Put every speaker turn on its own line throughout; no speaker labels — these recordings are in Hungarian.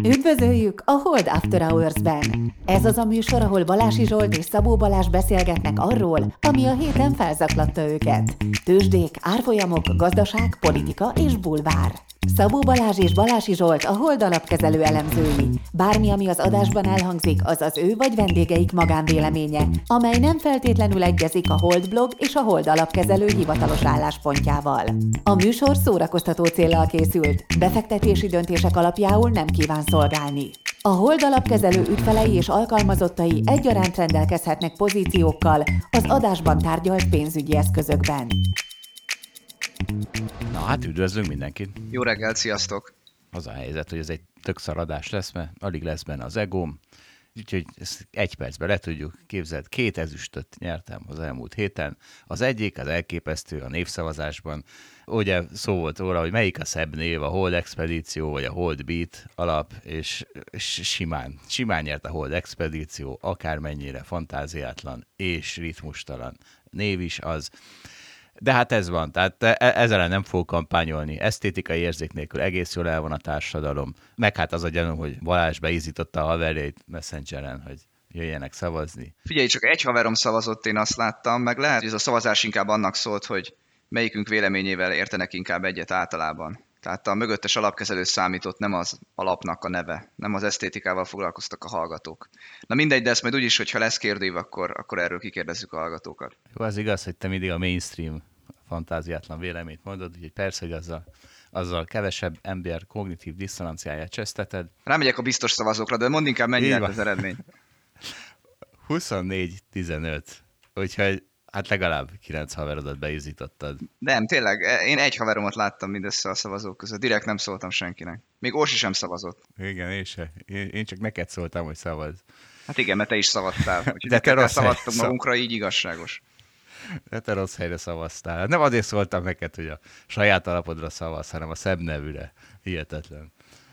Üdvözöljük a Hold After Hours-ben! Ez az a műsor, ahol Balási Zsolt és Szabó Balázs beszélgetnek arról, ami a héten felzaklatta őket. Tőzsdék, árfolyamok, gazdaság, politika és bulvár. Szabó Balázs és Balási Zsolt a Hold alapkezelő elemzői. Bármi, ami az adásban elhangzik, az az ő vagy vendégeik magánvéleménye, amely nem feltétlenül egyezik a Hold blog és a Hold alapkezelő hivatalos álláspontjával. A műsor szórakoztató céllal készült, befektetési döntések alapjául nem kíván szolgálni. A Hold alapkezelő ügyfelei és alkalmazottai egyaránt rendelkezhetnek pozíciókkal az adásban tárgyalt pénzügyi eszközökben.
Na hát üdvözlünk mindenkit!
Jó reggelt, sziasztok!
Az a helyzet, hogy ez egy tök szaradás lesz, mert alig lesz benne az egóm, úgyhogy ezt egy percben le tudjuk képzelni. 2 ezüstöt nyertem az elmúlt héten. Az egyik, az elképesztő a névszavazásban. Ugye szó volt róla, hogy melyik a szebb név, a Hold Expedíció vagy a Hold Beat alap, és simán nyert a Hold Expedíció, akármennyire fantáziátlan és ritmustalan név is az. De hát ez van, tehát ezzel nem fog kampányolni. Esztétikai érzék nélkül egész jól el van a társadalom. Meg hát az a gyanúm, hogy Balázs beízította a haverjait Messengeren, hogy jöjjenek szavazni.
Figyelj, csak egy haverom szavazott, én azt láttam, meg lehet, hogy ez a szavazás inkább annak szólt, hogy melyikünk véleményével értenek inkább egyet általában. Tehát a mögöttes alapkezelő számított, nem az alapnak a neve, nem az esztétikával foglalkoztak a hallgatók. Na mindegy, de ezt majd úgyis, hogyha lesz kérdőív, akkor erről kikérdezzük a hallgatókat.
Jó, az igaz, hogy te mindig a mainstream fantáziátlan véleményt mondod, úgyhogy persze, hogy azzal kevesebb ember kognitív diszonanciáját cseszteted.
Rámegyek a biztos szavazókra, de mondd inkább, mennyi lett az eredmény.
24-15, úgyhogy hát legalább 9 haverodat beizítottad.
Nem, tényleg, én egy haveromat láttam mindössze a szavazók között, direkt nem szóltam senkinek. Még Orsi sem szavazott.
Igen, én csak neked szóltam, hogy szavazz.
Hát igen, mert te is szavaztál. Úgyhogy
de te
szavaztunk magunkra, így igazságos.
De te rossz helyre szavaztál. Nem azért szóltam neked, hogy a saját alapodra szavazz, hanem a szebb nevűre. Hihetetlen.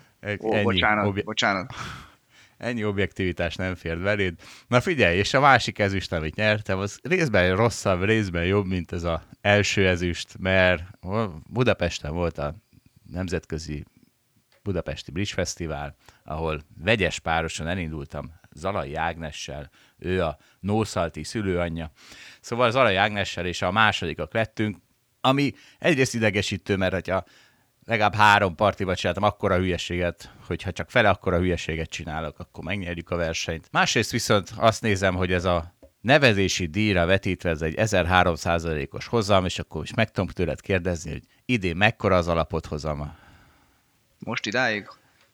Bocsánat.
Ennyi objektivitás nem fér beléd. Na figyelj, és a másik ezüst, amit nyertem, az részben rosszabb, részben jobb, mint ez az első ezüst, mert Budapesten volt a Nemzetközi Budapesti Bridge Fesztivál, ahol vegyes párosan elindultam Zalai Ágnessel, ő a Nószalti szülőanyja. Szóval Zalai Ágnessel és a másodikak lettünk, ami egyrészt idegesítő, mert hogyha legalább 3 partiba csináltam akkora hülyeséget, hogyha csak fele akkora hülyeséget csinálok, akkor megnyerjük a versenyt. Másrészt viszont azt nézem, hogy ez a nevezési díjra vetítve ez egy 1300%-os hozam, és akkor is meg tudom tőled kérdezni, hogy idén mekkora az alapot hozama?
Most idáig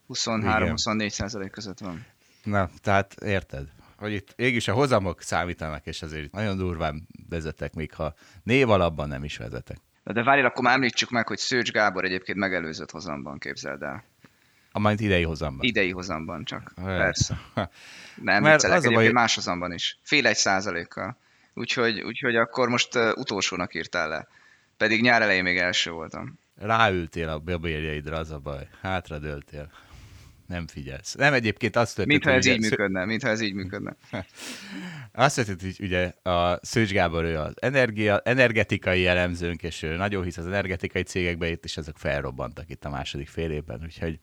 23-24% között van.
Na, tehát érted, hogy itt mégis a hozamok számítanak, és azért nagyon durván vezetek, még ha név alapban nem is vezetek.
De várjál, akkor már említsük meg, hogy Szőcs Gábor egyébként megelőzött hozamban, képzeld el.
Amint idei hozamban.
Idei hozamban csak, persze. Nem,
mert
viccelek, egyébként
baj...
más hozamban is. Fél 1%-kal. Úgyhogy akkor most utolsónak írtál le. Pedig nyár elején még első voltam.
Ráültél a babérjaidra, az a baj. Hátradőltél. Nem figyelsz. Nem, egyébként azt történt,
mintha ez így működne.
Azt történt, hogy ugye a Szőcs Gábor, ő az energetikai elemzőnk, és ő nagyon hisz az energetikai cégekbe, itt is ezek felrobbantak itt a második fél évben, úgyhogy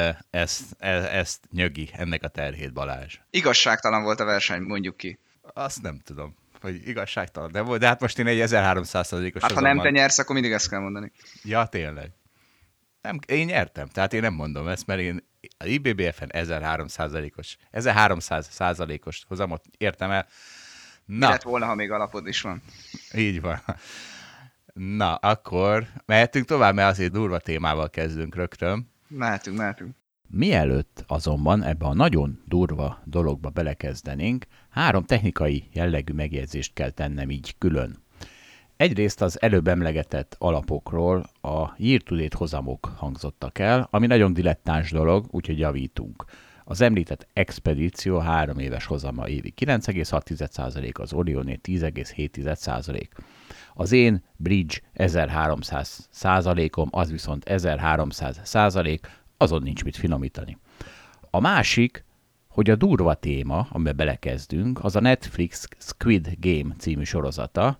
ezt nyögi, ennek a terhét Balázs.
Igazságtalan volt a verseny, mondjuk ki.
Azt nem tudom, hogy igazságtalan, de hát most én egy 1300%-os
hát ha nem te nyersz, akkor mindig ezt kell mondani.
Ja, tényleg. Nem, én nyertem, tehát én nem mondom ezt, mert én az IBBF-en 1300%-os hozamot értem el.
Na. Mi lett volna, ha még alapod is van?
Így van. Na, akkor mehetünk tovább, mert azért durva témával kezdünk rögtön.
Mehetünk.
Mielőtt azonban ebbe a nagyon durva dologba belekezdenénk, 3 technikai jellegű megjegyzést kell tennem így külön. Egyrészt az előbb emlegetett alapokról a year-to-date hozamok hangzottak el, ami nagyon dilettáns dolog, úgyhogy javítunk. Az említett expedíció 3 éves hozama évi 9,6%, az Orioné 10,7%. Az én Bridge 1300%-om, az viszont 1300%, azon nincs mit finomítani. A másik, hogy a durva téma, amiben belekezdünk, az a Netflix Squid Game című sorozata,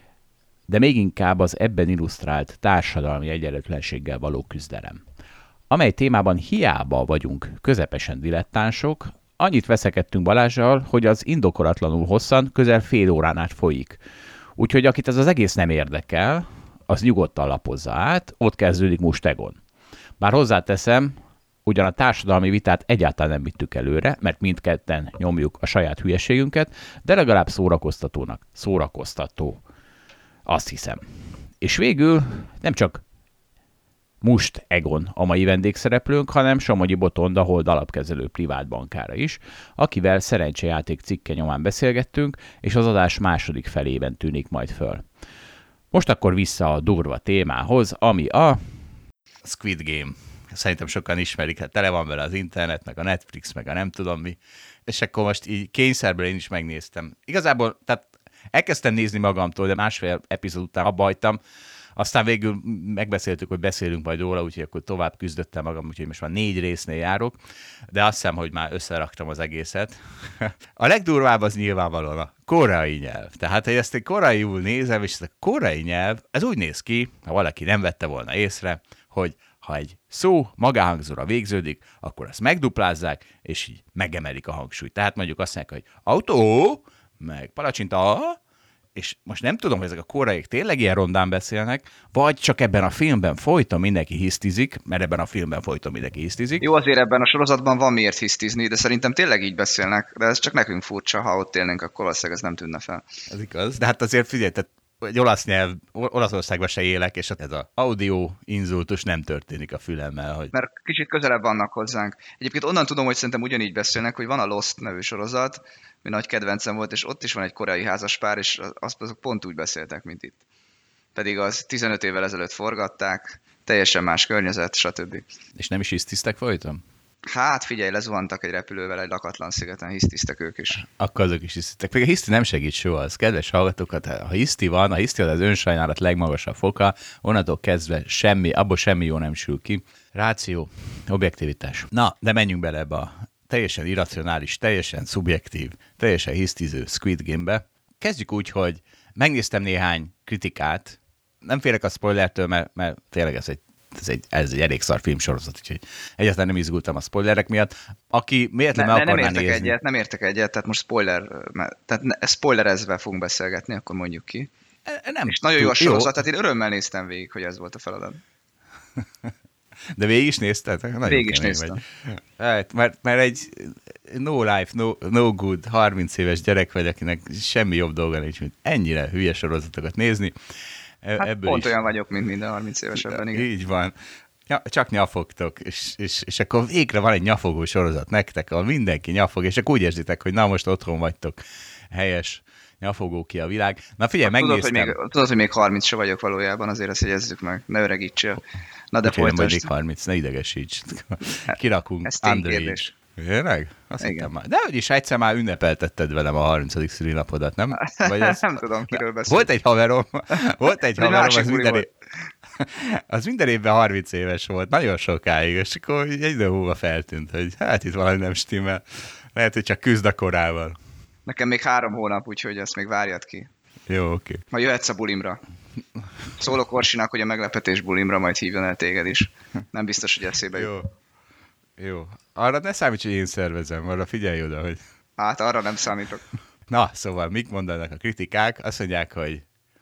de még inkább az ebben illusztrált társadalmi egyenlőtlenséggel való küzdelem. amely témában hiába vagyunk közepesen dilettánsok, annyit veszekedtünk Balázssal, hogy az indokolatlanul hosszan közel fél órán át folyik. Úgyhogy akit ez az egész nem érdekel, az nyugodtan lapozza át, ott kezdődik Mustegon. Bár hozzáteszem, ugyan a társadalmi vitát egyáltalán nem vittük előre, mert mindketten nyomjuk a saját hülyeségünket, de legalább szórakoztató. Azt hiszem. És végül nem csak Must Egon a mai vendégszereplőnk, hanem Somogyi Botond, a Hold alapkezelő privát bankára is, akivel szerencsejáték cikke nyomán beszélgettünk, és az adás második felében tűnik majd föl. Most akkor vissza a durva témához, ami a Squid Game. Szerintem sokan ismerik, hát tele van vele az internet, meg a Netflix, meg a nem tudom mi, és akkor most így kényszerből én is megnéztem. Igazából, tehát elkezdtem nézni magamtól, de másfél epizód után abba hagytam, aztán végül megbeszéltük, hogy beszélünk majd róla, úgyhogy akkor tovább küzdöttem magam, úgyhogy most már 4 résznél járok, de azt hiszem, hogy már összeraktam az egészet. A legdurvább az nyilvánvalóan a koreai nyelv. Tehát, hogy ezt egy koreaiul nézem, és ez a koreai nyelv, ez úgy néz ki, ha valaki nem vette volna észre, hogy ha egy szó magáhangzóra végződik, akkor azt megduplázzák, és így megemelik a hangsúlyt. Tehát mondjuk azt mondják, hogy autó, meg palacsinta, és most nem tudom, hogy ezek a koreaiak tényleg ilyen rondán beszélnek, vagy csak ebben a filmben folyton mindenki hisztizik, mert ebben a filmben folyton mindenki hisztizik.
Jó, azért ebben a sorozatban van miért hisztizni, de szerintem tényleg így beszélnek, de ez csak nekünk furcsa, ha ott élnénk, akkor valószínűleg ez nem tűnne fel.
Ez igaz, de hát azért figyelj, tehát egy olasz nyelv, Olaszországban se élek, és ez az audio inzultus nem történik a fülemmel. Hogy...
Mert kicsit közelebb vannak hozzánk. Egyébként onnan tudom, hogy szerintem ugyanígy beszélnek, hogy van a Lost nevű sorozat, mi nagy kedvencem volt, és ott is van egy koreai házaspár, és azok pont úgy beszéltek, mint itt. Pedig az 15 évvel ezelőtt forgatták, teljesen más környezet, stb.
És nem is hisztisztek folyton?
Hát figyelj, lezuhantak egy repülővel egy lakatlan szigeten, hisztisztek ők is.
Akkor azok is hisztisztek. Még a hiszti nem segít soha, az kedves hallgatókat, ha hiszti van, a hiszti az önsajnálat legmagasabb foka, onnantól kezdve abból semmi jó nem sül ki. Ráció, objektivitás. Na, de menjünk bele ebbe a teljesen irracionális, teljesen szubjektív, teljesen hisztiző Squid Game-be. Kezdjük úgy, hogy megnéztem néhány kritikát, nem félek a spoilertől, mert tényleg ez egy elég szar filmsorozat, úgyhogy egyáltalán nem izgultam a spoilerek miatt. Aki méletlen meg akarná nézni...
Nem értek egyet, tehát most spoilerezve fogunk beszélgetni, akkor mondjuk ki.
Nem.
És nagyon jó a sorozat, tehát én örömmel néztem végig, hogy ez volt a feladat.
De végig is nézted?
Végig is néztem.
Mert egy no life, no good, 30 éves gyerek vagy, akinek semmi jobb dolga nincs, mint ennyire hülye sorozatokat nézni.
Hát pont olyan vagyok, mint minden 30 évesebben, igen.
Így van. Ja, csak nyafogtok, és akkor végre van egy nyafogó sorozat nektek, ahol mindenki nyafog, és akkor úgy érzitek, hogy na most otthon vagytok. Helyes, nyafogó ki a világ. Na figyelj, megnéztem.
Tudod, hogy még 30 se vagyok valójában, azért ezt jegyezzük meg. Ne öregítsél. Na de
folytasd. Nem vagy még 30, ne idegesíts. Kirakunk underage. Tényleg?
Igen.
De hogy is egyszer már ünnepeltetted velem a 30. szülinapodat, nem?
Vagy ez... Nem tudom, kiről beszél.
Volt egy haverom, az minden évben 30 éves volt, nagyon sokáig, és akkor egy idő múlva feltűnt, hogy hát itt valami nem stimmel. Lehet, hogy csak küzd a korával.
Nekem még 3 hónap, úgyhogy ezt még várjad ki.
Jó, oké.
Majd jöhetsz a bulimra. Szólok Orsinak, hogy a meglepetés bulimra majd hívjon el téged is. Nem biztos, hogy eszébe jut.
Jó. Arra ne számíts, hogy én szervezem, arra figyelj oda, hogy...
Hát arra nem számítok.
Na, szóval mik mondanak a kritikák? Azt mondják, hogy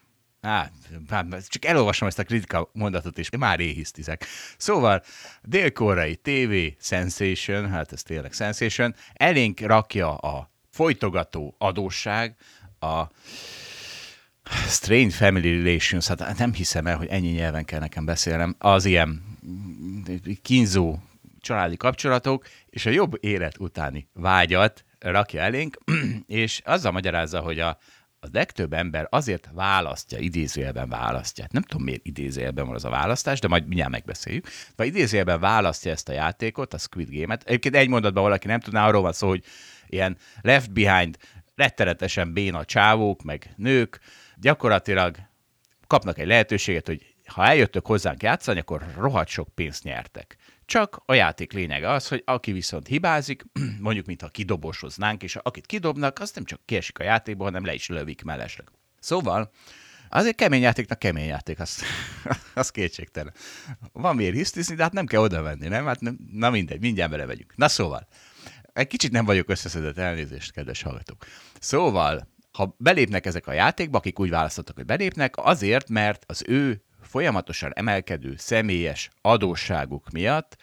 csak elolvasom ezt a kritika mondatot, és már éhisztizek. Szóval, dél-koreai TV sensation, hát ez tényleg sensation, elénk rakja a folytogató adósság, a Strange Family Relations, hát nem hiszem el, hogy ennyi nyelven kell nekem beszélnem, az ilyen kínzó családi kapcsolatok, és a jobb élet utáni vágyat rakja elénk, és azzal magyarázza, hogy a legtöbb ember azért választja, idézőjelben választja. Nem tudom, miért idézőjelben van az a választás, de majd mindjárt megbeszéljük. De idézőjelben választja ezt a játékot, a Squid Game-et. Egyébként egy mondatban valaki nem tudná, arról van szó, hogy ilyen left behind, rettenetesen béna csávók, meg nők gyakorlatilag kapnak egy lehetőséget, hogy ha eljöttök hozzánk játszani, akkor rohadt sok pénzt nyertek. Csak a játék lényege az, hogy aki viszont hibázik, mondjuk, mintha kidobosoznánk, és akit kidobnak, az nem csak kiesik a játékból, hanem le is lövik mellesleg. Szóval Azért kemény játéknak kemény játék, az kétségtelen. Van miért hisztizni, de hát nem kell oda menni, nem? Hát nem, na mindegy, mindjárt belevegyünk. Na szóval, egy kicsit nem vagyok összeszedett, elnézést, kedves hallgatók. Szóval, ha belépnek ezek a játékba, akik úgy választottak, hogy belépnek, azért, mert az ő folyamatosan emelkedő személyes adósságuk miatt,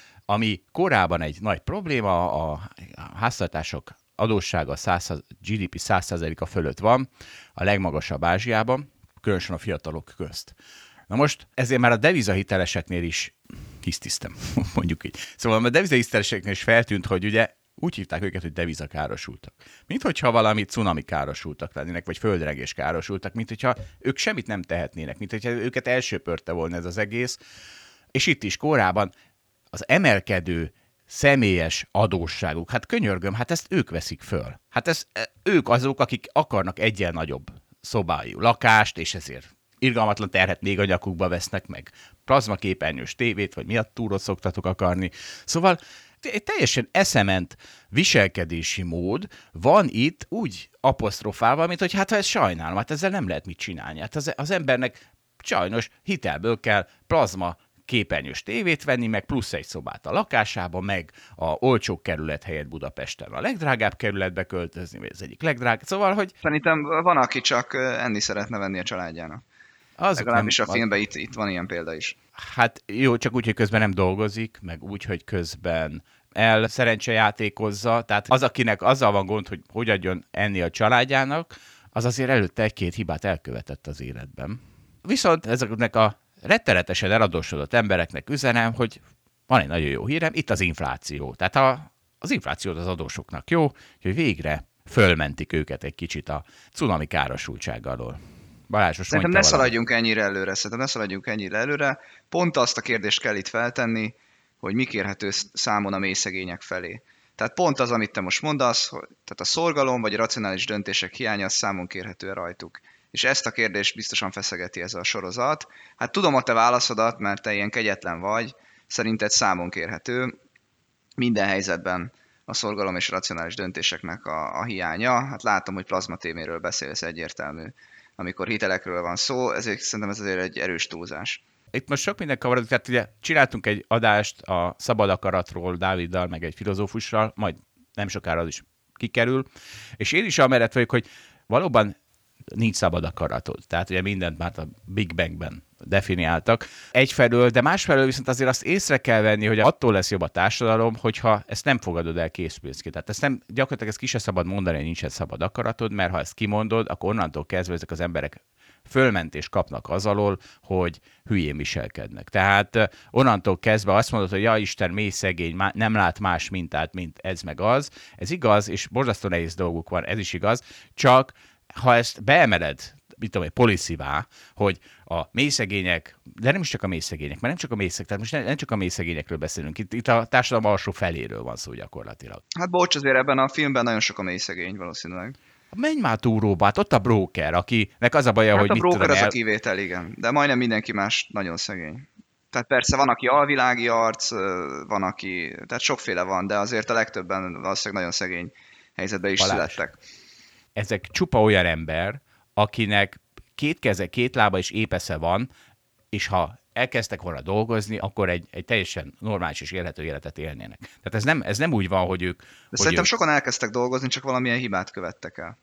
ami korábban egy nagy probléma, a háztartások adóssága GDP 100%-a fölött van, a legmagasabb Ázsiában, különösen a fiatalok közt. Na most ezért már a devizahiteleseknél is hisztisztem, mondjuk így. Szóval a devizahiteleseknél is feltűnt, hogy ugye úgy hívták őket, hogy devizakárosultak. Mint hogyha valami cunami károsultak lennének, vagy földrengés károsultak, mint hogyha ők semmit nem tehetnének, mint hogyha őket elsöpörte volna ez az egész. És itt is korábban az emelkedő személyes adósságuk, hát könyörgöm, hát ezt ők veszik föl. Hát ők azok, akik akarnak egyen nagyobb szobájú lakást, és ezért irgalmatlan terhet még a nyakukba vesznek meg. Plazmaképernyős tévét, vagy miatt túrot szoktatok akarni. Szóval egy teljesen eszement viselkedési mód van itt úgy apostrofálva, mint hogy hát ha ezt sajnálom, hát ezzel nem lehet mit csinálni. Hát az embernek sajnos hitelből kell plazma képernyős tévét venni, meg plusz egy szobát a lakásába, meg a olcsó kerület helyett Budapesten a legdrágább kerületbe költözni, vagy az egyik legdrágább. Szóval, hogy...
Szerintem van, aki csak enni szeretne venni a családjának. Legalábbis a filmben itt van ilyen példa is.
Hát jó, csak úgy, hogy közben nem dolgozik, meg úgy, hogy közben szerencsejátékozza. Tehát az, akinek azzal van gond, hogy adjon enni a családjának, az azért előtte egy-két hibát elkövetett az életben. Viszont ezeknek a rettenetesen eladósodott embereknek üzenem, hogy van egy nagyon jó hírem, itt az infláció. Tehát az infláció az adósoknak jó, hogy végre fölmentik őket egy kicsit a cunami károsultság alól. Balázs,
Szerintem ne szaladjunk ennyire előre. Pont azt a kérdést kell itt feltenni, hogy mi kérhető számon a mély szegények felé. Tehát pont az, amit te most mondasz, hogy tehát a szorgalom vagy a racionális döntések hiánya számon kérhető rajtuk. És ezt a kérdést biztosan feszegeti ez a sorozat. Hát tudom a te válaszodat, mert te ilyen kegyetlen vagy, szerinted számon kérhető minden helyzetben a szorgalom és a racionális döntéseknek a hiánya. Hát látom, hogy plazmatévéről beszélsz, egyértelmű, amikor hitelekről van szó, ezért szerintem ez azért egy erős túlzás.
Itt most sok minden kavarodik, tehát ugye csináltunk egy adást a szabad akaratról Dáviddal, meg egy filozófussal, majd nem sokára az is kikerül, és én is amellett vagyok, hogy valóban nincs szabad akaratod. Tehát ugye mindent már a Big Bangben definiáltak. Egyfelől, de másfelől viszont azért azt észre kell venni, hogy attól lesz jobb a társadalom, hogyha ezt nem fogadod el készpénzként. Tehát gyakorlatilag ezt ki se szabad mondani, hogy nincsen szabad akaratod, mert ha ezt kimondod, akkor onnantól kezdve ezek az emberek fölmentést kapnak az alól, hogy hülyén viselkednek. Tehát onnantól kezdve azt mondod, hogy ja Isten, mély szegény, nem lát más mintát, mint ez meg az. Ez igaz, és borzasztó nehéz dolguk van, ez is igaz, csak ha ezt beemeled, mit tudom, egy policyvá, hogy a mélyszegények, de nem is csak a mélyszegények, mert nem csak a mélyszegények, tehát most nem csak a mélyszegényekről beszélünk, itt a társadalom alsó feléről van szó gyakorlatilag.
Hát bocs, azért ebben a filmben nagyon sok a mélyszegény valószínűleg.
Menj már túróba, hát ott a broker, akinek az a baja,
hát
hogy
mit tudom. Hát a broker az a kivétel, igen, de majdnem mindenki más nagyon szegény. Tehát persze van, aki alvilági arc, van, aki, tehát sokféle van, de azért a legtöbben valószínűleg nagyon szegény helyzetben is születtek.
Ezek csupa olyan ember, akinek két keze, két lába és épesze van, és ha elkezdtek volna dolgozni, akkor egy teljesen normális és élhető életet élnének. Tehát ez nem úgy van, hogy ők...
De szerintem sokan elkezdtek dolgozni, csak valamilyen hibát követtek el.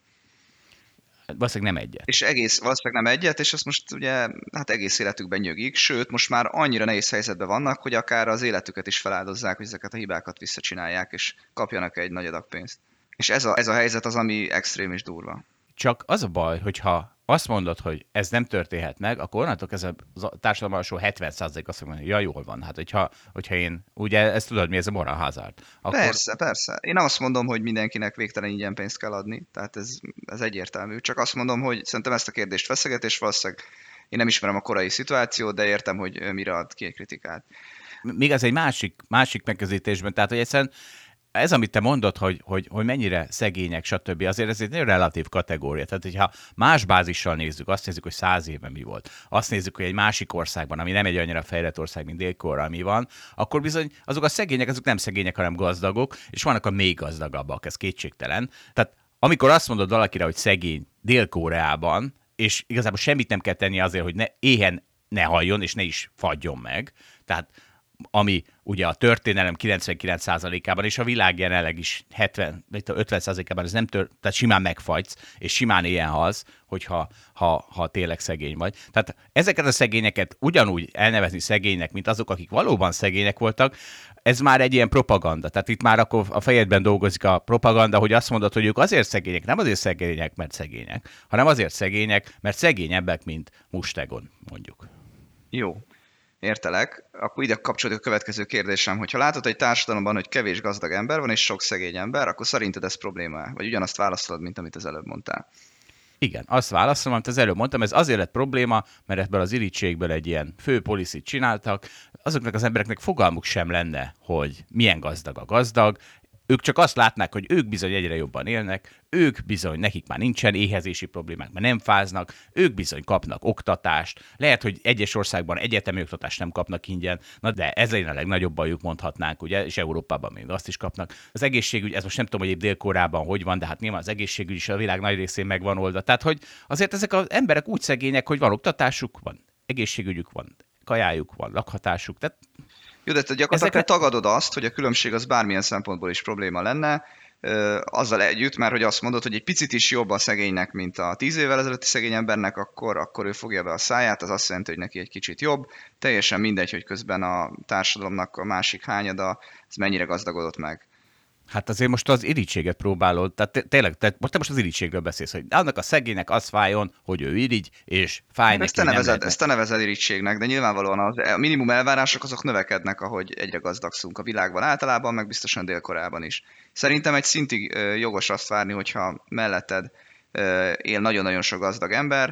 Valószínűleg nem egyet.
És valószínűleg nem egyet, és azt most ugye hát egész életükben nyögik, sőt, most már annyira nehéz helyzetben vannak, hogy akár az életüket is feláldozzák, hogy ezeket a hibákat visszacsinálják, és kapjanak egy nagy adag pénzt. És ez a helyzet az, ami extrém és durva.
Csak az a baj, hogyha azt mondod, hogy ez nem történhet meg, akkor onnantól ez a társadalom alsó 70% azt mondja, hogy ja, jól van. Hát hogyha én, ugye ezt tudod, mi ez a moral hazard. Akkor...
Persze. Én azt mondom, hogy mindenkinek végtelen ingyen pénzt kell adni, tehát ez egyértelmű. Csak azt mondom, hogy szerintem ezt a kérdést feszeget, és valószínűleg én nem ismerem a korai szituációt, de értem, hogy mire ad ki egy kritikát.
Még ez egy másik megközelítésben, tehát hogy egyszerűen ez, amit te mondod, hogy mennyire szegények, stb., azért ez egy nagyon relatív kategória. Tehát, hogyha más bázissal nézzük, azt nézzük, hogy 100 éve mi volt, azt nézzük, hogy egy másik országban, ami nem egy annyira fejlett ország, mint Dél-Korea, mi van, akkor bizony azok a szegények, azok nem szegények, hanem gazdagok, és vannak a még gazdagabbak, ez kétségtelen. Tehát amikor azt mondod valakire, hogy szegény Dél-Koreában, és igazából semmit nem kell tenni azért, hogy éhen ne haljon, és ne is fagyjon meg. Tehát ami ugye a történelem 99%-ában, és a világ jelenleg is 50%-ában ez nem tehát simán megfagysz, és simán éhen halsz, hogyha tényleg szegény vagy. Tehát ezeket a szegényeket ugyanúgy elnevezni szegénynek, mint azok, akik valóban szegények voltak, ez már egy ilyen propaganda. Tehát itt már akkor a fejedben dolgozik a propaganda, hogy azt mondod, hogy ők azért szegények, nem azért szegények, mert szegények, hanem azért szegények, mert szegényebbek, mint Mustegon, mondjuk.
Jó. Értelek. Akkor ide kapcsolódik a következő kérdésem, hogyha látod egy társadalomban, hogy kevés gazdag ember van és sok szegény ember, akkor szerinted ez probléma? Vagy ugyanazt válaszolod, mint amit az előbb mondtál?
Igen, azt válaszolom, amit az előbb mondtam, ez azért lett probléma, mert ebből az irítségből egy ilyen fő policit csináltak, azoknak az embereknek fogalmuk sem lenne, hogy milyen gazdag a gazdag, ők csak azt látnák, hogy ők bizony egyre jobban élnek, ők bizony, nekik már nincsen éhezési problémák, mert nem fáznak, ők bizony kapnak oktatást, lehet, hogy egyes országban egyetemi oktatást nem kapnak ingyen, na de ez a legnagyobb bajuk mondhatnánk, ugye, és Európában még azt is kapnak. Az egészségügy, ez most nem tudom, hogy épp Dél-Koreában hogy van, de hát nyilván az egészségügy is a világ nagy részén megvan oldva. Tehát, hogy azért ezek az emberek úgy szegények, hogy van oktatásuk, van egészségügyük, van kajájuk, van lakhatásuk, tehát
jó, de te gyakorlatilag tagadod azt, hogy a különbség az bármilyen szempontból is probléma lenne, azzal együtt, mert hogy azt mondod, hogy egy picit is jobb a szegénynek, mint a 10 évvel ezelőtti szegény embernek, akkor ő fogja be a száját, az azt jelenti, hogy neki egy kicsit jobb. Teljesen mindegy, hogy közben a társadalomnak a másik hányada, ez mennyire gazdagodott meg.
Hát azért most az irítséget próbálod, tehát tényleg, te most az irítségről beszélsz, hogy annak a szegénynek az fájjon, hogy ő irigy, és fáj neki,
ezt te nevezed irítségnek, de nyilvánvalóan a minimum elvárások azok növekednek, ahogy egyre gazdagszunk a világban általában, meg biztosan Dél-Koreában is. Szerintem egy szintig jogos azt várni, hogyha melletted él nagyon-nagyon sok gazdag ember,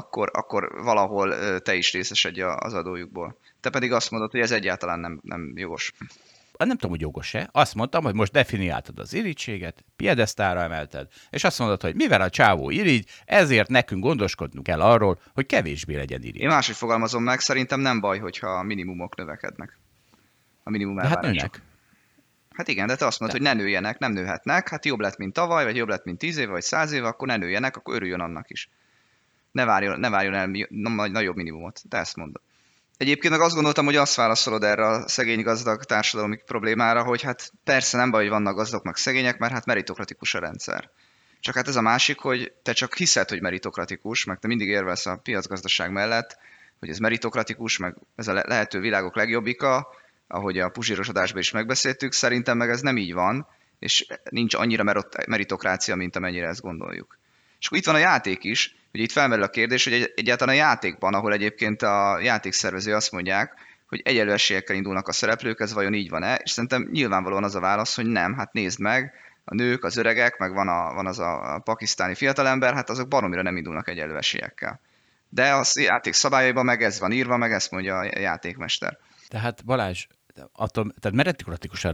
akkor valahol te is részesedj az adójukból. Te pedig azt mondod, hogy ez egyáltalán nem jogos.
Nem tudom, hogy jogos-e. Azt mondtam, hogy most definiáltad az irítséget, piedesztára emelted, és azt mondod, hogy mivel a csávó irigy, ezért nekünk gondoskodnunk kell arról, hogy kevésbé legyen irigy.
Én máshogy fogalmazom meg, szerintem nem baj, hogyha a minimumok növekednek. A minimum elvárások.
Hát nőnek.
Hát igen, de te azt mondod, hogy ne nőjenek, nem nőhetnek, hát jobb lett, mint tavaly, vagy jobb lett, mint 10 éve, vagy 100 éve, akkor ne nőjenek, akkor örüljön annak is. Ne várjon el nagyobb minimumot, te ezt mondod. Egyébként meg azt gondoltam, hogy azt válaszolod erre a szegény-gazdag társadalmi problémára, hogy hát persze nem baj, hogy vannak gazdagok meg szegények, mert hát meritokratikus a rendszer. Csak hát ez a másik, hogy te csak hiszed, hogy meritokratikus, meg te mindig érvelsz a piacgazdaság mellett, hogy ez meritokratikus, meg ez a lehető világok legjobbika, ahogy a puzsírosodásban is megbeszéltük, szerintem meg ez nem így van, és nincs annyira meritokrácia, mint amennyire ezt gondoljuk. És akkor itt van a játék is, hogy itt felmerül a kérdés, hogy egyáltalán a játékban, ahol egyébként a játékszervező azt mondják, hogy egyenlő esélyekkel indulnak a szereplők, ez vajon így van-e? És szerintem nyilvánvalóan az a válasz, hogy nem. Hát nézd meg, a nők, az öregek, meg van az a pakisztáni fiatalember, hát azok baromira nem indulnak egyenlő esélyekkel. De a játék szabályaiban meg ez van írva, meg ezt mondja a játékmester.
Tehát Balázs, tehát meritokratikus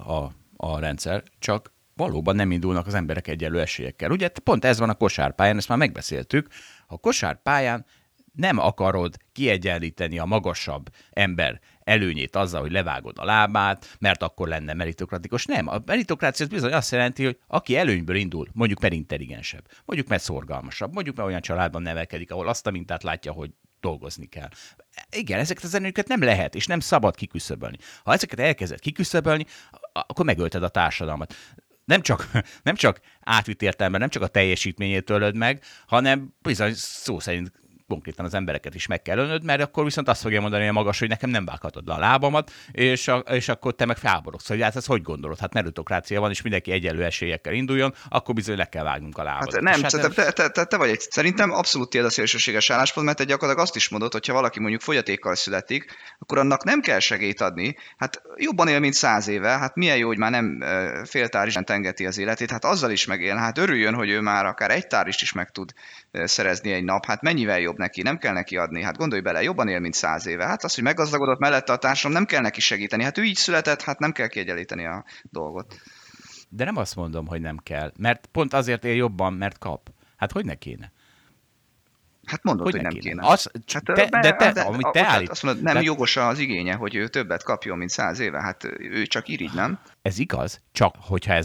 a rendszer, csak valóban nem indulnak az emberek egyenlő esélyekkel. Ugye pont ez van a kosárpályán, ezt már megbeszéltük. A kosárpályán nem akarod kiegyenlíteni a magasabb ember előnyét azzal, hogy levágod a lábát, mert akkor lenne meritokratikus. Nem, a meritokrácia bizony azt jelenti, hogy aki előnyből indul, mondjuk mert intelligensebb, mondjuk mert szorgalmasabb, mondjuk mert olyan családban nevelkedik, ahol azt a mintát látja, hogy dolgozni kell. Igen, ezeket az előnyöket nem lehet, és nem szabad kiküszöbölni. Ha ezeket elkezded kiküszöbölni, akkor megölted a társadalmat. Nem csak átvitt értelemben, nem csak a teljesítményét ölöd meg, hanem bizony szó szerint konkrétan az embereket is meg kell ölnöd, mert akkor viszont azt fogja mondani a magas, hogy nekem nem vághatod le a lábamat, és akkor te meg felháborodsz, hogy hát ezt hogy gondolod? Hát meritokrácia van, és mindenki egyenlő esélyekkel induljon, akkor bizony le kell vágnunk a lábadat.
Hát nem, te vagy egy. Szerintem abszolút tiéd a szélsőséges álláspont, mert te gyakorlatilag azt is mondod, hogyha valaki mondjuk fogyatékkal születik, akkor annak nem kell segélyt adni. Hát jobban él, mint 100 éve, hát milyen jó, hogy már nem fél tárizsán tengeti az életét, hát azzal is megél, hát örüljön, hogy ő már akár egy tárist is meg tud szerezni egy nap, hát mennyivel jobb neki, nem kell neki adni, hát gondolj bele, jobban él, mint 100 éve. Hát az, hogy meggazdagodott mellette a társadalom, nem kell neki segíteni. Hát ő így született, hát nem kell kiegyenlíteni a dolgot.
De nem azt mondom, hogy nem kell, mert pont azért él jobban, mert kap. Hát hogy ne kéne?
Hát mondod, hogy nem kéne.
Amit te állít.
Azt mondod, nem jogos az igénye, hogy ő többet kapjon, mint 100 éve. Hát ő csak irigy, nem?
Ez igaz, csak hogyha ez a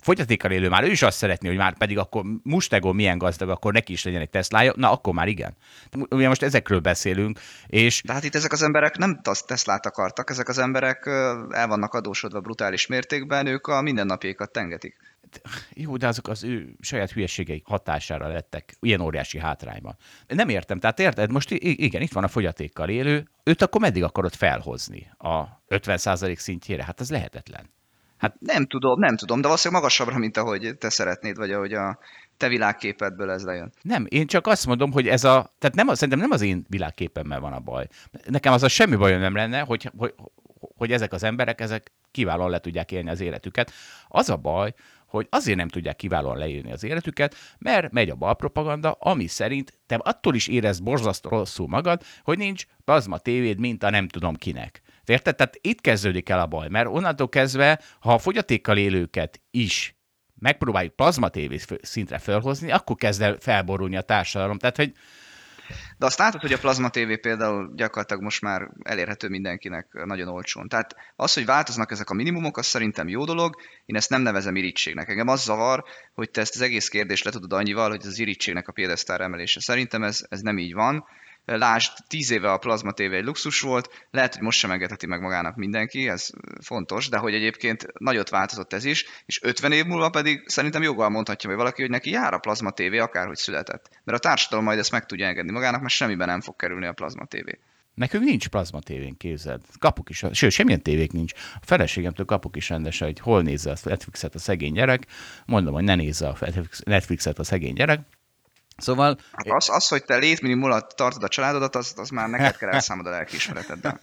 fogyatékkal élő már ő is azt szeretné, hogy már pedig akkor Mustego milyen gazdag, akkor neki is legyen egy Teslája, na akkor már igen. Ugye most ezekről beszélünk, és...
De hát itt ezek az emberek nem Teslát akartak, ezek az emberek el vannak adósodva brutális mértékben, ők a mindennapjaikat tengetik.
Jó, de azok az ő saját hülyeségei hatására lettek ilyen óriási hátrányban. Nem értem, tehát érted, most igen, itt van a fogyatékkal élő, őt akkor meddig akarod felhozni a 50% szintjére? Hát ez lehetetlen.
Hát nem tudom, de valószínűleg magasabbra, mint ahogy te szeretnéd, vagy ahogy a te világképedből ez lejön.
Nem, én csak azt mondom, hogy tehát szerintem nem az én világképemmel van a baj. Nekem az semmi bajom nem lenne, hogy ezek az emberek, ezek kiválóan le tudják élni az életüket. Az a baj, hogy azért nem tudják kiválóan leélni az életüket, mert megy a balpropaganda, ami szerint te attól is érezd borzasztó rosszul magad, hogy nincs plazma tévéd, mint a nem tudom kinek. Érted? Tehát itt kezdődik el a baj, mert onnantól kezdve, ha a fogyatékkal élőket is megpróbáljuk plazma tévé szintre felhozni, akkor kezd el felborulni a társadalom. Tehát, hogy
de azt látod, hogy a plazma TV például gyakorlatilag most már elérhető mindenkinek nagyon olcsón. Tehát az, hogy változnak ezek a minimumok, az szerintem jó dolog, én ezt nem nevezem irítségnek. Engem az zavar, hogy te ezt az egész kérdést le tudod annyival, hogy ez az irítségnek a piedesztálra emelése. Szerintem ez nem így van. Lásd, 10 éve a plazma TV egy luxus volt, lehet, hogy most sem engedheti meg magának mindenki, ez fontos, de hogy egyébként nagyot változott ez is, és 50 év múlva pedig szerintem joggal mondhatja meg valaki, hogy neki jár a plazma TV, akárhogy született. Mert a társadalom majd ezt meg tudja engedni magának, mert semmiben nem fog kerülni a plazma TV.
Nekünk nincs plazma tévénk, képzeld. Kapok is, sőt, semmilyen tévék nincs. A feleségemtől kapok is rendesen, hogy hol nézze a Netflixet a szegény gyerek. Mondom, hogy ne nézze a Netflixet a szegény gyerek. Szóval...
Hát az, hogy te alatt tartod a családodat, az már neked kell elszámod a lelkiismereteddel.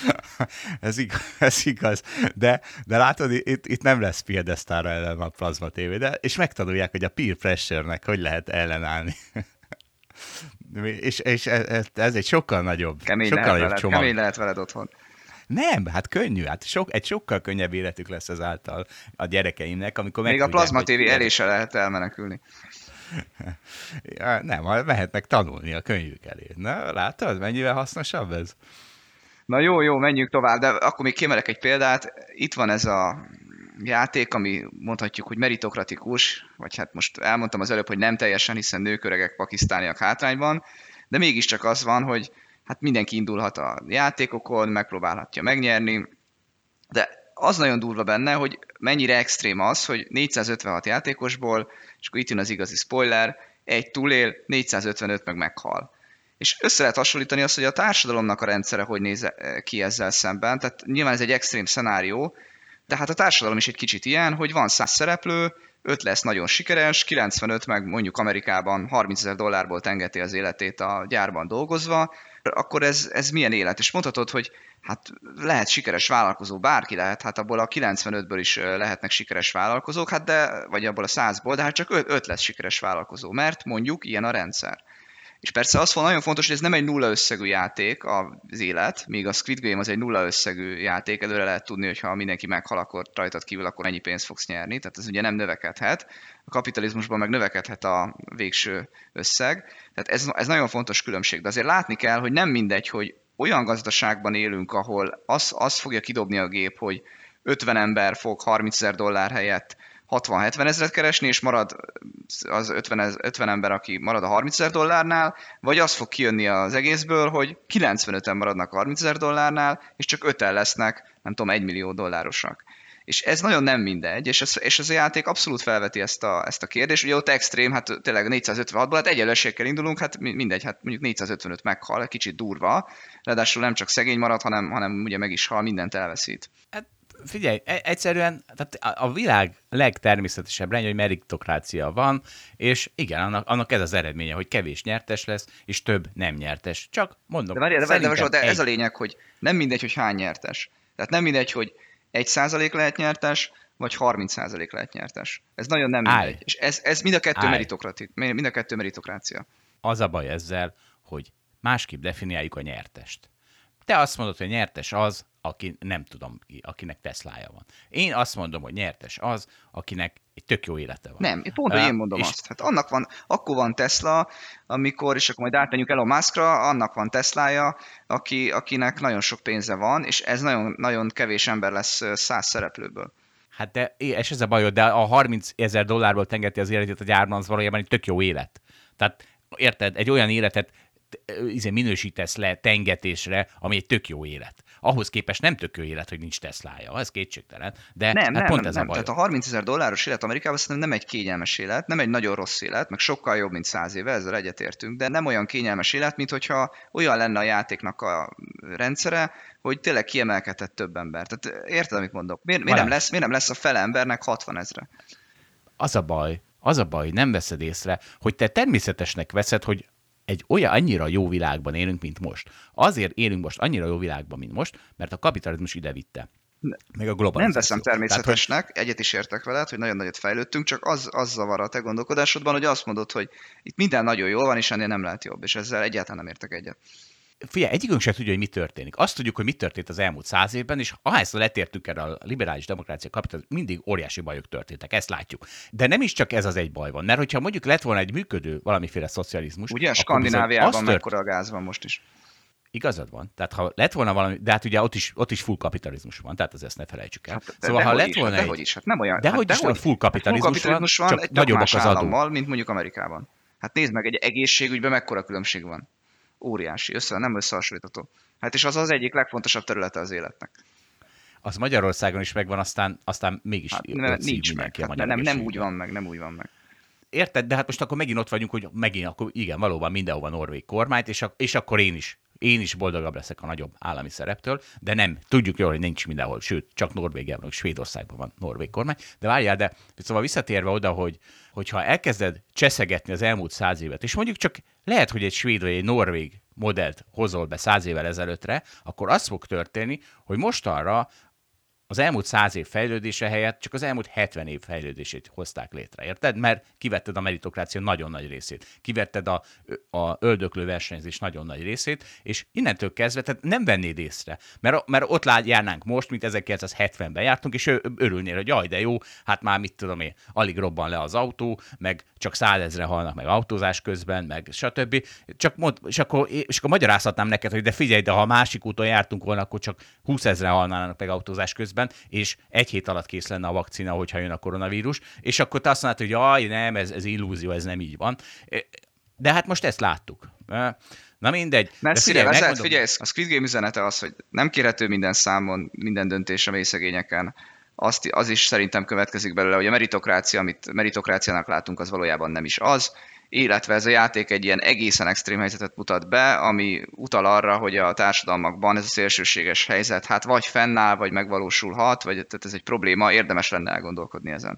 Ez igaz. De látod, itt nem lesz piedesztára ellen a plazma tévé, és megtanulják, hogy a peer pressure-nek hogy lehet ellenállni. és ez egy sokkal nagyobb,
kemény lehet veled otthon.
Nem, hát könnyű, hát egy sokkal könnyebb életük lesz ezáltal a gyerekeimnek, amikor
még a plazma tévé elé se lehet elmenekülni.
Ja, nem, mehetnek tanulni a könyvük elé. Na, látod, mennyivel hasznosabb ez?
Na jó, menjünk tovább, de akkor még kiemelek egy példát. Itt van ez a játék, ami mondhatjuk, hogy meritokratikus, vagy hát most elmondtam az előbb, hogy nem teljesen, hiszen nők, öregek, pakisztániak hátrányban, de mégiscsak az van, hogy hát mindenki indulhat a játékokon, megpróbálhatja megnyerni, de az nagyon durva benne, hogy mennyire extrém az, hogy 456 játékosból, és akkor itt jön az igazi spoiler, egy túlél, 455 meg meghal. És össze lehet hasonlítani azt, hogy a társadalomnak a rendszere hogy néz ki ezzel szemben. Tehát nyilván ez egy extrém szenárió, de hát a társadalom is egy kicsit ilyen, hogy van 100 szereplő, 5 lesz nagyon sikeres, 95 meg mondjuk Amerikában $30,000 tengeti az életét a gyárban dolgozva, akkor ez milyen élet? És mondhatod, hogy hát lehet sikeres vállalkozó, bárki lehet, hát abból a 95-ből is lehetnek sikeres vállalkozók, hát vagy abból a 100-ból, de hát csak 5 lesz sikeres vállalkozó, mert mondjuk ilyen a rendszer. És persze az nagyon fontos, hogy ez nem egy nulla összegű játék az élet, míg a Squid Game az egy nulla összegű játék, előre lehet tudni, hogy ha mindenki meghal, akkor rajtad kívül, akkor ennyi pénzt fogsz nyerni, tehát ez ugye nem növekedhet. A kapitalizmusban meg növekedhet a végső összeg, tehát ez nagyon fontos különbség, de azért látni kell, hogy nem mindegy, hogy olyan gazdaságban élünk, ahol az fogja kidobni a gép, hogy 50 ember fog $30,000 helyett 60-70 ezret keresni, és marad az 50 ember, aki marad a $30,000-nál, vagy az fog kijönni az egészből, hogy 95-en maradnak $30,000-nál, és csak 5-en lesznek, nem tudom, $1 millió. És ez nagyon nem mindegy, és ez a játék abszolút felveti ezt a kérdést. Ugye ott extrém, hát tényleg 456-ból, hát egyenlőségkel indulunk, hát mindegy, hát mondjuk 455 meghal, kicsit durva, ráadásul nem csak szegény marad, hanem ugye meg is hal, mindent elveszít.
Hát figyelj, egyszerűen tehát a világ legtermészetesebb rendje, hogy meritokrácia van, és igen, annak ez az eredménye, hogy kevés nyertes lesz, és több nem nyertes. Csak mondom,
de ez a lényeg, hogy nem mindegy, hogy hány nyertes. Tehát nem mindegy, hogy 1% lehet nyertes, vagy 30% lehet nyertes. Ez nagyon nem mindegy. És ez mind a kettő meritokrácia.
Az a baj ezzel, hogy másképp definiáljuk a nyertest. Te azt mondod, hogy nyertes az, aki nem tudom, akinek Teslája van. Én azt mondom, hogy nyertes az, akinek egy tök jó élete van.
Nem, pont, hogy én mondom azt. Hát akkor van Tesla, amikor, és akkor majd átmenjünk Elon Muskra, annak van Teslája, akinek nagyon sok pénze van, és ez nagyon, nagyon kevés ember lesz 100 szereplőből.
Hát de, és ez a bajod, de a $30,000 tengeti az életét a gyárban, az valójában egy tök jó élet. Tehát érted, egy olyan életet minősítesz le tengetésre, ami egy tök jó élet. Ahhoz képest nem tök jó élet, hogy nincs Teslája, ez kétségtelen, de
nem,
pont ez a baj.
Tehát a $30,000 élet Amerikában szerintem nem egy kényelmes élet, nem egy nagyon rossz élet, meg sokkal jobb, mint 100 éve, ezzel egyetértünk, de nem olyan kényelmes élet, mint hogyha olyan lenne a játéknak a rendszere, hogy tényleg kiemelkedett több ember. Tehát érted, amit mondok? Miért nem lesz a fele embernek 60 000?
Az a baj, nem veszed észre, hogy te természetesnek veszed, hogy egy olyan annyira jó világban élünk, mint most. Azért élünk most annyira jó világban, mint most, mert a kapitalizmus ide vitte. Meg a globalizáció.
Nem veszem természetesnek, egyet is értek veled, hogy nagyon nagyot fejlődtünk, csak az zavar a te gondolkodásodban, hogy azt mondod, hogy itt minden nagyon jól van, és ennél nem lehet jobb, és ezzel egyáltalán nem értek egyet.
Figyelj, egyikünk sem tudja, hogy mi történik. Azt tudjuk, hogy mi történt az elmúlt 100 évben, és ahányszor letértünk erre a liberális demokrácia kapitalizmus, mindig óriási bajok történtek, ezt látjuk. De nem is csak ez az egy baj van, mert hogyha mondjuk lett volna egy működő valamiféle szocializmus...
Ugye Skandináviában mekkora gáz van most is.
Igazad van. Tehát ha lett volna valami, de hát ugye ott is full kapitalizmus van, tehát ezt ne felejtsük el.
Hát,
szóval ha lett volna
dehogy is, hát nem olyan.
Dehogy is van full kapitalizmus van, csak nagyobbak az adók.
Mint mondjuk Amerikában. Hát nézd meg, egy egészségügyben mekkora különbség van. Óriási, nem összehasonlítható. Hát és az egyik legfontosabb területe az életnek.
Az Magyarországon is megvan, aztán mégis
nincs meg. Nem úgy van meg.
Érted? De hát most akkor megint ott vagyunk, hogy akkor igen, valóban mindenhova norvég kormányt, és akkor én is boldogabb leszek a nagyobb állami szereptől, de nem, tudjuk jól, hogy nincs mindenhol, sőt, csak Norvégiában, Svédországban van norvég kormány. De várjál, de szóval visszatérve oda, hogyha elkezded cseszegetni az elmúlt 100 évet, és mondjuk csak lehet, hogy egy svéd vagy egy norvég modellt hozol be 100 évvel ezelőttre, akkor az fog történni, hogy mostanra az elmúlt 100 év fejlődése helyett csak az elmúlt 70 év fejlődését hozták létre, érted? Mert kivetted a meritokrácia nagyon nagy részét, kivetted a öldöklő versenyzés nagyon nagy részét, és innentől kezdve tehát nem vennéd észre, mert ott járnánk most, mint 1970-ben jártunk, és örülnél, hogy jaj, de jó, hát már mit tudom én, alig robban le az autó, meg csak 100 000 halnak meg autózás közben, meg stb. És akkor magyarázhatnám neked, hogy de figyelj, de ha a másik úton jártunk volna, akkor csak 20 000 halnának meg autózás közben, és egy hét alatt kész lenne a vakcina, hogyha jön a koronavírus, és akkor te azt mondod, hogy jaj, nem, ez illúzió, ez nem így van. De hát most ezt láttuk. Na mindegy.
Mert figyelj, a Squid Game üzenete az, hogy nem kérhető minden számon, minden döntés a mélyszegényeken. Az is szerintem következik belőle, hogy a meritokrácia, amit meritokráciának látunk, az valójában nem is az, illetve ez a játék egy ilyen egészen extrém helyzetet mutat be, ami utal arra, hogy a társadalmakban ez a szélsőséges helyzet hát vagy fennáll, vagy megvalósulhat, vagy tehát ez egy probléma, érdemes lenne elgondolkodni ezen.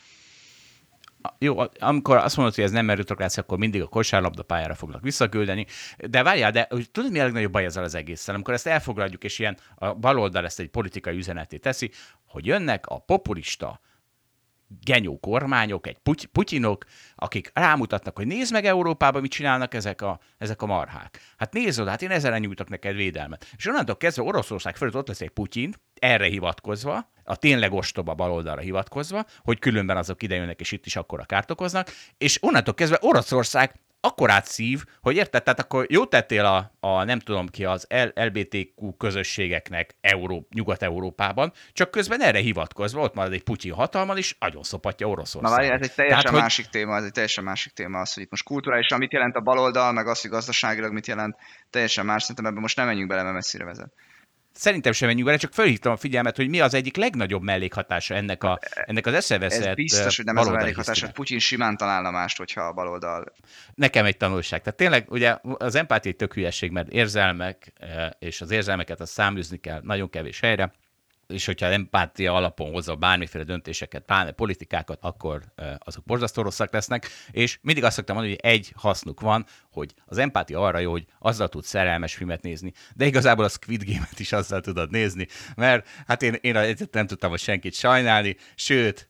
Jó, amikor azt mondod, hogy ez nem meritokrácia, akkor mindig a kosárlabdapályára fognak visszaküldeni. De várjál, de tudod, mi a legnagyobb baj ezzel az egésszel? Amikor ezt elfogadjuk, és ilyen a baloldal ezt egy politikai üzeneté teszi, hogy jönnek a populista genyó kormányok, egy putyinok, akik rámutatnak, hogy nézd meg Európában, mit csinálnak ezek a marhák. Hát nézd oda, hát én ezzel nyújtok neked védelmet. És onnantól kezdve Oroszország fölött ott lesz egy Putyin, erre hivatkozva, a tényleg ostoba baloldalra hivatkozva, hogy különben azok idejönnek, és itt is akkora kárt okoznak, és onnantól kezdve Oroszország akkorát szív, hogy érted, tehát akkor jót tettél a nem tudom ki, az LBTQ közösségeknek Nyugat-Európában, csak közben erre hivatkozva ott marad egy Putyin hatalman, és agyon szopatja Oroszországot.
Na várj, ez egy teljesen másik téma, az, hogy itt most kulturálisan mit jelent a baloldal, meg az, hogy gazdaságilag mit jelent, teljesen más, szerintem ebben most nem menjünk bele, mert messzire vezet.
Szerintem sem menjünk bele, csak felhívtam a figyelmet, hogy mi az egyik legnagyobb mellékhatása ennek az eszeveszett
ez biztos, hogy nem ez a mellékhatás, hogy Putyin simán találna mást, hogyha a baloldal.
Nekem egy tanulság. Tehát tényleg ugye az empátia egy tök hülyeség, mert érzelmek, és az érzelmeket azt száműzni kell nagyon kevés helyre, és hogyha empátia alapon hozza bármiféle döntéseket, pláne politikákat, akkor azok borzasztó rosszak lesznek, és mindig azt szoktam mondani, hogy egy hasznuk van, hogy az empátia arra jó, hogy azzal tudsz szerelmes filmet nézni, de igazából a Squid Game-et is azzal tudod nézni, mert hát én nem tudtam most senkit sajnálni, sőt,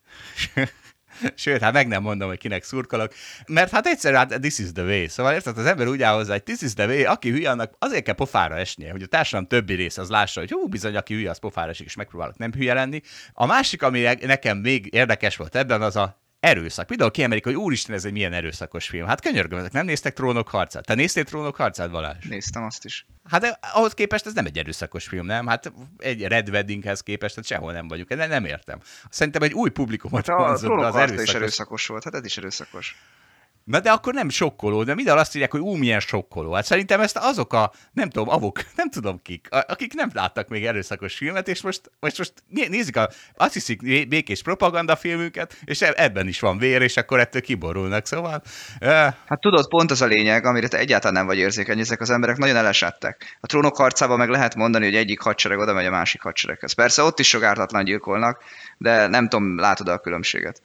hát meg nem mondom, hogy kinek szurkolok, mert hát egyszerűen this is the way. Szóval érted, az ember úgy áll hozzá, hogy this is the way, aki hülye, annak azért kell pofára esnie, hogy a társadalom többi része az lássa, hogy bizony, aki hülye, az pofára esik, és megpróbálok nem hülye lenni. A másik, ami nekem még érdekes volt ebben, az a erőszak. Például kiemelik, hogy úristen, ez egy milyen erőszakos film. Hát könyörgöm, ezek nem néztek Trónok harcát. Te néztél Trónok harcát, Balázs?
Néztem azt is.
Hát ahhoz képest ez nem egy erőszakos film, nem? Hát egy Red Weddinghez képest hát sehol nem vagyunk. Nem értem. Szerintem egy új publikumot vonzott be az erőszakos.
Is erőszakos volt, hát ez is erőszakos.
Na de akkor nem sokkoló, de mindenhol azt írják, hogy milyen sokkoló. Hát szerintem ezt azok a, nem tudom, avok, nem tudom kik, akik nem láttak még erőszakos filmet, és most nézik azt hiszik békés propagandafilmünket, és ebben is van vér, és akkor ettől kiborulnak, szóval...
Hát tudod, pont az a lényeg, amire te egyáltalán nem vagy érzékeny, ezek az emberek nagyon elesettek. A Trónok harcában meg lehet mondani, hogy egyik hadsereg oda megy a másik hadsereghez. Persze ott is sok ártatlan gyilkolnak, de nem tudom, látod a különbséget.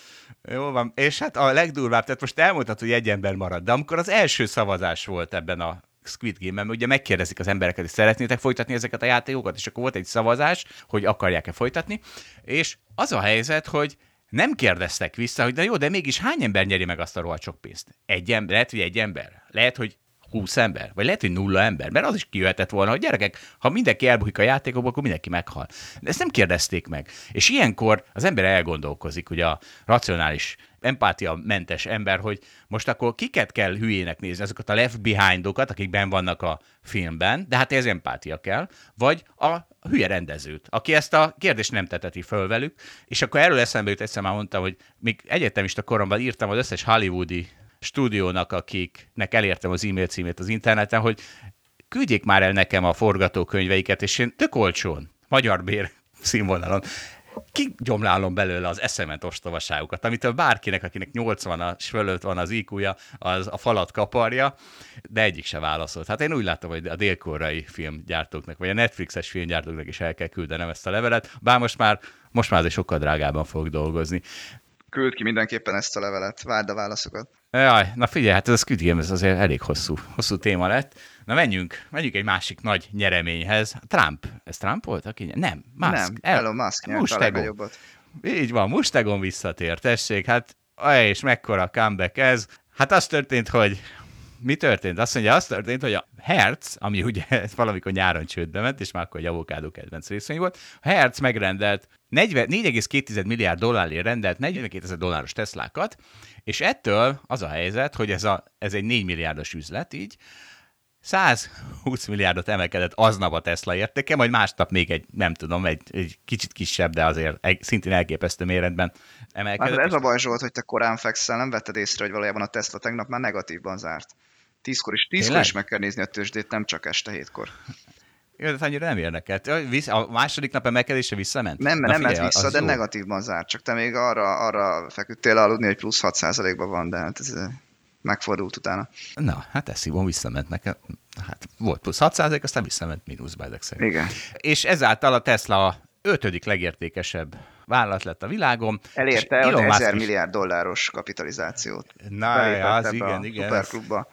Jó van, és hát a legdurvább, tehát most elmondhatod, hogy egy ember marad, de amikor az első szavazás volt ebben a Squid Game-ben, ugye megkérdezik az embereket, hogy szeretnétek folytatni ezeket a játékokat, és akkor volt egy szavazás, hogy akarják-e folytatni, és az a helyzet, hogy nem kérdeztek vissza, hogy na jó, de mégis hány ember nyeri meg azt a rohadt sok pénzt? Lehet, hogy egy ember, lehet, hogy 20 ember, vagy lehet, hogy 0 ember, mert az is kijöhetett volna, hogy gyerekek, ha mindenki elbukik a játékokból, akkor mindenki meghal. De ezt nem kérdezték meg. És ilyenkor az ember elgondolkozik, ugye a racionális, empátiamentes ember, hogy most akkor kiket kell hülyének nézni, azokat a left behindokat, akik benn vannak a filmben, de hát ez empátia kell, vagy a hülye rendezőt, aki ezt a kérdést nem teteti föl velük, és akkor erről eszembe jut, egyszer már mondtam, hogy még egyetemista koromban írtam az összes hollywoodi stúdiónak, akiknek elértem az e-mail címét az interneten, hogy küldjék már el nekem a forgatókönyveiket, és én tök olcsón, magyar bér színvonalon kigyomlálom belőle az eszemet ostobaságukat, amitől bárkinek, akinek 80-as fölött van az IQ-ja, az a falat kaparja, de egyik se válaszolt. Hát én úgy látom, hogy a dél-koreai filmgyártóknak, vagy a Netflixes filmgyártóknak is el kell küldenem ezt a levelet, bár most már azért sokkal drágában fogok dolgozni.
Küld ki mindenképpen ezt a levelet, várd a válaszokat.
Jaj, na figyelj, hát ez a Squid Game, ez azért elég hosszú téma lett. Na menjünk egy másik nagy nyereményhez. Trump. Ez Trump volt, aki Nem, Musk.
Nem, Elon Musk nyert a legnagyobbbat.
Így van, Mustegon visszatért, tessék, hát és mekkora comeback ez. Hát az történt, hogy mi történt? Azt mondja, az történt, hogy a Hertz, ami ugye valamikor nyáron csődbe ment, és már akkor egy avokádó kedvenc részvény volt, a Hertz megrendelt 4,2 milliárd dollárért rendelt $42,000 Teslákat, és ettől az a helyzet, hogy ez egy 4 milliárdos üzlet így, 120 milliárdot emelkedett aznap a Tesla értéke, majd másnap még egy kicsit kisebb, de azért szintén elképesztő méretben emelkedett.
Hát ez a baj, Zsolt, hogy te korán fekszel, nem vetted észre, hogy valójában a Tesla tegnap már negatívban zárt. 10-kor is meg kell nézni a tőzsdét, nem csak este 7-kor.
Jó, de annyira nem érdekelt. A második nap emelkedése visszament?
Nem ment vissza, de negatívban zárt. Csak te még arra feküdtél aludni, hogy plusz 6%-ban van, de hát ez megfordult utána.
Na, hát ez szívom visszament nekem. Hát volt plusz 6%, aztán visszament mínuszba ezek szerint.
Igen.
És ezáltal a Tesla a 5. legértékesebb vállalat lett a világon.
Elérte az 1000 milliárd dolláros kapitalizációt.
Na, az igen.
Szuperklubba.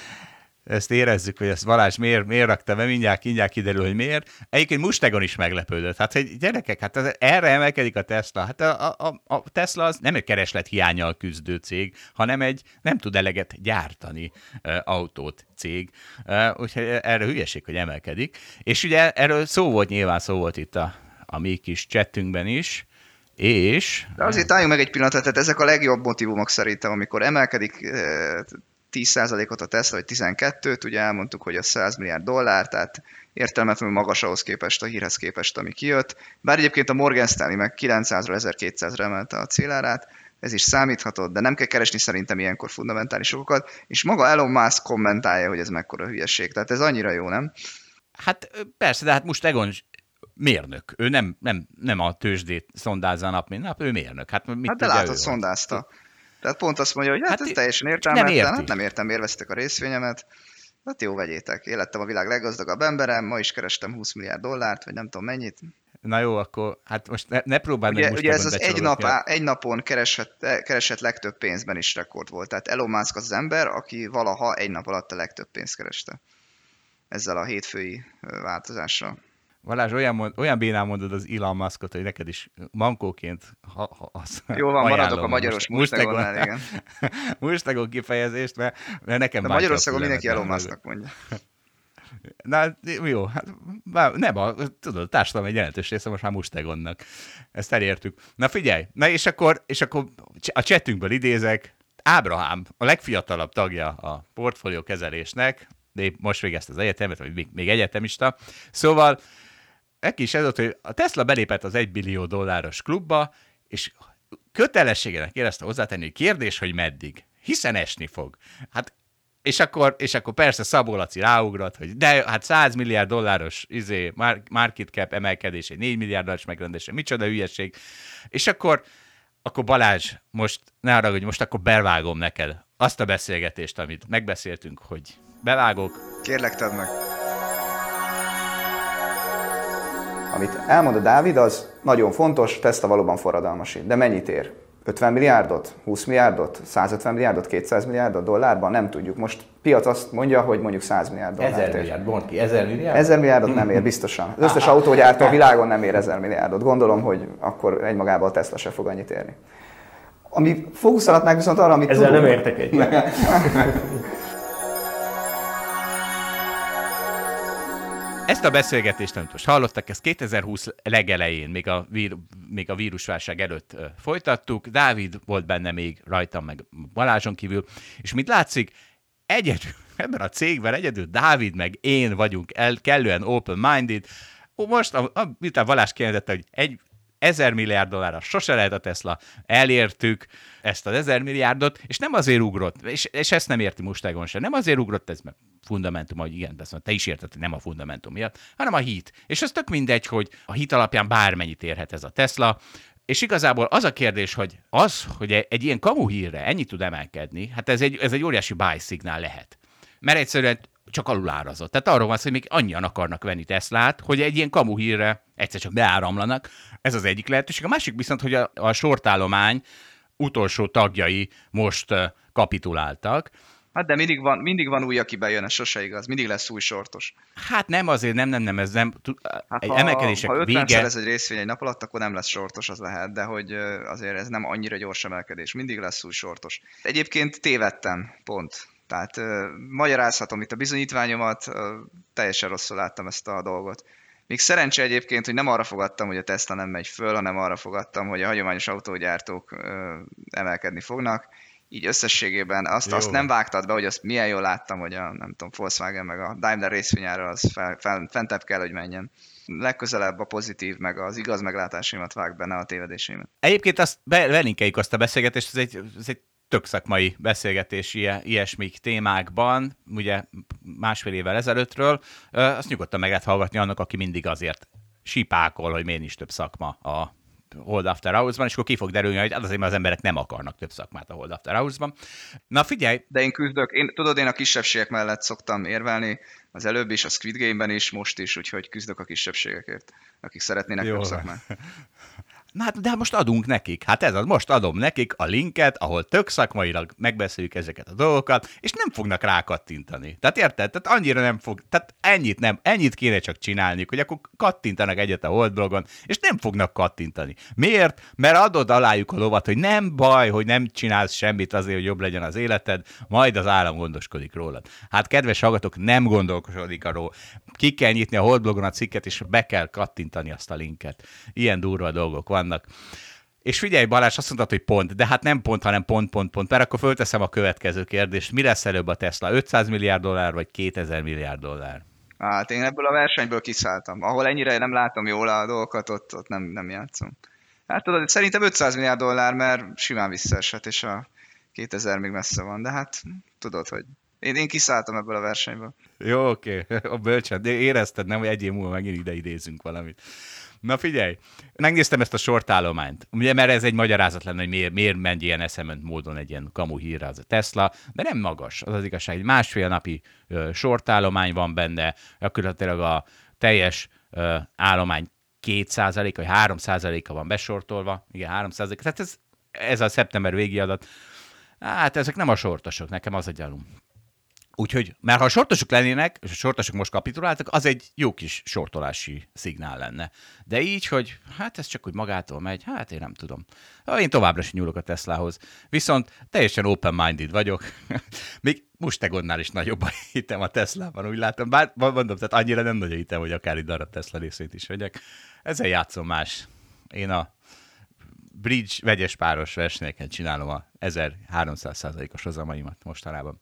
Ezt érezzük, hogy ezt Balázs miért rakta be, mindjárt kiderül, hogy miért. Egyébként Mustegon is meglepődött. Hát, hogy gyerekek, hát erre emelkedik a Tesla. Hát a Tesla az nem egy kereslet hiánnyal küzdő cég, hanem egy nem tud eleget gyártani autót cég. Úgyhogy erre hülyeség, hogy emelkedik. És ugye erről szó volt itt a mi kis chattünkben is, és...
De azért álljunk meg egy pillanatot, tehát ezek a legjobb motivumok szerintem, amikor emelkedik 10%-ot a Tesla, vagy 12-t, ugye elmondtuk, hogy a 100 milliárd dollár, tehát értelmetlenül magas ahhoz képest, a hírhez képest, ami kijött. Bár egyébként a Morgan Stanley meg 900-ra 1200-ra emelte a célárát, ez is számíthatott, de nem kell keresni szerintem ilyenkor fundamentális okokat, és maga Elon Musk kommentálja, hogy ez mekkora hülyeség, tehát ez annyira jó, nem?
Hát persze, de hát most Egon mérnök. Ő nem a tőzsdét szondázza nap, mint nap, ő mérnök. Hát
de látod, szondázta. Tehát pont azt mondja, hogy hát ez teljesen értelmetlen, hát nem értem, miért veszitek a részvényemet. Hát jó, vegyétek. Élettem a világ leggazdagabb emberem, ma is kerestem 20 milliárd dollárt, vagy nem tudom mennyit.
Na jó, akkor hát most ne próbálj meg most.
Ugye ez az egy napon keresett legtöbb pénzben is rekord volt. Tehát Elon Musk az ember, aki valaha egy nap alatt a legtöbb pénzt kereste. Ezzel a hétfői változással.
Balázs, olyan bénán mondod az Elon Muskot, hogy neked is mankóként
jó van, maradok a magyaros Mustegonnál, igen.
Mustegon kifejezést, mert nekem
de Magyarországon mindenki Elon Musknak mondja.
Na, jó, hát nem, tudod, a társadalom egy jelentős része most már Mustegonnak. Ezt elértük. Na figyelj, és akkor a chatünkből idézek, Ábrahám, a legfiatalabb tagja a portfólió kezelésnek, de most végezte az egyetemet, vagy még egyetemista. Szóval neki is ez volt, hogy a Tesla belépett az $1 billió klubba, és kötelességének érezte hozzátenni, hogy kérdés, hogy meddig. Hiszen esni fog. Hát, és akkor persze Szabó Laci ráugrott, hogy de hát $100 milliárd market cap emelkedés, egy $4 milliárd megrendelése, micsoda hülyeség. És akkor Balázs, most ne arra, hogy most akkor bevágom neked azt a beszélgetést, amit megbeszéltünk, hogy bevágok.
Kérlek, tedd meg.
Amit elmond a Dávid, az nagyon fontos, Tesla valóban forradalmasít. De mennyit ér? 50 milliárdot? 20 milliárdot? 150 milliárdot? 200 milliárdot dollárban? Nem tudjuk. Most piac azt mondja, hogy mondjuk 100 milliárd dollárt ér.
1000 milliárd, mondd ki, 1000 milliárd?
1000 milliárdot nem ér, biztosan. Az összes autógyártó a világon nem ér 1000 milliárdot. Gondolom, hogy akkor egymagában a Tesla se fog annyit érni. Ami fókuszálhatnánk viszont arra, amit
ezzel
tudunk.
nem értek egyet.
Ezt a beszélgetést, amit most hallottak, ezt 2020 legelején, még a vírusválság előtt folytattuk. Dávid volt benne még rajtam, meg Balázson kívül, és mint látszik, ebben a cégben egyedül Dávid meg én vagyunk kellően open-minded. Most, miután Balázs kijelentette, hogy $1000 milliárd sose lehet a Tesla, elértük ezt az 1000 milliárdot, és nem azért ugrott, és ezt nem érti Mustegon sem, nem azért ugrott ez, mert fundamentum, hogy igen, te is érted, hogy nem a fundamentum miatt, hanem a hit. És az tök mindegy, hogy a hit alapján bármennyit érhet ez a Tesla, és igazából az a kérdés, hogy egy ilyen kamu hírre ennyit tud emelkedni, hát ez egy óriási buy szignál lehet. Mert egyszerűen csak alulárazott. Tehát arról van szó, hogy még annyian akarnak venni Teslát, hogy egy ilyen kamu hírre egyszer csak beáramlanak. Ez az egyik lehetőség. A másik viszont, hogy a sortállomány utolsó tagjai most kapituláltak.
Hát de mindig van új, aki bejön, ez sose igaz. Mindig lesz új sortos.
Hát nem azért, nem, ez nem.
Hát
egy
ha
emelkedések
50-szer
vége.
ez egy részvény egy nap alatt, akkor nem lesz sortos, az lehet, de hogy azért ez nem annyira gyors emelkedés. Mindig lesz új sortos. Egyébként tévedtem, pont. Tehát magyarázhatom itt a bizonyítványomat, teljesen rosszul láttam ezt a dolgot. Még szerencse egyébként, hogy nem arra fogadtam, hogy a Tesla nem megy föl, hanem arra fogadtam, hogy a hagyományos autógyártók emelkedni fognak. Így összességében azt nem vágtad be, hogy azt milyen jól láttam, hogy a nem tudom, Volkswagen meg a Daimler részvényára az fentebb kell, hogy menjen. Legközelebb a pozitív, meg az igaz meglátásaimat vág benne a tévedéseimet.
Egyébként azt belinkeljük azt a beszélgetést, ez egy tök szakmai beszélgetés ilyesmik témákban, ugye másfél évvel ezelőttről, azt nyugodtan meg lehet hallgatni annak, aki mindig azért sipákol, hogy miért is több szakma a Hold After Hours-ban, és akkor ki fog derülni, hogy azért, mert az emberek nem akarnak több szakmát a Hold After Hours-ban. Na figyelj!
De én küzdök, én a kisebbségek mellett szoktam érvelni, az előbb is, a Squid Game-ben is, most is, úgyhogy küzdök a kisebbségekért, akik szeretnének több szakmát.
Na hát, de most adunk nekik. Hát ez az, most adom nekik a linket, ahol tök szakmailag megbeszéljük ezeket a dolgokat, és nem fognak rákattintani. Tehát érted? Tehát annyira nem fog, tehát ennyit kéne csak csinálniuk, hogy akkor kattintanak egyet a Holdblogon, és nem fognak kattintani. Miért? Mert adod alájuk a lovat, hogy nem baj, hogy nem csinálsz semmit azért, hogy jobb legyen az életed, majd az állam gondoskodik rólad. Hát kedves hallgatók, nem gondolkodik arról. Ki kell nyitni a Holdblogon a cikket, és be kell kattintani azt a linket. Ilyen durva dolgok vannak. És figyelj, Balázs, azt mondtad, hogy pont, de hát nem pont, hanem pont, mert akkor fölteszem a következő kérdést. Mi lesz előbb a Tesla? $500 milliárd vagy $2000 milliárd?
Hát én ebből a versenyből kiszálltam. Ahol ennyire nem látom jól a dolgokat, ott nem játszom. Hát tudod, szerintem $500 milliárd, mert simán visszaesett, és a 2000 még messze van, de hát tudod, hogy én kiszálltam ebből a versenyből.
Jó, oké. A bölcsen. De érezted, nem, hogy egy év múlva megint ide idézünk valamit. Na figyelj, megnéztem ezt a sortállományt, ugye, mert ez egy magyarázat lenne, hogy miért ment ilyen eszement módon egy ilyen kamu hírre az a Tesla, de nem magas, az igazság, egy másfél napi sortállomány van benne, gyakorlatilag a teljes állomány 2% vagy 3%-a van besortolva, igen, 3%, tehát ez a szeptember végi adat, hát ezek nem a sortosok, nekem az a gyanúm. Úgyhogy, mert ha a sortosok lennének, és a sortosok most kapituláltak, az egy jó kis sortolási szignál lenne. De így, hogy hát ez csak úgy magától megy, hát én nem tudom. Én továbbra sem nyúlok a Teslahoz. Viszont teljesen open-minded vagyok. Még Mustegonnál is nagyobb a hitem a Teslában, úgy látom. Bár mondom, tehát annyira nem nagy a hitem, hogy akár egy darab Tesla részvényt is vegyek. Ezzel játszom más. Én a bridge vegyes páros versenyeken csinálom a 1300%-os hozamaimat mostanában.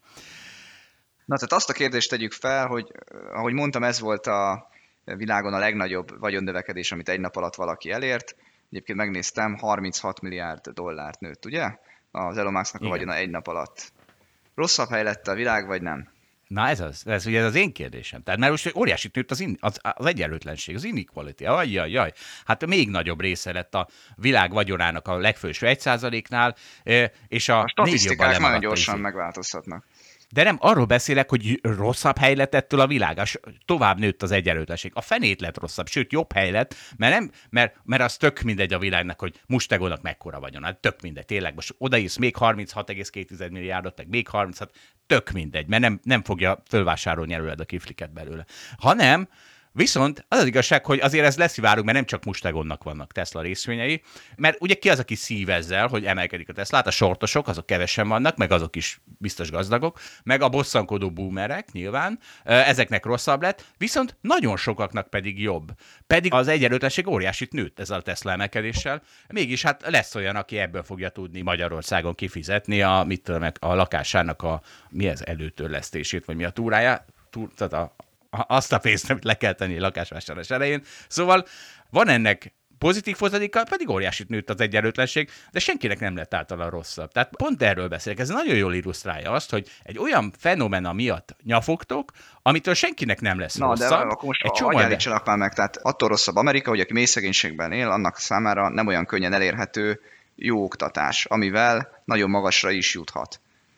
Na, tehát azt a kérdést tegyük fel, hogy ahogy mondtam, ez volt a világon a legnagyobb vagyonnövekedés, amit egy nap alatt valaki elért. Egyébként megnéztem, 36 milliárd dollárt nőtt, ugye? Az Elon Musknak a vagyona egy nap alatt. Rosszabb hely lett a világ, vagy nem?
Na ez ugye az én kérdésem. Tehát mert most óriásit nőtt az egyenlőtlenség, az inequality. Ajjajjaj. Hát még nagyobb része lett a világ vagyonának a legfőső 1%-nál, és a
statisztikák nagyon gyorsan megváltozhatnak.
De nem, arról beszélek, hogy rosszabb hely lett ettől a világ, tovább nőtt az egyenlőtlenség. A fenét lett rosszabb, sőt jobb hely lett, mert az tök mindegy a világnak, hogy Mustegónak mekkora vagyon. Hát tök mindegy, tényleg most odaírsz még 36,2 milliárdot, meg még 36, tök mindegy, mert nem fogja fölvásárolni előled a kifliket belőle. Hanem viszont az igazság, hogy azért ez leszivárunk, mert nem csak Mustegonnak vannak Tesla részvényei, mert ugye ki az, aki szív ezzel, hogy emelkedik a Tesla? Hát a sortosok, azok kevesen vannak, meg azok is biztos gazdagok, meg a bosszankodó boomerek nyilván, ezeknek rosszabb lett, viszont nagyon sokaknak pedig jobb. Pedig az egyenlőtlenség óriásit nőtt ezzel a Tesla emelkedéssel, mégis hát lesz olyan, aki ebből fogja tudni Magyarországon kifizetni a lakásának mi ez előtörlesztését, vagy mi a túrája, tehát azt a pénzt, amit le kell tenni a lakásvásárlás elején. Szóval van ennek pozitív hozadéka, pedig óriásit nőtt az egyenlőtlenség, de senkinek nem lett általa rosszabb. Tehát pont erről beszélek. Ez nagyon jól illusztrálja azt, hogy egy olyan fenomena miatt nyafogtok, amitől senkinek nem lesz rosszabb.
Na, de akkor most hagyjálítsanak már meg. Tehát attól rosszabb Amerika, hogy aki mély szegénységben él, annak számára nem olyan könnyen elérhető jó oktatás, amivel nagyon magasra is juthat.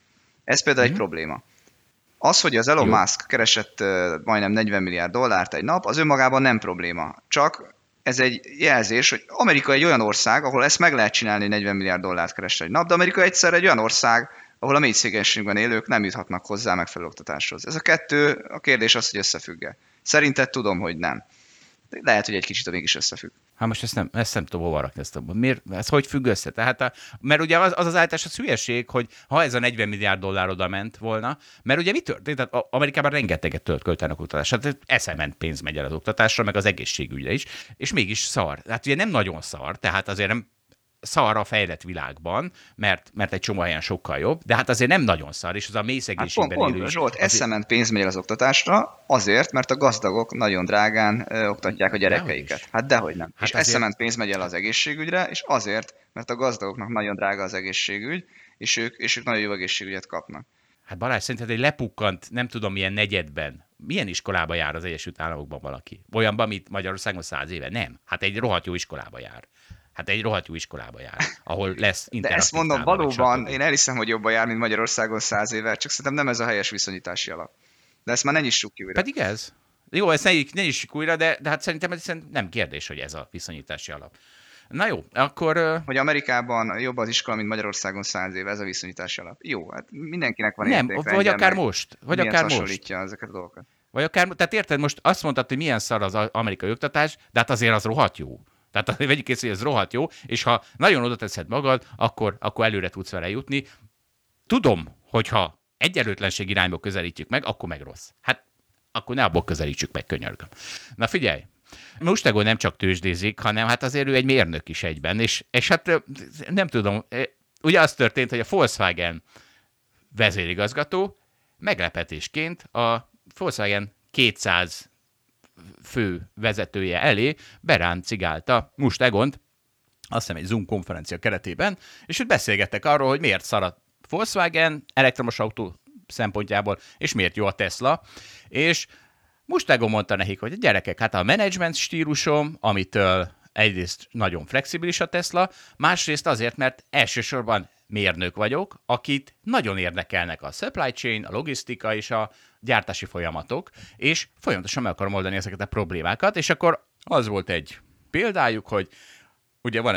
Ez például egy probléma. Az, hogy az Elon Musk keresett majdnem 40 milliárd dollárt egy nap, az önmagában nem probléma. Csak ez egy jelzés, hogy Amerika egy olyan ország, ahol ezt meg lehet csinálni, hogy 40 milliárd dollárt keresni egy nap, de Amerika egyszerre egy olyan ország, ahol a mély szegénységben élők nem juthatnak hozzá megfelelő oktatáshoz. Ez a kérdés az, hogy összefügg-e. Szerinted tudom, hogy nem. De lehet, hogy egy kicsit mégis összefügg.
Hát most ezt nem tudom hova rakni. Miért? Ez hogy függ össze? Tehát mert ugye az állítás az hülyeség, hogy ha ez a 40 milliárd dollár oda ment volna, mert ugye mi történt? Tehát Amerikában rengeteget költenek oktatásra, tehát eszement pénz megy el az oktatásra, meg az egészségügyre is, és mégis szar. Hát ugye nem nagyon szar, tehát azért nem szar a fejlett világban, mert egy csomó helyen sokkal jobb, de hát azért nem nagyon szar, és az a mély szegénységben élő is.
Zsolt, eszement pénz megy az oktatásra azért, mert a gazdagok nagyon drágán oktatják a gyerekeiket. Hát dehogy nem. Hát és eszement pénz megy el az egészségügyre, és azért, mert a gazdagoknak nagyon drága az egészségügy, és ők nagyon jó egészségügyet kapnak.
Hát Balázs, szerinted egy lepukkant, nem tudom milyen negyedben, milyen iskolába jár az Egyesült Államokban valaki? Olyanban, mint Magyarországon 100 éve? Nem. Hát egy rohadt jó iskolába jár. Ahol lesz interaktív.
De ezt mondom, valóban, én elhiszem, hogy jobban jár, mint Magyarországon 100 éve, csak szerintem nem ez a helyes viszonyítási alap. De ezt már ne nyissuk ki újra.
Pedig ez. Jó, ezt ne nyissuk újra, de hát szerintem ez nem kérdés, hogy ez a viszonyítási alap. Na jó, akkor...
Hogy Amerikában jobb az iskola, mint Magyarországon 100 éve, ez a viszonyítási alap. Jó, hát mindenkinek van értékrendje.
Nem, vagy akár most. Vagy akár
hasonlítja ezeket a dolgokat.
Vagy akár, tehát érted, most azt mondtad, hogy milyen szar az amerikai oktatás, de hát azért az rohadt jó. Tehát vegyük észre, hogy ez rohadt jó, és ha nagyon oda teszed magad, akkor előre tudsz vele jutni. Tudom, hogyha egyenlőtlenség irányba közelítjük meg, akkor meg rossz. Hát akkor ne abból közelítsük meg, könyörgöm. Na figyelj, Mustego nem csak tőzsdézik, hanem hát azért ő egy mérnök is egyben, és hát nem tudom, ugye az történt, hogy a Volkswagen vezérigazgató meglepetésként a Volkswagen 200 fő vezetője elé beráncigálta Mustegont, azt hiszem egy Zoom konferencia keretében, és őt beszélgettek arról, hogy miért szar a Volkswagen elektromos autó szempontjából, és miért jó a Tesla, és Mustego mondta nekik, hogy a gyerekek, hát a menedzsment stílusom, amitől egyrészt nagyon flexibilis a Tesla, másrészt azért, mert elsősorban mérnök vagyok, akit nagyon érdekelnek a supply chain, a logisztika és a gyártási folyamatok, és folyamatosan meg akarom oldani ezeket a problémákat, és akkor az volt egy példájuk, hogy ugye van ez a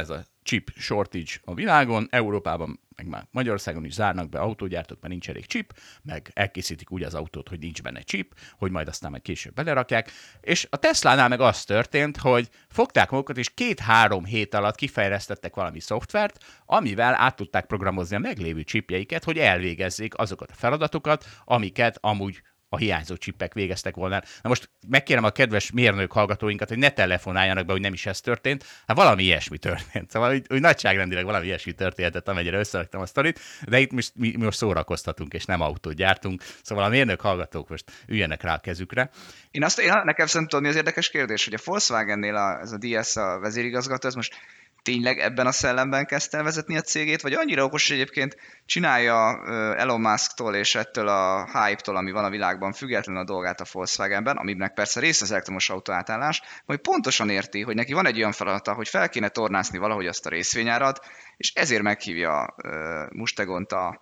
chip shortage a világon, Európában, meg már Magyarországon is zárnak be autógyártók, mert nincs elég chip, meg elkészítik úgy az autót, hogy nincs benne chip, hogy majd később belerakják. És a Teslánál meg az történt, hogy fogták magukat, és 2-3 hét alatt kifejlesztettek valami szoftvert, amivel át tudták programozni a meglévő chipjeiket, hogy elvégezzék azokat a feladatokat, amiket amúgy a hiányzó csippek végeztek volna. Na most megkérem a kedves mérnök hallgatóinkat, hogy ne telefonáljanak be, hogy nem is ez történt. Hát valami ilyesmi történt. Szóval úgy nagyságrendileg valami ilyesmi történhetett, amennyire összeraktam a sztorit, de itt mi most szórakoztatunk, és nem autót gyártunk. Szóval a mérnök hallgatók most üljenek rá a kezükre.
Nekem szerintem tudod, mi az érdekes kérdés, hogy a Volkswagennél ez a DS, a vezérigazgató, ez most tényleg ebben a szellemben kezdte el vezetni a cégét, vagy annyira okos, hogy egyébként csinálja Elon Musktól és ettől a hype-tól, ami van a világban, függetlenül a dolgát a Volkswagenben, aminek persze része az elektromos autó átállás, hogy pontosan érti, hogy neki van egy olyan feladata, hogy fel kéne tornászni valahogy azt a részvényárat, és ezért meghívja Mustegont a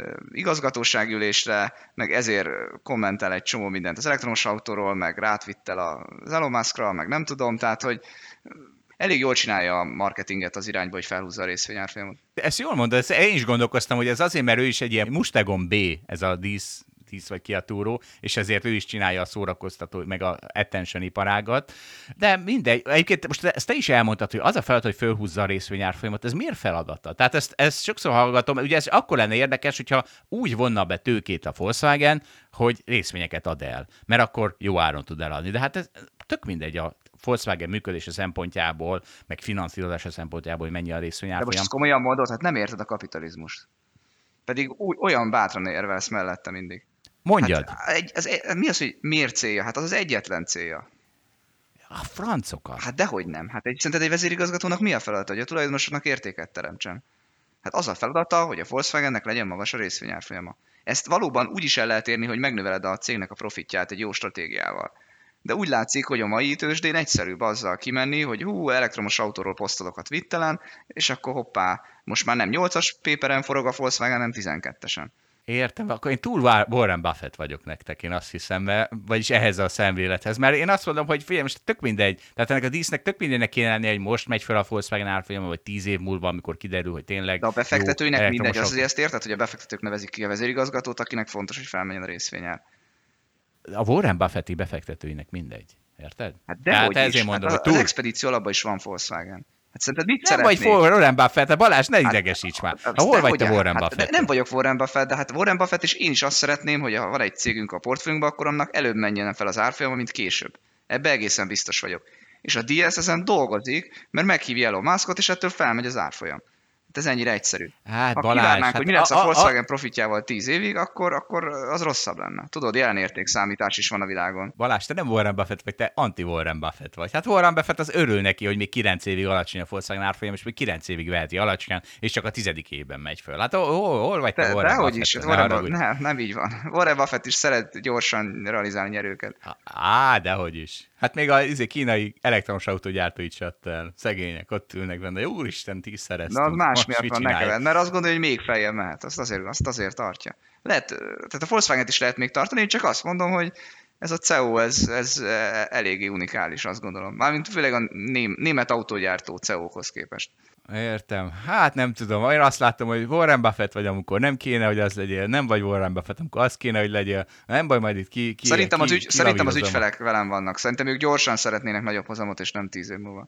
igazgatóságülésre, meg ezért kommentel egy csomó mindent az elektromos autóról, meg rátvitt el az Elon Muskra, meg nem tudom, tehát hogy elég jól csinálja a marketinget az irányba, hogy felhúzza a részvényárfolyamot.
Ezt jól mondod, én is gondolkoztam, hogy ez azért, mert ő is egy ilyen Mustang B, ez a 10 vagy Kia Turo, és ezért ő is csinálja a szórakoztató, meg a attention iparágat. De mindegy, egyébként most ezt te is elmondtad, hogy az a feladat, hogy fölhúzza a részvényárfolyamat, ez miért feladata? Tehát ezt sokszor hallgatom, ugye ez akkor lenne érdekes, hogyha úgy vonna be tőkét a Volkswagen, hogy részvényeket ad el, mert akkor jó áron tud eladni. De hát ez tök mindegy a Volkswagen működése szempontjából, meg finanszírozása szempontjából, hogy mennyi a részvényárfolyam.
De most ezt komolyan mondod, hát nem érted a kapitalizmust. Pedig olyan bátran érvelsz mellette mindig.
Mondjad.
Hát, mi az, hogy miért célja? Hát az egyetlen célja.
A francokat.
Hát dehogy nem. Hát szerinted egy vezérigazgatónak mi a feladata? Hogy a tulajdonosoknak értéket teremtsen. Hát az a feladata, hogy a Volkswagennek legyen magas a részvényárfolyama. Ezt valóban úgy is el lehet érni, hogy megnöveled a cégnek a profitját egy jó stratégiával. De úgy látszik, hogy a mai tőzsdén egyszerűbb azzal kimenni, hogy elektromos autóról posztolokat vittelen, és akkor hoppá, most már nem 8-as péperen forog a Volkswagen, hanem 12-esen.
Értem, akkor én túl Warren Buffett vagyok nektek, én azt hiszem, vagyis ehhez a szemlélethez. Mert én azt mondom, hogy figyelj, most tök mindegy, tehát ennek a dísznek tök mindegynek kéne lenni, hogy most megy fel a Volkswagen árfolyama, vagy 10 év múlva, amikor kiderül, hogy tényleg.
De a befektetőinek mindegy, az azért ezt érted, hogy a befektetők nevezik ki a vezérigazgatót, akinek fontos, hogy felmenjen a részvényár.
A Warren Buffetti befektetőinek mindegy, érted?
Hát dehogy is,
ezért mondom,
hát az expedíció alapban is van Volkswagen. Hát szerinted mit szeretnék?
Nem vagy Warren Buffett, Balázs, ne idegesíts már. Hol vagy te Warren Buffett?
Nem vagyok Warren Buffett, de hát Warren Buffett és én is azt szeretném, hogy ha van egy cégünk a portfóliunkban, akkor annak előbb menjen fel az árfolyama, mint később. Ebbe egészen biztos vagyok. És a DS ezen dolgozik, mert meghívja Elon Muskot, és ettől felmegy az árfolyam. Ez ennyire egyszerű.
Hát,
ha kivárnánk, hogy mi lesz a Volkswagen profitjával 10 évig, akkor az rosszabb lenne. Tudod, jelenértékszámítás is van a világon.
Balázs, te nem Warren Buffett vagy, te anti-Warren Buffett vagy. Hát Warren Buffett az örül neki, hogy még 9 évig alacsony a Volkswagen árfolyam, és még 9 évig veheti alacsonyan, és csak a 10. évben megy föl. Hát hol vagy te Warren Buffett?
Is, nem így van. Warren Buffett is szeret gyorsan realizálni nyerőket.
Dehogy is. Hát még a kínai elektromos autógyártó is adta el. Szegények, ott ülnek benne. Úristen, 10 szereztünk.
Na, más miatt van neked, mert azt gondolja, hogy még feljebb mehet. Azt azért tartja. Tehát a Volkswagen-et is lehet még tartani, én csak azt mondom, hogy ez a CEO, ez eléggé unikális, azt gondolom. Mármint főleg a német autógyártó CEO-hoz képest.
Értem. Hát nem tudom. Én azt láttam, hogy Warren Buffett vagy, amikor nem kéne, hogy az legyél. Nem vagy Warren Buffett, amikor az kéne, hogy legyél. Nem baj, majd itt
Szerintem az ügyfelek velem vannak. Szerintem ők gyorsan szeretnének nagyobb hozamot, és nem 10 év múlva.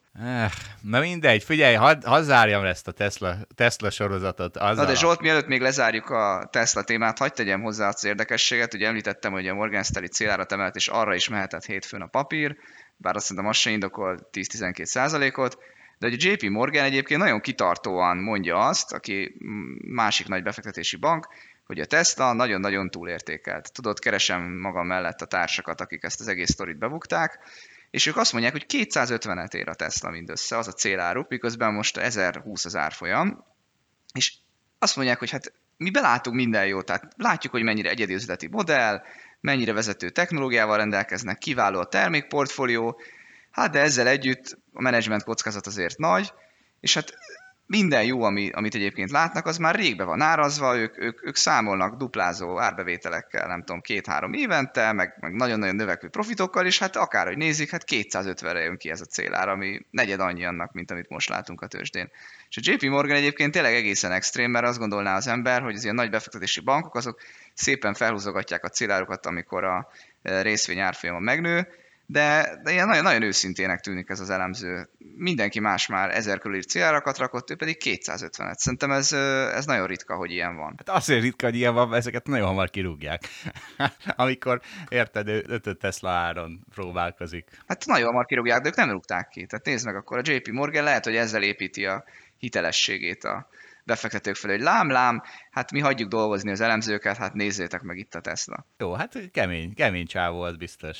Na mindegy, figyelj, hadd zárjam ezt a Tesla sorozatot.
Na de Zsolt, mielőtt még lezárjuk a Tesla témát, hagyd tegyem hozzá az érdekességet. Ugye említettem, hogy a Morgan Stanley célárat emelt, és arra is mehetett hétfőn a papír, bár azt szerintem az se indokol 10-12%-ot. De hogy a JP Morgan egyébként nagyon kitartóan mondja azt, aki másik nagy befektetési bank, hogy a Tesla nagyon-nagyon túlértékelt. Tudod, keresem magam mellett a társakat, akik ezt az egész sztorit bebukták, és ők azt mondják, hogy 250-et ér a Tesla mindössze, az a céláruk, miközben most 1020 az árfolyam, és azt mondják, hogy hát mi belátunk minden jót, tehát látjuk, hogy mennyire egyedi üzleti modell, mennyire vezető technológiával rendelkeznek, kiváló a termékportfólió, hát de ezzel együtt a menedzsment kockázat azért nagy, és hát minden jó, amit egyébként látnak, az már régbe van árazva, ők számolnak duplázó árbevételekkel, nem tudom, 2-3 évente, meg nagyon-nagyon növekvő profitokkal, és hát akárhogy nézik, hát 250-re jön ki ez a célár, ami negyed annyi annak, mint amit most látunk a tőzsdén. És a JP Morgan egyébként tényleg egészen extrém, mert azt gondolná az ember, hogy az ilyen nagy befektetési bankok, azok szépen felhúzogatják a célárukat, amikor a részvény árfolyama megnő, de ilyen nagyon őszintének tűnik ez az elemző. Mindenki más már 1000 körül írt célárakat rakott, ő pedig 250-et. Szerintem ez nagyon ritka, hogy ilyen van.
Hát azért ritka, hogy ilyen van, ezeket nagyon hamar kirúgják. Amikor, érted, 5 Tesla áron próbálkozik.
Hát nagyon hamar kirúgják, de ők nem rúgták ki. Tehát nézd meg, akkor a JP Morgan lehet, hogy ezzel építi a hitelességét a befektetők felé, hogy lám, hát mi hagyjuk dolgozni az elemzőket, hát nézzétek meg itt a Tesla.
Jó, hát kemény csávó az biztos.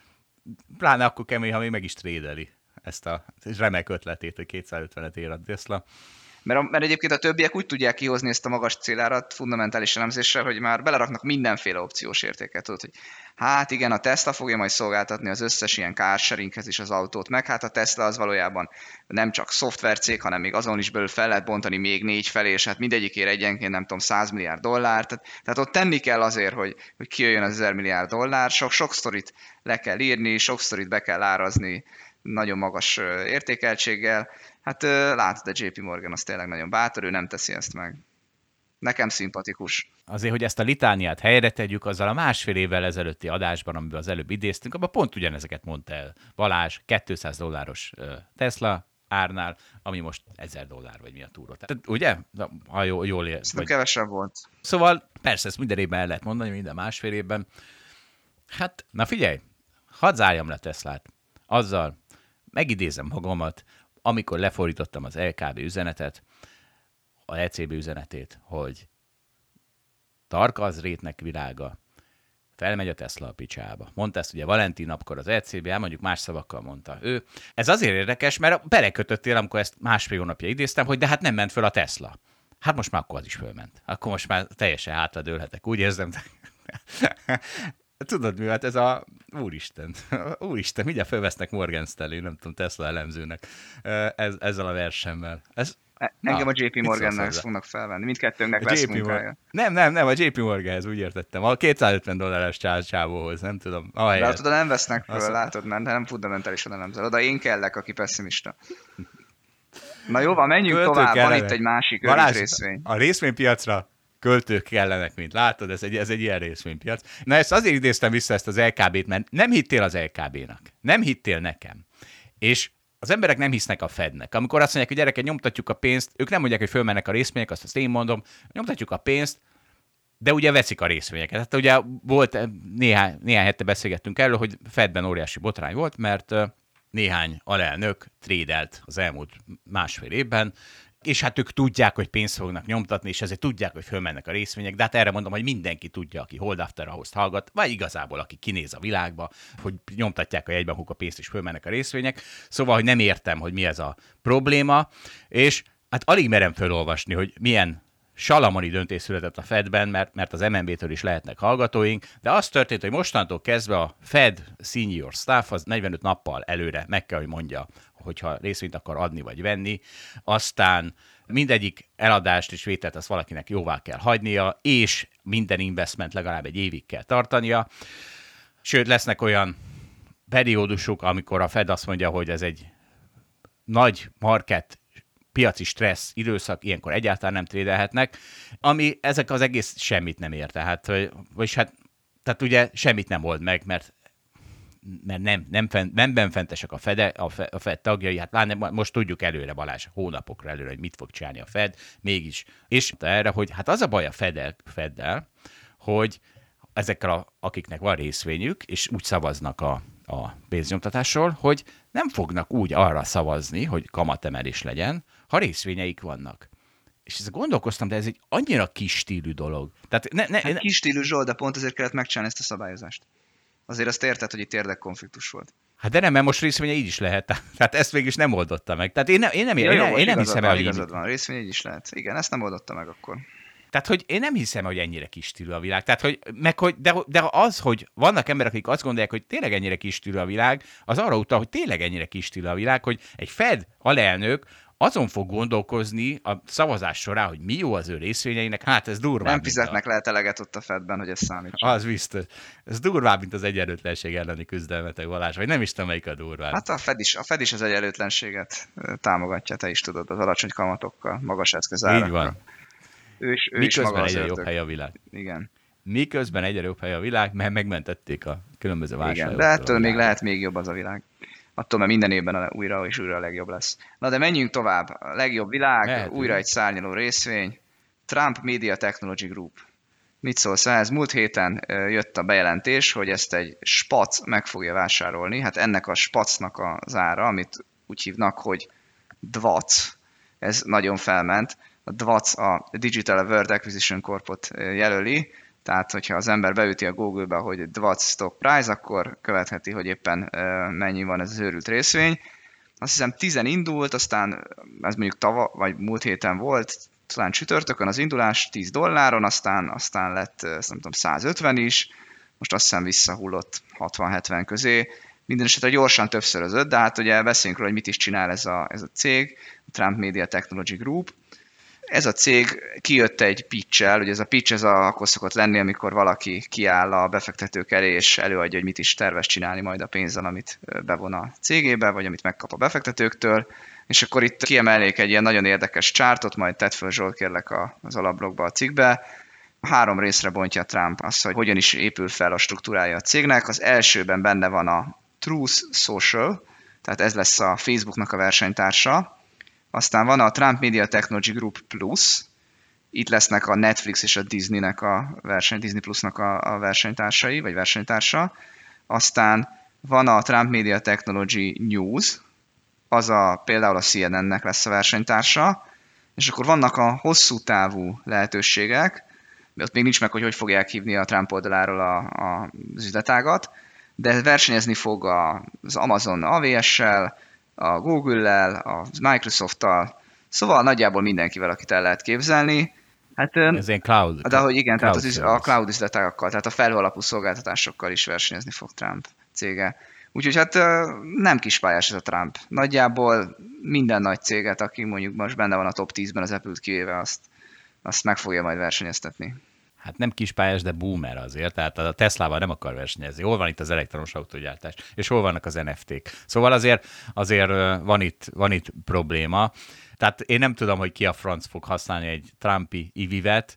Pláne akkor kemény, ha még meg is trédeli ezt a remek ötletét, hogy 250-et ér a Tesla.
Mert egyébként a többiek úgy tudják kihozni ezt a magas célárat fundamentális elemzéssel, hogy már beleraknak mindenféle opciós értéket. Tudod, hogy hát igen, a Tesla fogja majd szolgáltatni az összes ilyen carsharinghez is az autót, meg hát a Tesla az valójában nem csak szoftvercég, hanem még azon is belül fel lehet bontani még 4 felé, és hát mindegyikért egyenként nem tudom, $100 milliárd. Tehát ott tenni kell azért, hogy kijöjjön az $1000 milliárd. Sok sztorit le kell írni, sok sztorit be kell árazni nagyon magas értékeltséggel. Hát látod, a JP Morgan az tényleg nagyon bátor, ő nem teszi ezt meg. Nekem szimpatikus.
Azért, hogy ezt a litániát helyre tegyük, azzal a 1,5 évvel ezelőtti adásban, amiben az előbb idéztünk, abban pont ugyanezeket mondta el Balázs, $200 Tesla árnál, ami most $1000 vagy mi a túró. Tehát, ugye? Ha jól ér.
Vagy... kevesebb volt.
Szóval persze ezt minden évben el lehet mondani, minden 1,5 évben. Hát, na figyelj, hadd zárjam le Teslát. Azzal megidézem magamat, amikor lefordítottam az LKB üzenetet, a ECB üzenetét, hogy tarka az rétnek világa, felmegy a Tesla a picsába. Mondta ezt ugye Valentin napkor az ECB, mondjuk más szavakkal mondta ő. Ez azért érdekes, mert belekötöttél, amikor ezt 1,5 hónapja idéztem, hogy de hát nem ment föl a Tesla. Hát most már akkor az is fölment. Akkor most már teljesen hátradőlhetek. Úgy érzem, tudod mi, hát ez a Úristen, mindjárt fölvesznek Morgan Stanley, nem tudom, Tesla elemzőnek ezzel a versemmel.
Engem a JP Morgannek fognak felvenni, mindkettőnknek lesz munkája.
Nem, a JP Morganhez úgy értettem, a $250 csávóhoz, nem tudom.
De hát oda nem vesznek föl, látod, mert nem fundamentálisan elemzel. Oda én kellek, aki pessimista. Na jó, van, menjünk tovább, van itt egy másik részvény. A
részvénypiacra költők kellenek, mint látod, ez egy ilyen részvénypiac. Na ezt azért idéztem vissza ezt az LKB-t, mert nem hittél az LKB-nak. Nem hittél nekem. És az emberek nem hisznek a Fednek. Amikor azt mondják, hogy gyerekek, nyomtatjuk a pénzt, ők nem mondják, hogy fölmennek a részvények, azt én mondom, nyomtatjuk a pénzt, de ugye veszik a részvényeket. Hát ugye volt néhány hete beszélgettünk erről, hogy Fedben óriási botrány volt, mert néhány alelnök trédelt az elmúlt 1,5 évben, és hát ők tudják, hogy pénzt fognak nyomtatni, és ezért tudják, hogy fölmennek a részvények, de hát erre mondom, hogy mindenki tudja, aki Hold After House-t hallgat, vagy igazából, aki kinéz a világba, hogy nyomtatják a jegybankok a pénzt, és fölmennek a részvények. Szóval, hogy nem értem, hogy mi ez a probléma, és hát alig merem felolvasni, hogy milyen salamoni döntés született a Fedben, mert az MNB-től is lehetnek hallgatóink, de az történt, hogy mostantól kezdve a Fed senior staff az 45 nappal előre meg kell, hogy mondja, hogyha részvényt akar adni vagy venni, aztán mindegyik eladást és vételt azt valakinek jóvá kell hagynia, és minden investment legalább egy évig kell tartania. Sőt, lesznek olyan periódusok, amikor a Fed azt mondja, hogy ez egy nagy market piaci stressz időszak, ilyenkor egyáltalán nem trédelhetnek, ami ezek az egész semmit nem ér. Tehát ugye semmit nem old meg, mert nem benfentesek a Fed tagjai, hát pláne most tudjuk előre, Balázs, hónapokra előre, hogy mit fog csinálni a Fed, mégis. És erre, hogy hát az a baj a Feddel, hogy ezekkel, akiknek van részvényük, és úgy szavaznak a pénznyomtatásról, hogy nem fognak úgy arra szavazni, hogy kamatemelés legyen, ha részvényeik vannak. És ezt gondolkoztam, de ez egy annyira kis stílű dolog. Tehát
kis stílű, Zsolt, de pont ezért kellett megcsinálni ezt a szabályozást. Azért azt érted, hogy itt érdekkonfliktus volt.
Hát de nem, mert most részvénye így is lehet. Tehát ezt mégis nem oldotta meg. Tehát én nem hiszem el, hogy
igazad van, részvény így is lehet. Igen, ezt nem oldotta meg akkor.
Tehát, hogy én nem hiszem, hogy ennyire kis stílű a világ. Tehát, de az, hogy vannak emberek, akik azt gondolják, hogy tényleg ennyire kis stílű a világ, az arra utal, hogy tényleg ennyire kis stílű a világ, hogy egy Fed alelnök azon fog gondolkozni a szavazás során, hogy mi jó az ő részvényeinek, hát ez durvább.
Nem fizetnek lehet eleget ott a Fedben, hogy ez számítson.
Az biztos. Ez durvább, mint az egyenlőtlenség elleni küzdelmetek, Balázs, vagy nem is tudom, melyik a durvább.
Hát a Fed is az egyenlőtlenséget támogatja, te is tudod, az alacsony kamatokkal, magas eszközárakkal.
Így van.
Ő is
Miközben
maga az
egyre
ördög.
jobb hely a világ.
Igen.
Miközben egyre jobb hely a világ, mert megmentették a különböző válságoktól.
Igen, de ettől még lehet még jobb az a világ. Attól, mert minden évben újra és újra a legjobb lesz. Na de menjünk tovább. A legjobb világ,
Mehetünk.
újra egy szárnyaló részvény. Trump Media Technology Group. Mit szólsz ehhez? Múlt héten jött a bejelentés, hogy ezt egy SPAC meg fogja vásárolni. Hát ennek a SPAC-nak az ára, amit úgy hívnak, hogy DVAC, ez nagyon felment. A DVAC a Digital World Acquisition Corp-ot jelöli, tehát hogyha az ember beüti a Google-be, hogy DVAC Stock Price, akkor követheti, hogy éppen mennyi van ez az őrült részvény. Azt hiszem 10 indult, aztán ez mondjuk vagy múlt héten volt, talán csütörtökön az indulás $10, aztán lett nem tudom, 150 is, most azt hiszem visszahullott 60-70 közé. Minden esetre gyorsan többszörözött, de hát ugye beszéljünk róla, hogy mit is csinál ez a cég, a Trump Media Technology Group. Ez a cég kijött egy pitch-el, ugye ez a pitch akkor szokott lenni, amikor valaki kiáll a befektetők elé, és előadja, hogy mit is tervez csinálni majd a pénzzel, amit bevon a cégébe, vagy amit megkap a befektetőktől. És akkor itt kiemelnék egy ilyen nagyon érdekes csártot, majd tedd föl Zsolt kérlek az alapblogba a cikkbe. 3 részre bontja Trump azt, hogy hogyan is épül fel a struktúrája a cégnek. Az elsőben benne van a Truth Social, tehát ez lesz a Facebooknak a versenytársa. Aztán van a Trump Media Technology Group Plus, itt lesznek a Netflix és a Disney-nek a Disney Plus-nak a versenytársai, vagy versenytársa. Aztán van a Trump Media Technology News, például a CNN-nek lesz a versenytársa, és akkor vannak a hosszú távú lehetőségek, ott még nincs meg, hogy fogják hívni a Trump oldaláról az üzletágat, de versenyezni fog az Amazon AWS-sel, a Google-lel, a Microsoft-tal, szóval nagyjából mindenkivel, akit el lehet képzelni. Hát,
ez ilyen cloud.
De hogy igen, tehát a cloud üzletágakkal, tehát a felhő alapú szolgáltatásokkal is versenyezni fog Trump cége. Úgyhogy hát nem kispályás ez a Trump. Nagyjából minden nagy céget, aki mondjuk most benne van a top 10-ben az Apple-t kivéve, azt meg fogja majd versenyeztetni.
Hát nem kispályás, de boomer azért, tehát a Teslával nem akar versenyezni. Hol van itt az elektromos autógyártás, és hol vannak az NFT-k. Szóval azért van itt probléma. Tehát én nem tudom, hogy ki a franc fog használni egy Trumpi IVIV-et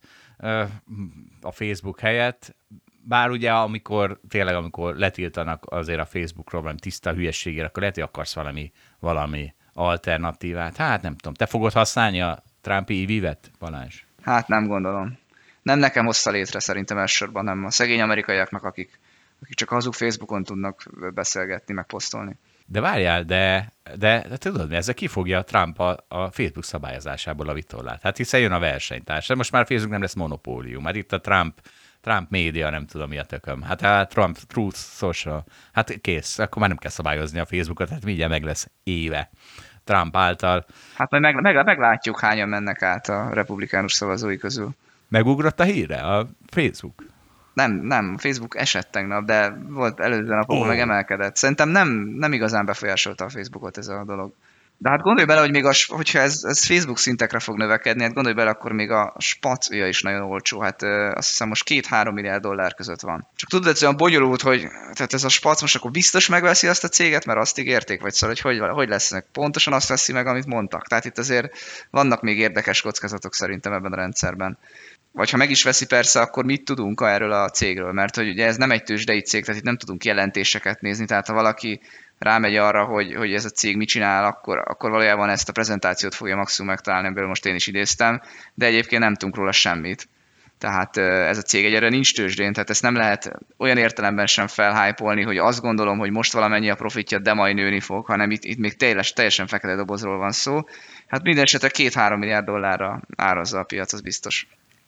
a Facebook helyett, bár ugye amikor letiltanak azért a Facebookról valami tiszta hülyességére, akkor lehet, hogy akarsz valami alternatívát. Hát nem tudom. Te fogod használni a Trumpi IVIV-et, Balázs?
Hát nem gondolom. Nem nekem hozta létre szerintem elsősorban, nem a szegény amerikaiaknak, akik csak hazug Facebookon tudnak beszélgetni, meg posztolni.
De várjál, de tudod mi, ezzel kifogja Trump a Facebook szabályozásából a vitorlát. Hát hiszen jön a versenytárs. Most már a Facebook nem lesz monopólium. Hát itt a Trump Media, nem tudom mi a tököm. Hát a Trump Truth Social. Hát kész, akkor már nem kell szabályozni a Facebookot, hát mindjárt meg lesz éve Trump által. Hát
majd meglátjuk, hányan mennek át a republikánus szavazói közül.
Megugrott a híre a Facebook?
Nem, Facebook esett tegnap, de volt előző napokban meg emelkedett. Szerintem nem igazán befolyásolta a Facebookot ez a dolog. De hát gondolj bele, hogy hogyha ez Facebook szintekre fog növekedni, hát gondolj bele, akkor még a spacja is nagyon olcsó. Hát azt hiszem most $2-3 milliárd között van. Csak tudod, ez olyan bonyolult, hogy tehát ez a spac most akkor biztos megveszi azt a céget, mert azt ígérték, vagy szóval, hogy lesznek. Pontosan azt veszi meg, amit mondtak. Tehát itt azért vannak még érdekes kockázatok szerintem ebben a rendszerben. Vagy ha meg is veszi persze, akkor mit tudunk erről a cégről, mert hogy ugye ez nem egy tőzsdei cég, tehát itt nem tudunk jelentéseket nézni, tehát ha valaki rámegy arra, hogy ez a cég mit csinál, akkor valójában ezt a prezentációt fogja maximum megtalálni, ebből most én is idéztem, de egyébként nem tudunk róla semmit. Tehát ez a cég egyre nincs tőzsdén, tehát ezt nem lehet olyan értelemben sem felhypolni, hogy azt gondolom, hogy most valamennyi a profitja, de majd nőni fog, hanem itt még teljesen fekete dobozról van szó. Hát minden esetre $2-3 milliárd árazza a piac, az biztos.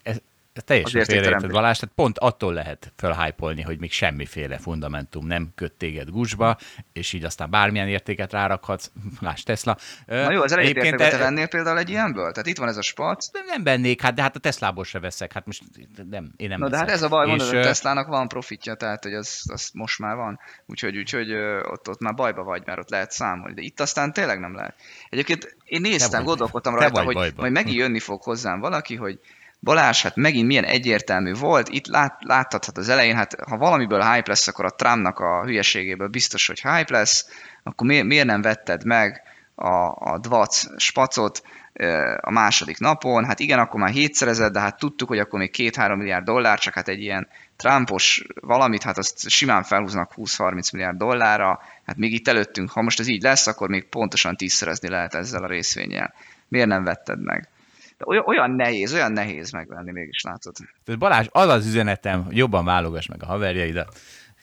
Teljesen félreérted, Balázs, tehát pont attól lehet felhypolni, hogy még semmiféle fundamentum nem köt téged gúzsba, és így aztán bármilyen értéket rárakhatsz, lásd Tesla.
Na jó, az elejét te vennél például egy ilyenből? Tehát itt van ez a spac.
Nem vennék, de hát a Teslából se veszek, hát most én nem
Na, de
veszek.
hát ez a baj, mondod, a Teslának van profitja, tehát hogy az most már van, úgyhogy ott már bajba vagy, mert ott lehet számolni, de itt aztán tényleg nem lehet. Egyébként én néztem, gondolkodtam rajta, hogy majd megint jönni fog hozzám valaki, hogy Balázs, hát megint milyen egyértelmű volt, itt láthatod az elején, hát ha valamiből hype lesz, akkor a Trumpnak a hülyeségéből biztos, hogy hype lesz, akkor miért nem vetted meg a dvac spacot a második napon? Hát igen, akkor már hétszerezett, de hát tudtuk, hogy akkor még 2-3 milliárd dollár, csak hát egy ilyen Trumpos valamit, hát azt simán felhúznak 20-30 milliárd dollárra, hát még itt előttünk, ha most ez így lesz, akkor még pontosan 10-szerezni lehet ezzel a részvénnyel. Miért nem vetted meg? Olyan nehéz megvenni, mégis látod.
Tehát Balázs, az az üzenetem, jobban válogass meg a haverjaidat,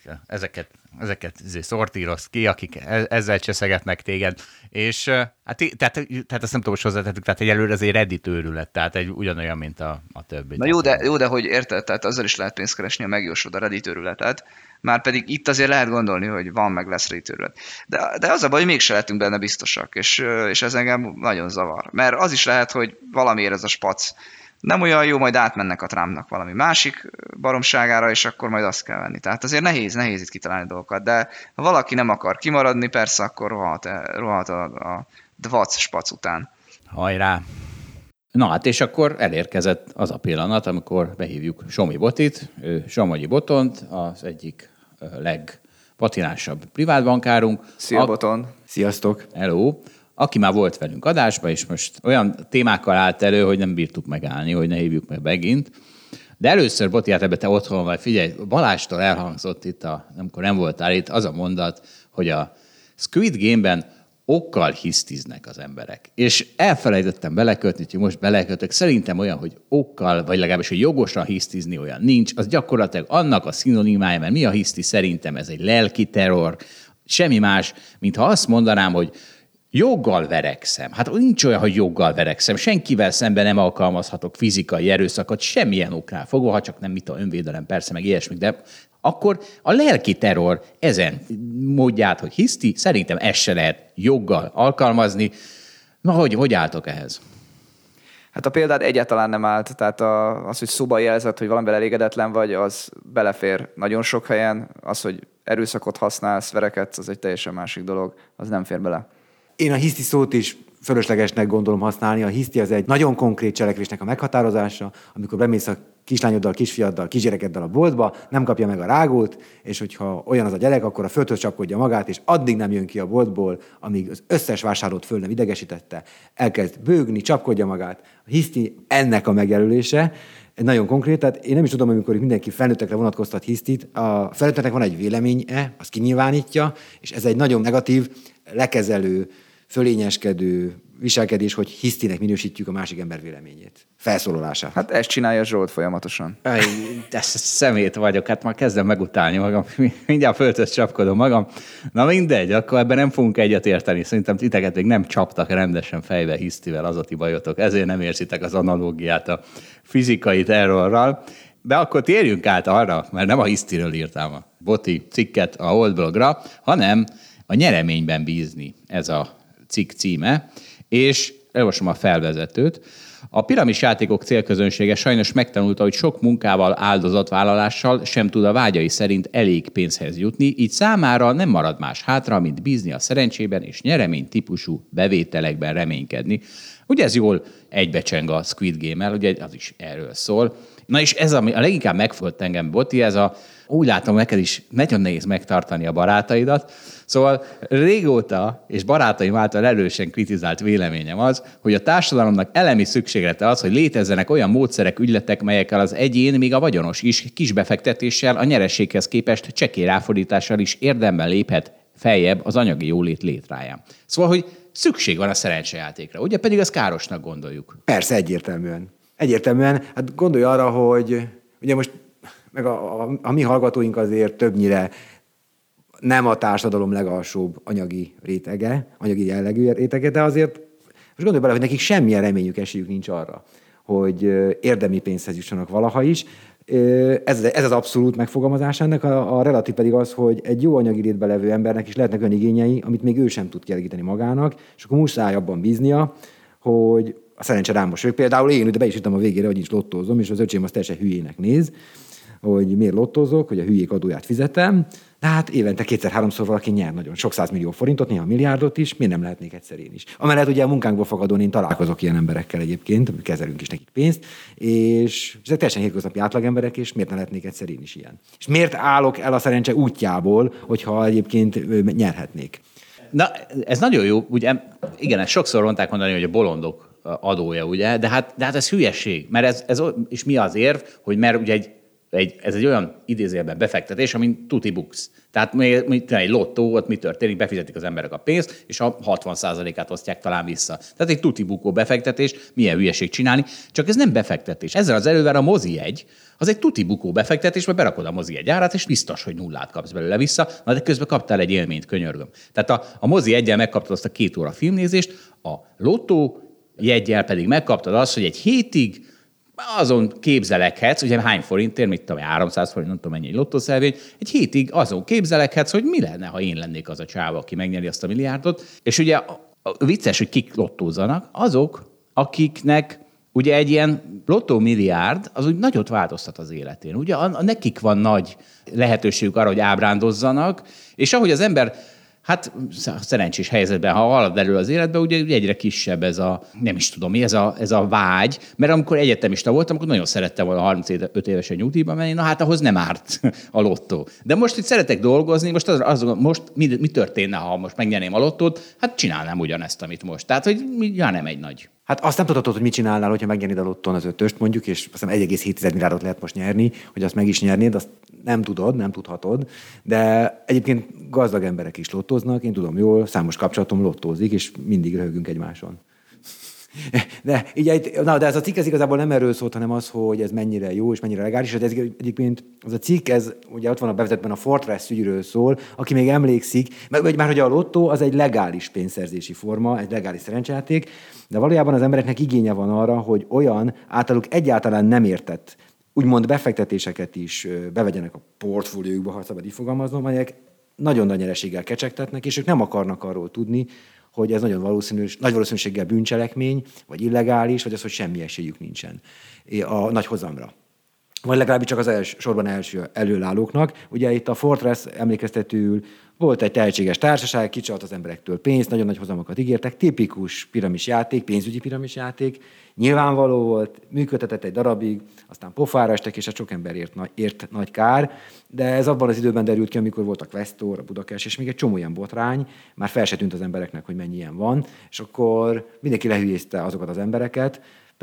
ezeket szortírozd ki, akik ezzel cseszegetnek téged, és tehát azt nem tudom, hogy hozzátettük, tehát egyelőre az egy Reddit őrület, tehát egy ugyanolyan, mint a többi.
Na jó, de hogy érted, tehát azzal is lehet pénzt keresni, ha megjósod a Reddit őrületet, már pedig itt azért lehet gondolni, hogy van meg lesz Reddit őrület. De az a baj, hogy mégse lehetünk benne biztosak, és ez engem nagyon zavar. Mert az is lehet, hogy valamiért ez a spac nem olyan jó, majd átmennek a Trumpnak valami másik baromságára, és akkor majd azt kell venni. Tehát azért nehéz itt kitalálni dolgokat, de ha valaki nem akar kimaradni, persze akkor rohat a dvac spac után.
Hajrá! Na hát, és akkor elérkezett az a pillanat, amikor behívjuk Somi Botit, Somogyi Botont, az egyik legpatinásabb privátbankárunk.
Szia, Boton!
Sziasztok!
Hello! Aki már volt velünk adásba, és most olyan témákkal állt elő, hogy nem bírtuk megállni, hogy ne hívjuk meg megint. De először, Boti, hát ebbe te otthon vagy. Figyelj, Balástól elhangzott itt, amikor nem voltál itt, az a mondat, hogy a Squid Game-ben okkal hisztiznek az emberek. És elfelejtettem belekötni, hogy most belekötök. Szerintem olyan, hogy okkal, vagy legalábbis, hogy jogosan hisztizni olyan nincs. Az gyakorlatilag annak a szinonimája, mert mi a hiszti? Szerintem ez egy lelki terror. Semmi más, mintha azt mondanám, hogy joggal verekszem. Hát nincs olyan, hogy joggal verekszem. Senkivel szemben nem alkalmazhatok fizikai erőszakot, semmilyen oknál fogva, ha csak nem mit a önvédelem, persze, meg ilyesmik, de akkor a lelki terror ezen módját, hogy hiszti, szerintem ezt se lehet joggal alkalmazni. Na, hogy álltok ehhez?
Hát a példád egyáltalán nem állt, tehát az, hogy szóba jelzett, hogy valamivel elégedetlen vagy, az belefér nagyon sok helyen. Az, hogy erőszakot használsz, verekedsz, az egy teljesen másik dolog, az nem fér bele.
Én a hiszti szót is fölöslegesnek gondolom használni. A hiszti az egy nagyon konkrét cselekvésnek a meghatározása, amikor bemész a kislányoddal, kisfiaddal, kisgyerekeddel a boltba, nem kapja meg a rágót, és hogyha olyan az a gyerek, akkor a földhöz csapkodja magát, és addig nem jön ki a boltból, amíg az összes vásárlót föl nem idegesítette, elkezd bőgni, csapkodja magát. A hiszti ennek a megjelölése, nagyon konkrét, tehát én nem is tudom, amikor mindenki felnőttekre vonatkoztat hisztit, a felnőtteknek van egy véleménye, azt kinyilvánítja, és ez egy nagyon negatív, lekezelő, fölényeskedő viselkedés, hogy hisztinek minősítjük a másik ember véleményét, felszólalását.
Hát ezt csinálja Zsolt folyamatosan.
De szemét vagyok, hát már kezdem megutálni magam, mindjárt földhöz csapkodom magam. Na mindegy, akkor ebben nem fogunk egyet érteni. Szerintem titeket még nem csaptak rendesen fejbe hisztivel, az a ti bajotok. Ezért nem érzitek az analógiát a fizikai terrorral. De akkor térjünk át arra, mert nem a hisztiről írtam a Boti cikket a Old Blogra, hanem a nyereményben bízni, ez a cikk címe, és elolvasom a felvezetőt. A piramis játékok célközönsége sajnos megtanulta, hogy sok munkával, áldozatvállalással sem tud a vágyai szerint elég pénzhez jutni, így számára nem marad más hátra, mint bízni a szerencsében és nyeremény típusú bevételekben reménykedni. Ugye ez jól egybecseng a Squid Game-el, ugye az is erről szól. Na és ez, ami a leginkább megfogott engem, Boti, ez úgy látom, neked is nagyon nehéz megtartani a barátaidat. Szóval régóta, és barátaim által erősen kritizált véleményem az, hogy a társadalomnak elemi szükséglete az, hogy létezzenek olyan módszerek, ügyletek, melyekkel az egyén, még a vagyonos is kisbefektetéssel, a nyereséghez képest csekély ráfordítással is érdemben léphet feljebb az anyagi jólét létráján. Szóval, hogy szükség van a szerencsejátékra, ugye pedig azt károsnak gondoljuk.
Persze, egyértelműen. Egyértelműen, hát gondolj arra, hogy ugye most meg a mi hallgatóink azért többnyire nem a társadalom legalsóbb anyagi rétege, anyagi jellegű rétege, de azért most gondolj bele, hogy nekik semmilyen reményük, esélyük nincs arra, hogy érdemi pénzhez jussanak valaha is. Ez az abszolút megfogalmazás ennek, a relatív pedig az, hogy egy jó anyagi létben levő embernek is lehetnek olyan igényei, amit még ő sem tud kielégíteni magának, és akkor muszáj abban bíznia, hogy a szerencse rámos. Például én de be is írtam a végére, hogy is lottózom, és az öcsém azt teljesen hülyének néz, hogy miért lottózok, hogy a hülyék adóját fizetem, de hát évente 2-3-szor valaki nyer nagyon sok 100 millió forintot, néha milliárdot is, miért nem lehetnék egyszer én is. Amellett ugye a munkánkból fakadóan én találkozok ilyen emberekkel egyébként, kezelünk is nekik pénzt, és ezek teljesen hétköznapi átlagemberek, és miért ne lehetnék egyszer én is ilyen. És miért állok el a szerencse útjából, hogyha egyébként nyerhetnék?
Na, ez nagyon jó, ugye, igen, ezt sokszor mondták mondani, hogy a bolondok adója, ugye, de hát ez hülyeség, mert ez és mi az érv, hogy mert ugye ez egy olyan idézőjelben befektetés, amin tuti buksz. Tehát egy lottó, ott mi történik, befizetik az emberek a pénzt, és a 60%-át osztják talán vissza. Tehát egy tuti bukó befektetés, milyen hülyeség csinálni, csak ez nem befektetés. Ezzel az elővel a mozijegy, az egy tuti bukó befektetés, mert berakod a mozijegy árát, és biztos, hogy nullát kapsz belőle vissza, na de közben kaptál egy élményt, könyörgöm. Tehát a mozieggyel megkaptad azt a 2 óra filmnézést, a lottó jeggyel pedig megkaptad azt, hogy egy hétig azon képzelekhetsz, ugye hány forintért, mit tudom, 300 forint, nem tudom mennyi egy lottószelvény, egy hétig azon képzelekhetsz, hogy mi lenne, ha én lennék az a csáva, aki megnyeri azt a milliárdot. És ugye a vicces, hogy kik lottózanak, azok, akiknek ugye egy ilyen lottómilliárd, az úgy nagyot változtat az életén. Ugye nekik van nagy lehetőségük arra, hogy ábrándozzanak, és ahogy az ember szerencsés helyzetben, ha halad elő az életbe, ugye egyre kisebb ez a, nem is tudom mi, ez a vágy, mert amikor egyetemista voltam, akkor nagyon szerettem volna 35 évesen nyugdíjba menni, na hát ahhoz nem árt a lottó. De most itt szeretek dolgozni, most mi történne, ha most megnyerném a lottót? Hát csinálnám ugyanezt, amit most. Tehát, hogy nem egy nagy.
Hát azt nem tudhatod, hogy mit csinálnál, hogyha megnyernéd a lottón az 5-öst mondjuk, és azt hiszem 1,7 milliárdot lehet most nyerni, hogy azt meg is nyernéd, azt nem tudod, nem tudhatod, de egyébként gazdag emberek is lottóznak, én tudom jól, számos kapcsolatom lottózik, és mindig röhögünk egymáson. De ez a cikk ez igazából nem erről szólt, hanem az, hogy ez mennyire jó és mennyire legális. Ez egyébként az a cikk, ez ugye ott van a bevezetben a Fortress ügyről szól, aki még emlékszik, mert hogy a lottó az egy legális pénzszerzési forma, egy legális szerencsejáték, de valójában az embereknek igénye van arra, hogy olyan általuk egyáltalán nem értett, úgymond befektetéseket is bevegyenek a portfóliójukba, ha szabad így fogalmaznom, amelyek nagyon nagy nyereséggel kecsegtetnek, és ők nem akarnak arról tudni, hogy ez nagy valószínűséggel bűncselekmény, vagy illegális, vagy az, hogy semmi esélyük nincsen a nagy hozamra. Vagy legalábbis csak az sorban első előállóknak. Ugye itt a Fortress emlékeztetőül volt egy tehetséges társaság, kicsalt az emberektől pénzt, nagyon nagy hozamokat ígértek, tipikus piramisjáték, pénzügyi piramisjáték, nyilvánvaló volt, működtetett egy darabig, aztán pofára estek, és a sok ember ért nagy kár, de ez abban az időben derült ki, amikor volt a Questor, a Budakes, és még egy csomó ilyen botrány, már fel se tűnt az embereknek, hogy mennyi ilyen van, és akkor mindenki lehülyézte azokat az embereket,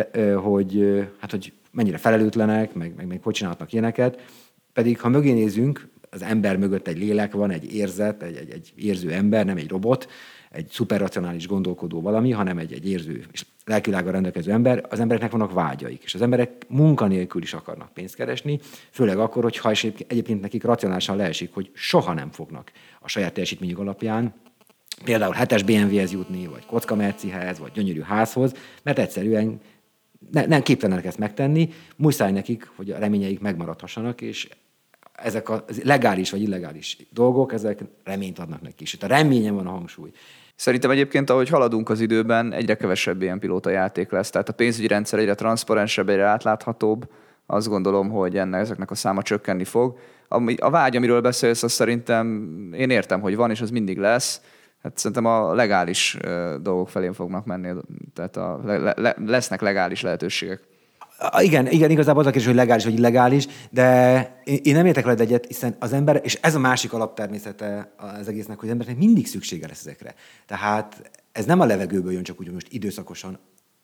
hogy mennyire felelőtlenek, meg hogy csinálhatnak ilyeneket, pedig ha mögé nézünk, az ember mögött egy lélek van, egy érzet, egy érző ember, nem egy robot, egy szuperracionális gondolkodó valami, hanem egy érző és lelkivilággal rendelkező ember, az embereknek vannak vágyaik, és az emberek munkanélkül is akarnak pénzt keresni, főleg akkor, hogyha egyébként nekik racionálisan leesik, hogy soha nem fognak a saját teljesítményük alapján például 7-es BMW-hez jutni, vagy kockamercihez, vagy gyönyörű házhoz, mert egyszerűen nem képtelenek ezt megtenni, muszáj nekik, hogy a reményeik megmaradhassanak, és ezek a legális vagy illegális dolgok, ezek reményt adnak neki is. Itt a reményen van a hangsúly.
Szerintem egyébként, ahogy haladunk az időben, egyre kevesebb ilyen pilótajáték lesz. Tehát a pénzügyi rendszer egyre transzparensebb, egyre átláthatóbb. Azt gondolom, hogy ezeknek a száma csökkenni fog. A vágy, amiről beszélsz, azt szerintem én értem, hogy van, és az mindig lesz. Hát szerintem a legális dolgok felén fognak menni, tehát lesznek legális lehetőségek.
Igen, igazából az a kérdés, hogy legális vagy illegális, de én nem értek veled egyet, hiszen az ember, és ez a másik alaptermészete az egésznek, hogy az embernek mindig szüksége lesz ezekre. Tehát ez nem a levegőből jön, csak úgy most időszakosan.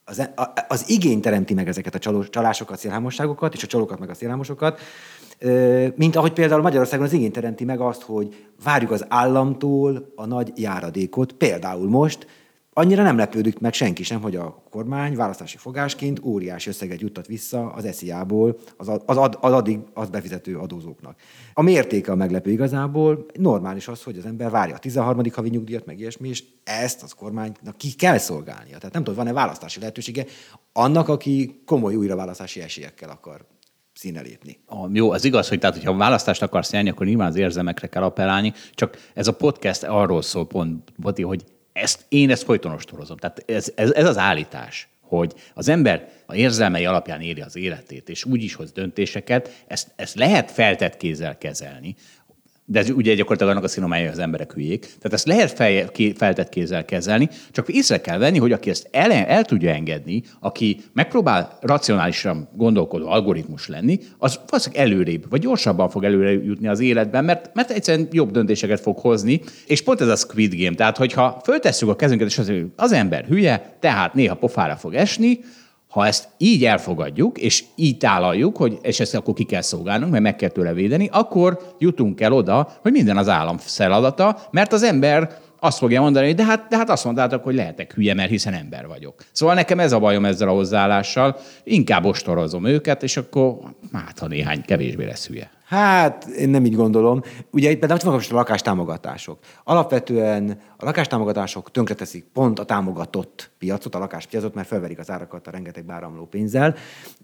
Az igény teremti meg ezeket a csalásokat, szélhámosságokat, és a csalókat meg a szélhámosokat, mint ahogy például Magyarországon az igény teremti meg azt, hogy várjuk az államtól a nagy járadékot, például most Annyira nem lepődik meg senki sem, hogy a kormány választási fogásként óriási összeget juttat vissza az SZIA-ból az addig azt befizető adózóknak. A mértéke a meglepő igazából, normális az, hogy az ember várja a 13. havi nyugdíjat, meg ilyesmi, és ezt az kormánynak ki kell szolgálnia. Tehát nem tudom, van-e választási lehetősége annak, aki komoly újraválasztási esélyekkel akar színre lépni.
Jó, az igaz, hogy tehát, hogyha választást akarsz nyerni, akkor nyilván az érzelmekre kell appellálni, csak ez a podcast arról szól pont, Boti, hogy én ezt folyton ostorozom. Tehát ez az állítás, hogy az ember a érzelmei alapján éli az életét, és úgy is hoz döntéseket, ezt lehet feltett kézzel kezelni, de ez ugye gyakorlatilag annak a szinomája, hogy az emberek hülyék. Tehát ezt lehet feltett kézzel kezelni, csak észre kell venni, hogy aki ezt el tudja engedni, aki megpróbál racionálisan gondolkodó algoritmus lenni, az valószínűleg előrébb, vagy gyorsabban fog előre jutni az életben, mert egyszerűen jobb döntéseket fog hozni. És pont ez a Squid Game. Tehát, hogyha föltesszük a kezünket, és az ember hülye, tehát néha pofára fog esni, ha ezt így elfogadjuk, és így tálaljuk, és ezt akkor ki kell szolgálnunk, mert meg kell tőle védeni, akkor jutunk el oda, hogy minden az állam feladata, mert az ember azt fogja mondani, hogy de hát azt mondtátok, hogy lehetek hülye, mert hiszen ember vagyok. Szóval nekem ez a bajom ezzel a hozzáállással, inkább ostorozom őket, és akkor ha néhány kevésbé lesz hülye.
Hát, én nem így gondolom. Ugye itt például vannak most a lakástámogatások. Alapvetően a lakástámogatások tönkreteszik pont a támogatott piacot, a lakáspiacot, mert felverik az árakat a rengeteg beáramló pénzzel,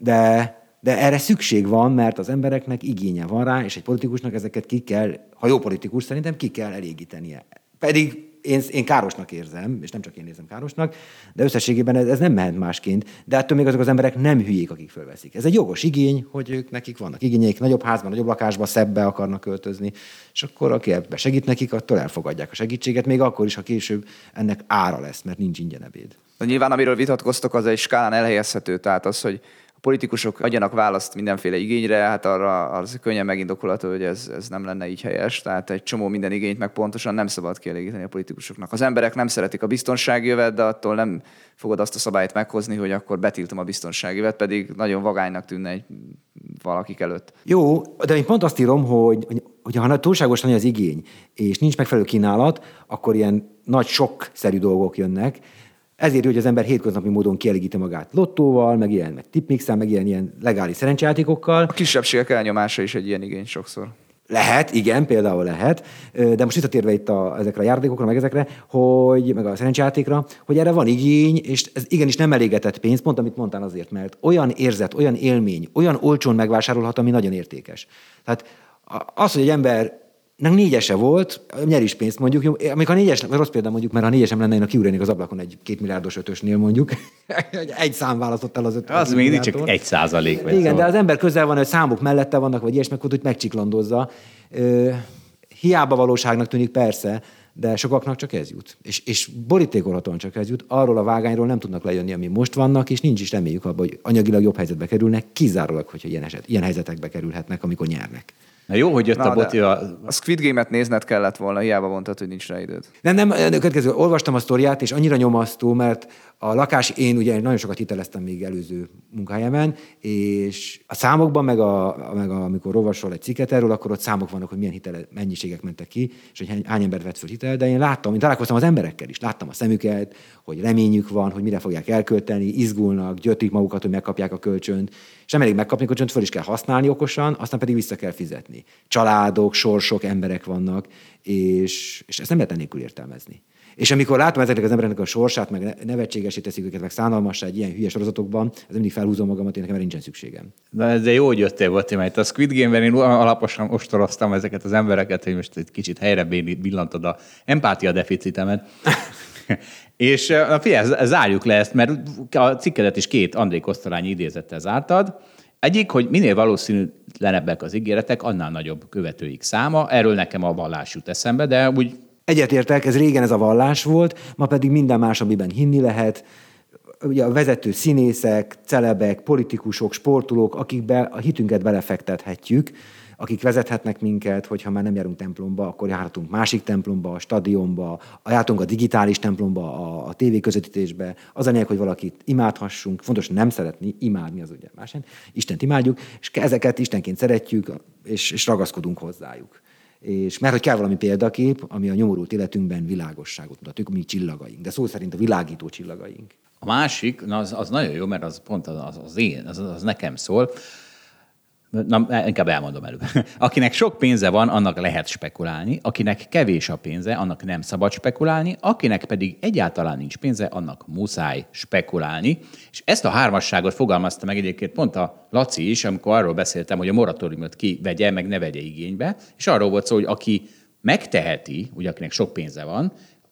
de erre szükség van, mert az embereknek igénye van rá, és egy politikusnak ezeket ki kell, ha jó politikus, szerintem ki kell elégítenie. Pedig én károsnak érzem, és nem csak én érzem károsnak, de összességében ez nem mehet másként. De ettől még azok az emberek nem hülyék, akik fölveszik. Ez egy jogos igény, hogy nekik vannak igényeik, nagyobb házban, nagyobb lakásban, szebbbe akarnak költözni, és akkor aki ebbe segít nekik, attól elfogadják a segítséget, még akkor is, ha később ennek ára lesz, mert nincs ingyen ebéd.
De nyilván, amiről vitatkoztok, az egy skálán elhelyezhető, tehát az, hogy a politikusok adjanak választ mindenféle igényre, hát arra az könnyen megindokolható, hogy ez nem lenne így helyes. Tehát egy csomó minden igényt meg pontosan nem szabad kielégíteni a politikusoknak. Az emberek nem szeretik a biztonsági jövet, de attól nem fogod azt a szabályt meghozni, hogy akkor betiltom a biztonsági jövet, pedig nagyon vagánynak tűnne valakik előtt.
Jó, de én pont azt írom, hogy ha túlságosan nagy az igény, és nincs megfelelő kínálat, akkor ilyen nagy sokszerű dolgok jönnek. Ezért, hogy az ember hétköznapi módon kielégíti magát lottóval, meg ilyen, meg tipmixel, meg ilyen legális szerencsejátékokkal.
A kisebbségek elnyomása is egy ilyen igény sokszor.
Lehet, igen, például lehet, de most visszatérve itt ezekre a játékokra, meg ezekre, meg a szerencsejátékra, hogy erre van igény, és ez igenis nem elégetett pénz, pont amit mondtál azért, mert olyan érzet, olyan élmény, olyan olcsón megvásárolhat, ami nagyon értékes. Tehát az, hogy egy ember nem négyese volt, nyeris pénzt mondjuk, amikor a négyes, rossz példa mondjuk, mert ha négyesem lenne, én kiugranék az ablakon egy 2 milliárdos ötösnél mondjuk. Egy szám választott el az 5
az még csak 1%.
Igen, szóval. De az ember közel van, hogy számok mellette vannak, vagy ilyesmi, hogy megcsiklandozza. Hiába valóságnak tűnik persze, de sokaknak csak ez jut. És borítékolhatóan csak ez jut. Arról a vágányról nem tudnak lejönni, ami most vannak, és nincs is reméljük abban, hogy anyagilag jobb helyzetbe kerülnek, kizárólag, hogyha ilyen helyzetekbe kerülhetnek, amikor nyernek.
Na jó, hogy jött a Boti
a Squid Game-et nézned kellett volna, hiába mondtad, hogy nincs rá időd.
Nem, következő, olvastam a sztoriát, és annyira nyomasztó, mert a lakás, én ugye nagyon sokat hiteleztem még előző munkahelyemen, és a számokban, meg amikor olvasol egy cikket erről, akkor ott számok vannak, hogy milyen mennyiségek mentek ki, és hogy hány embert vett föl hitel, de én találkoztam az emberekkel is, láttam a szemüket, hogy reményük van, hogy mire fogják elkölteni, izgulnak, gyötrik magukat, hogy megkapják a kölcsönt, és nem elég megkapni a kölcsönt, föl is kell használni okosan, aztán pedig vissza kell fizetni. Családok, sorsok, emberek vannak, és ezt nem lehet ennélkül értelmezni. És amikor látom ezeknek az embereknek a sorsát, meg nevetségesé teszik őket, meg szánalmassá egy ilyen hülye sorozatokban, ez mindig felhúzom magamat, én nekem erre nincsen szükségem.
De jó, hogy jöttél, Boti, mert a Squid Game-ben én alaposan ostoroztam ezeket az embereket, hogy most egy kicsit helyre billantod a empátia deficitemet. És figyelj, zárjuk le ezt, mert a cikkedet is 2 André Kosztolányi idézettel zártad. Egyik, hogy minél valószínűtlenebbek az ígéretek, annál nagyobb követőik száma. Erről nekem a vallás jut eszembe, de úgy...
Egyetértek, régen ez a vallás volt, ma pedig minden más, amiben hinni lehet. Ugye a vezető színészek, celebek, politikusok, sportolók, akikbe a hitünket belefektethetjük, akik vezethetnek minket, hogyha már nem járunk templomba, akkor járhatunk másik templomba, a stadionba, járhatunk a digitális templomba, a tévéközvetítésbe. Az a lényeg, hogy valakit imádhassunk, fontos nem szeretni, imádni az ugye másik. Istent imádjuk, és ezeket Istenként szeretjük, és ragaszkodunk hozzájuk. és mert hogy kell valami példakép, ami a nyomorult életünkben világosságot mutat, ők mi csillagaink, de szó szerint a világító csillagaink.
A másik, na az nagyon jó, mert az pont az nekem szól. Na, inkább elmondom előbb. Akinek sok pénze van, annak lehet spekulálni, akinek kevés a pénze, annak nem szabad spekulálni, akinek pedig egyáltalán nincs pénze, annak muszáj spekulálni. És ezt a hármasságot fogalmazta meg egyébként pont a Laci is, amikor arról beszéltem, hogy a moratóriumot ki vegye, meg ne vegye igénybe, és arról volt szó, hogy aki megteheti, ugye akinek sok pénze van,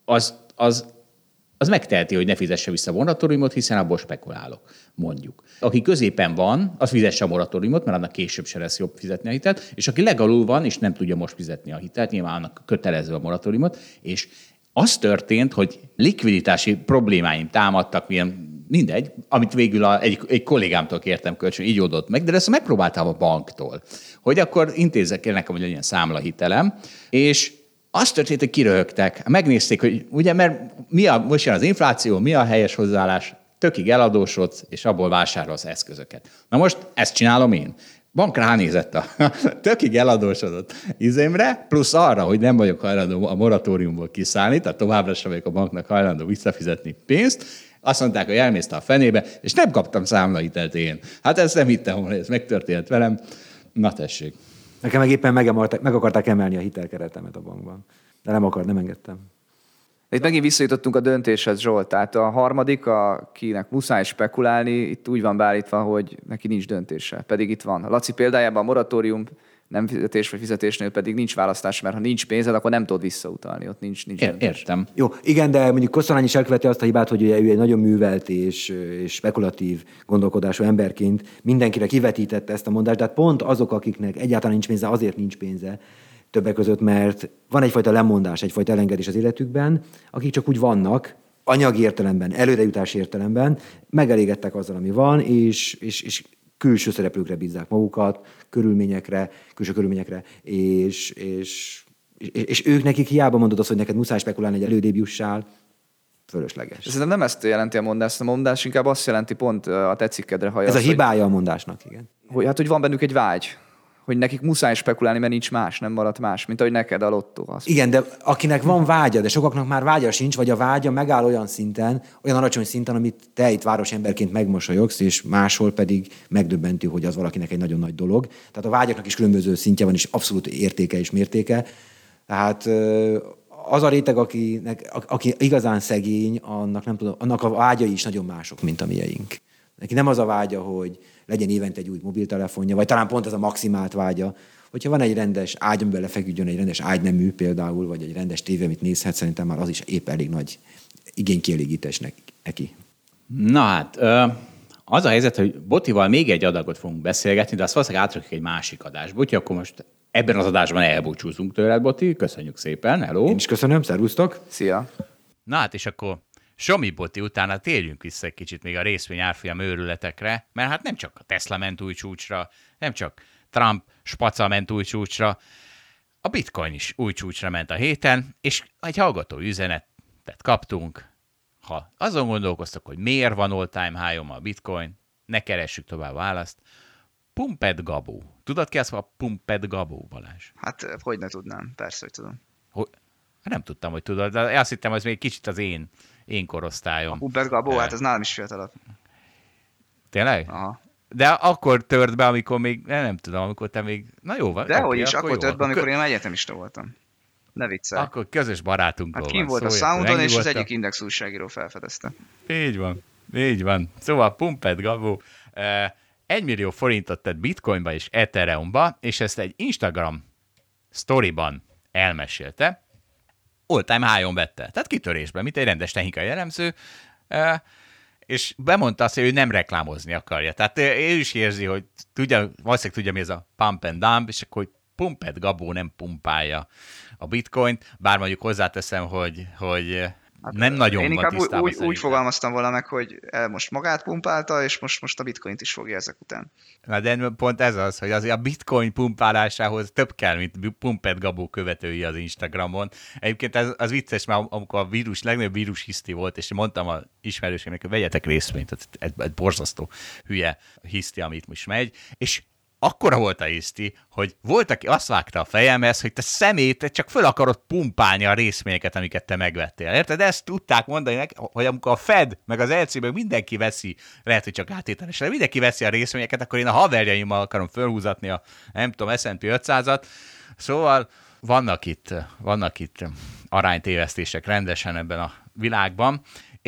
az megteheti, hogy ne fizesse vissza a moratóriumot, hiszen abból spekulálok, mondjuk. Aki középen van, az fizesse a moratóriumot, mert annak később se lesz jobb fizetni a hitelt, és aki legalul van, és nem tudja most fizetni a hitelt, nyilván annak kötelező a moratóriumot, és az történt, hogy likviditási problémáim támadtak, mindegy, amit végül egy kollégámtól kértem kölcsön, így oldott meg, de ezt megpróbáltam a banktól, hogy akkor intézzek el nekem, hogy legyen számlahitelem, és azt történt, hogy kiröhögtek. Megnézték, hogy ugye, mert most jön az infláció, mi a helyes hozzáállás, tökig eladósodsz, és abból vásárolsz eszközöket. Na most ezt csinálom én. Bank ránézett a tökig eladósodott izémre, plusz arra, hogy nem vagyok hajlandó a moratóriumból kiszállni, tehát továbbra sem vagyok a banknak hajlandó visszafizetni pénzt. Azt mondták, hogy elmészte a fenébe, és nem kaptam számlahitelt én. Hát ezt nem hittem volna, hogy ez megtörtént velem. Na tessék.
Nekem meg éppen meg akarták emelni a hitelkeretemet a bankban. De nem engedtem.
Itt megint visszajutottunk a döntéshez, Zsolt. Tehát a harmadik, akinek muszáj spekulálni, itt úgy van beállítva, hogy neki nincs döntése. Pedig itt van. A Laci példájában a moratórium nem fizetés vagy fizetésnél pedig nincs választás, mert ha nincs pénzed, akkor nem tudod visszautalni. Ott nincs döntés.
Értem.
Jó, igen, de mondjuk Kosztolányi is elköveti azt a hibát, hogy ő egy nagyon művelt és spekulatív gondolkodású emberként mindenkire kivetítette ezt a mondást, de hát pont azok, akiknek egyáltalán nincs pénze, azért nincs pénze többek között, mert van egyfajta lemondás, egyfajta elengedés az életükben, akik csak úgy vannak, anyagi értelemben, előrejutási értelemben, megelégedtek azzal, ami van, és külső szereplőkre bízzák magukat, külső körülményekre, és ők nekik hiába mondod azt, hogy neked muszáj spekulálni, egy elődébb jussál, fölösleges.
Szerintem nem ezt jelenti a mondás, a mondás inkább azt jelenti pont a te cikkedre hajaz.
Ez a hibája a mondásnak, igen.
Hogy van bennük egy vágy, hogy nekik muszáj spekulálni, mert nincs más, nem maradt más, mint ahogy neked a lottó.
Igen, de akinek van vágya, de sokaknak már vágya sincs, vagy a vágya megáll olyan szinten, olyan alacsony szinten, amit te itt városemberként megmosolyogsz, és máshol pedig megdöbbentő, hogy az valakinek egy nagyon nagy dolog. Tehát a vágyaknak is különböző szintje van, és abszolút értéke és mértéke. Tehát az a réteg, aki igazán szegény, annak a vágyai is nagyon mások, mint a mieink. Neki nem az a vágya, hogy legyen évente egy új mobiltelefonja, vagy talán pont ez a maximált vágya, hogyha van egy rendes ágy, amiben lefeküdjön egy rendes ágynemű például, vagy egy rendes tévé, amit nézhet, szerintem már az is épp elég nagy igénykielégítés neki.
Na hát, az a helyzet, hogy Botival még egy adagot fogunk beszélgetni, de azt valószínűleg átrakjuk egy másik adásba, úgyhogy akkor most ebben az adásban elbúcsúzunk tőled, Boti. Köszönjük szépen, hello!
Én is köszönöm, szervusztok!
Szia!
Na hát, és akkor Somi Boti utána térjünk vissza egy kicsit még a részvény árfolyam őrületekre, mert hát nem csak a Tesla ment új csúcsra, nem csak Trump spaca ment új csúcsra, a Bitcoin is új csúcsra ment a héten, és egy hallgató üzenetet kaptunk. Ha azon gondolkoztak, hogy miért van all-time high-on a Bitcoin, ne keressük tovább a választ. Pumped Gabó. Tudod ki az a Pumped Gabó, Balázs?
Hát, hogy ne tudnám. Persze, hogy tudom.
Nem tudtam, hogy tudod, de azt hittem, az még kicsit az én korosztályom.
Pumped Gabó, hát ez nálam is fiatalabb.
Tényleg?
Aha.
De akkor tört be, amikor még, nem tudom, amikor te még, na jó van.
Dehogy is, akkor tört be, amikor én egyetemista voltam. Ne viccelj.
Akkor közös barátunkról
hát
van
kim volt a Soundon, és az egyik Index újságíró felfedezte.
Így van. Szóval Pumped Gabó 1 millió forintot tett Bitcoinba és Ethereumba, és ezt egy Instagram sztoriban elmesélte. All-time high-on vette. Tehát kitörésben, mint egy rendes technikai elemző, és bemondta azt, hogy ő nem reklámozni akarja. Tehát ő is érzi, hogy valószínűleg tudja, mi ez a pump and dump, és akkor, hogy Pumped Gabó nem pumpálja a Bitcoint, bár mondjuk hozzáteszem, hogy hát nem nagyon
én
van tisztában.
Én úgy fogalmaztam volna meg, hogy most magát pumpálta, és most a Bitcoint is fogja ezek után.
Na de pont ez az, hogy azért a Bitcoin pumpálásához több kell, mint Pumped Gabó követői az Instagramon. Egyébként az vicces, mert amikor a legnagyobb vírus hiszti volt, és mondtam az ismerőségnek, hogy vegyetek részvényt, ez borzasztó hülye hiszti, amit most megy, és akkora volt a hiszti, hogy volt, aki azt vágta a fejemhez, hogy te szemét, te csak föl akarod pumpálni a részvényeket, amiket te megvettél. Érted? Ezt tudták mondani, hogy amikor a Fed, meg az LC-ből mindenki veszi, lehet, hogy csak áttételesen, mindenki veszi a részvényeket, akkor én a haverjaimmal akarom fölhúzatni a, nem tudom, S&P 500-at. Szóval vannak itt aránytévesztések rendesen ebben a világban.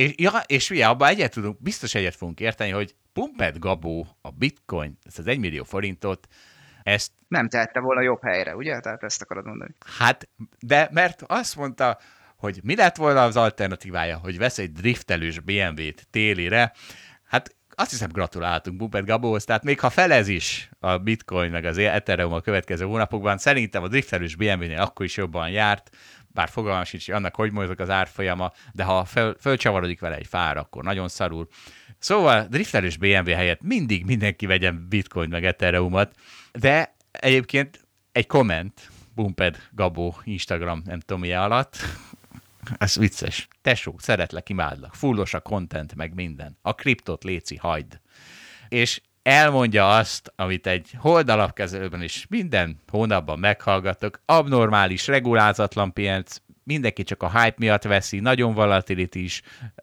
És abban biztos egyet fogunk érteni, hogy Pumped Gabó a bitcoin, ezt az 1 millió forintot, ezt...
Nem tehette volna jobb helyre, ugye? Tehát ezt akarod mondani.
Hát, de mert azt mondta, hogy mi lett volna az alternatívája, hogy vesz egy driftelős BMW-t télire, hát azt hiszem gratuláltunk Pumped Gabóhoz, tehát még ha felez is a bitcoin meg az Ethereum a következő hónapokban, szerintem a driftelős BMW-nél akkor is jobban járt, bár fogalmam sincs annak, hogy mozog az árfolyama, de ha fölcsavarodik vele egy fára, akkor nagyon szarul. Szóval driftelős BMW helyett mindig mindenki vegyen bitcoin meg Ethereumot, de egyébként egy komment Pumped Gabó Instagram nem tudom milyen alatt, ez vicces. Tesó, szeretlek, imádlak, fullos a content, meg minden. A kriptot léci, hagyd. És elmondja azt, amit egy hold alapkezelőben is minden hónapban meghallgatok, abnormális, regulázatlan piac, mindenki csak a hype miatt veszi, nagyon volatilis.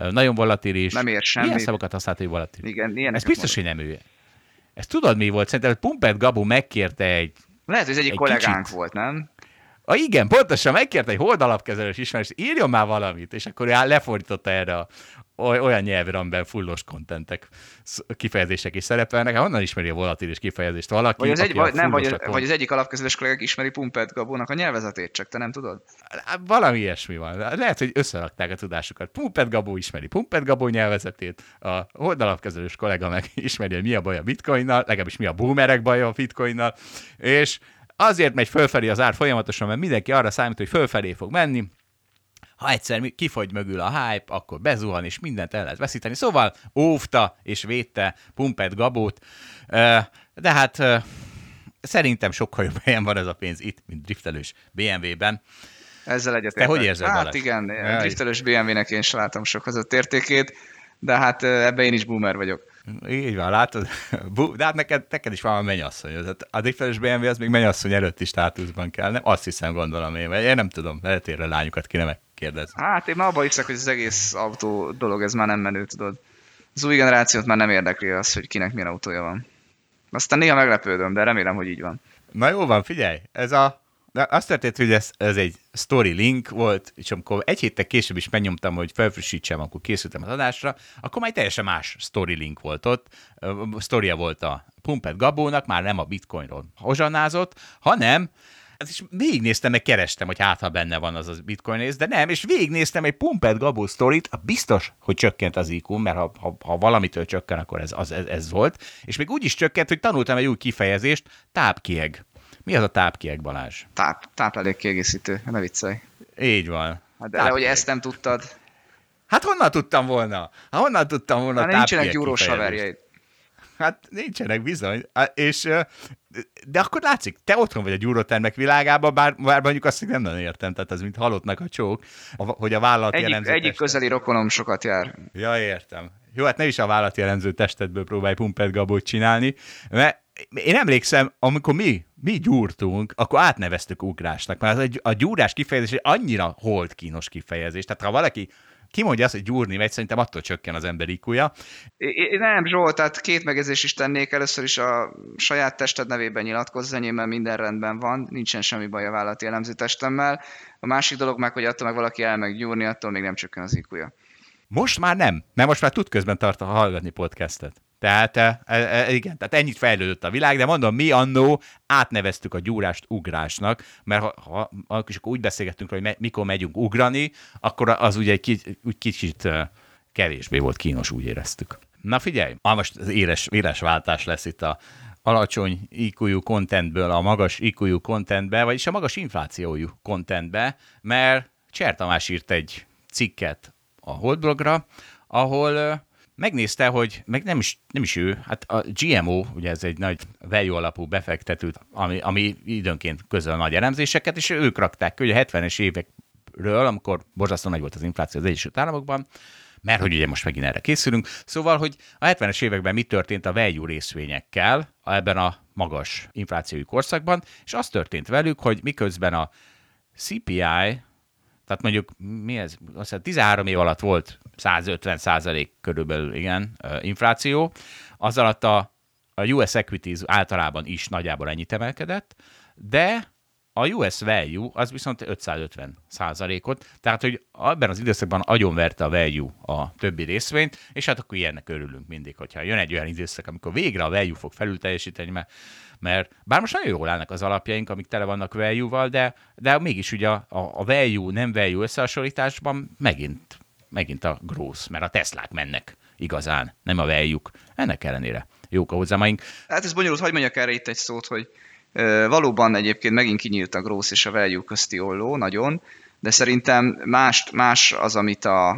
Nem ér semmit.
Ilyen szavakat használt, hogy volatilis.
Igen,
ez biztos, hogy nem ő. Ezt tudod, mi volt? Szerintem Pumped Gabó megkérte
lehet, hogy ez egy kollégánk volt, nem?
Igen, pontosan megkérte egy hold alapkezelős ismerős, írjon már valamit, és akkor lefordította erre olyan nyelvre, amiben fullos kontentek, kifejezések is szerepelnek. Honnan ismeri a volatilis kifejezést valaki?
Vagy az egyik alapkezelős kollégák ismeri Pumped Gabónak a nyelvezetét, csak te nem tudod?
Valami ilyesmi van. Lehet, hogy összerakták a tudásukat. Pumped Gabó ismeri Pumped Gabó nyelvezetét, a hold alapkezelős kollega meg ismeri, hogy mi a baj a bitcoinnal, legalábbis mi a boomerek baja a bitcoinnal, és azért megy fölfelé az ár folyamatosan, mert mindenki arra számít, hogy fölfelé fog menni. Ha egyszer kifogy mögül a hype, akkor bezuhan, és mindent el lehet veszíteni. Szóval óvta és védte Pumped Gabót, de hát szerintem sokkal jobb helyen van ez a pénz itt, mint driftelős BMW-ben.
Ezzel egyetértek.
Te hogy érzed,
Hát
Balázs?
igen, driftelős BMW-nek én sem látom sok hozott értékét, de hát ebben én is boomer vagyok.
Így van, látod? De hát neked is van a mennyasszony. A driftelős BMW az még mennyasszony előtti státuszban kell, nem? Azt hiszem, gondolom én nem tudom, lehet érre lányokat kéne megkérdezni.
Hát én már abban hiszek, hogy az egész autó dolog, ez már nem menő, tudod. Az új generációt már nem érdekli az, hogy kinek milyen autója van. Aztán néha meglepődöm, de remélem, hogy így van.
Na jó van, figyelj, de azt történt, hogy ez egy story link volt, és amikor egy héttel később is megnyomtam, hogy felfrissítsem, akkor készültem az adásra, akkor már teljesen más story link volt ott. Sztoria volt a Pumped Gabónak, már nem a bitcoinról hozsanázott, hanem és végignéztem, meg kerestem, hogy hát ha benne van az a bitcoin rész, de nem, és végignéztem egy Pumped Gabó sztorit, biztos, hogy csökkent az IQ, mert ha valamitől csökken, akkor ez volt, és még úgy is csökkent, hogy tanultam egy új kifejezést, tápkieg. Mi az a tápkieg, Balázs?
Táplálék kiegészítő, ne viccelj.
Így van.
Hát de hogy ezt nem tudtad.
Hát honnan tudtam volna?
Hát nincsenek gyúrós haverjaid.
Hát nincsenek bizony. De akkor látszik, te otthon vagy a gyúrótermek világában, bár mondjuk azt nem nagyon értem, tehát az mint halottnak a csók, hogy a vállalati jellemző
Egyik közeli rokonom sokat jár.
Ja, értem. Jó, hát ne is a vállalati jellemző testedből próbálj Pumped Gabót csinálni, mert én emlékszem, amikor mi gyúrtunk, akkor átneveztük ugrásnak, mert a gyúrás kifejezés annyira holdkínos kifejezés, tehát ha valaki kimondja azt, hogy gyúrni megy, szerintem attól csökken az ember IQ-ja.
Nem, Zsolt, tehát két megjegyzést is tennék. Először is a saját tested nevében nyilatkozz, enyémben minden rendben van, nincsen semmi baj a vállalati jellemző testemmel. A másik dolog meg, hogy attól meg valaki elmegy gyúrni, attól még nem csökken az IQ-ja.
Most már nem, mert most már tud közben hallgatni podcastet. Tehát igen, tehát ennyit fejlődött a világ, de mondom, mi annó átneveztük a gyúrást ugrásnak, mert és akkor úgy beszélgettünk, hogy mikor megyünk ugrani, akkor az ugye egy kicsit kevésbé volt kínos, úgy éreztük. Na figyelj, most az éles váltás lesz itt a alacsony IQ-jú contentből a magas IQ-jú contentbe, vagyis a magas inflációjú contentbe, mert Cser Tamás írt egy cikket a Holdblogra, ahol megnézte, hogy meg nem is ő, hát a GMO, ugye ez egy nagy value alapú befektető, ami időnként közöl nagy elemzéseket, és ők rakták ki, hogy a 70-es évekről, amikor borzasztó nagy volt az infláció az Egyesült Államokban, mert hogy ugye most megint erre készülünk, szóval, hogy a 70-es években mi történt a value részvényekkel ebben a magas inflációi korszakban, és az történt velük, hogy miközben a CPI, tehát mondjuk mi ez? Azt hiszem 13 év alatt volt 150% körülbelül, igen, infláció, az alatt a US Equities általában is nagyjából ennyit emelkedett, de a US Value az viszont 550%-ot, tehát hogy ebben az időszakban agyonverte a Value a többi részvényt, és hát akkor ilyennek örülünk mindig, hogyha jön egy olyan időszak, amikor végre a Value fog felül teljesíteni, mert bár most nagyon jól állnak az alapjaink, amik tele vannak Value-val, de mégis ugye a Value, nem Value összehasonlításban megint a growth, mert a Teslák mennek igazán, nem a Value-k. Ennek ellenére jók a hozzámaink.
Hát ez bonyolult, hagyj mondjak erre itt egy szót, hogy valóban egyébként megint kinyílt a growth és a value közti olló, nagyon, de szerintem más az, amit a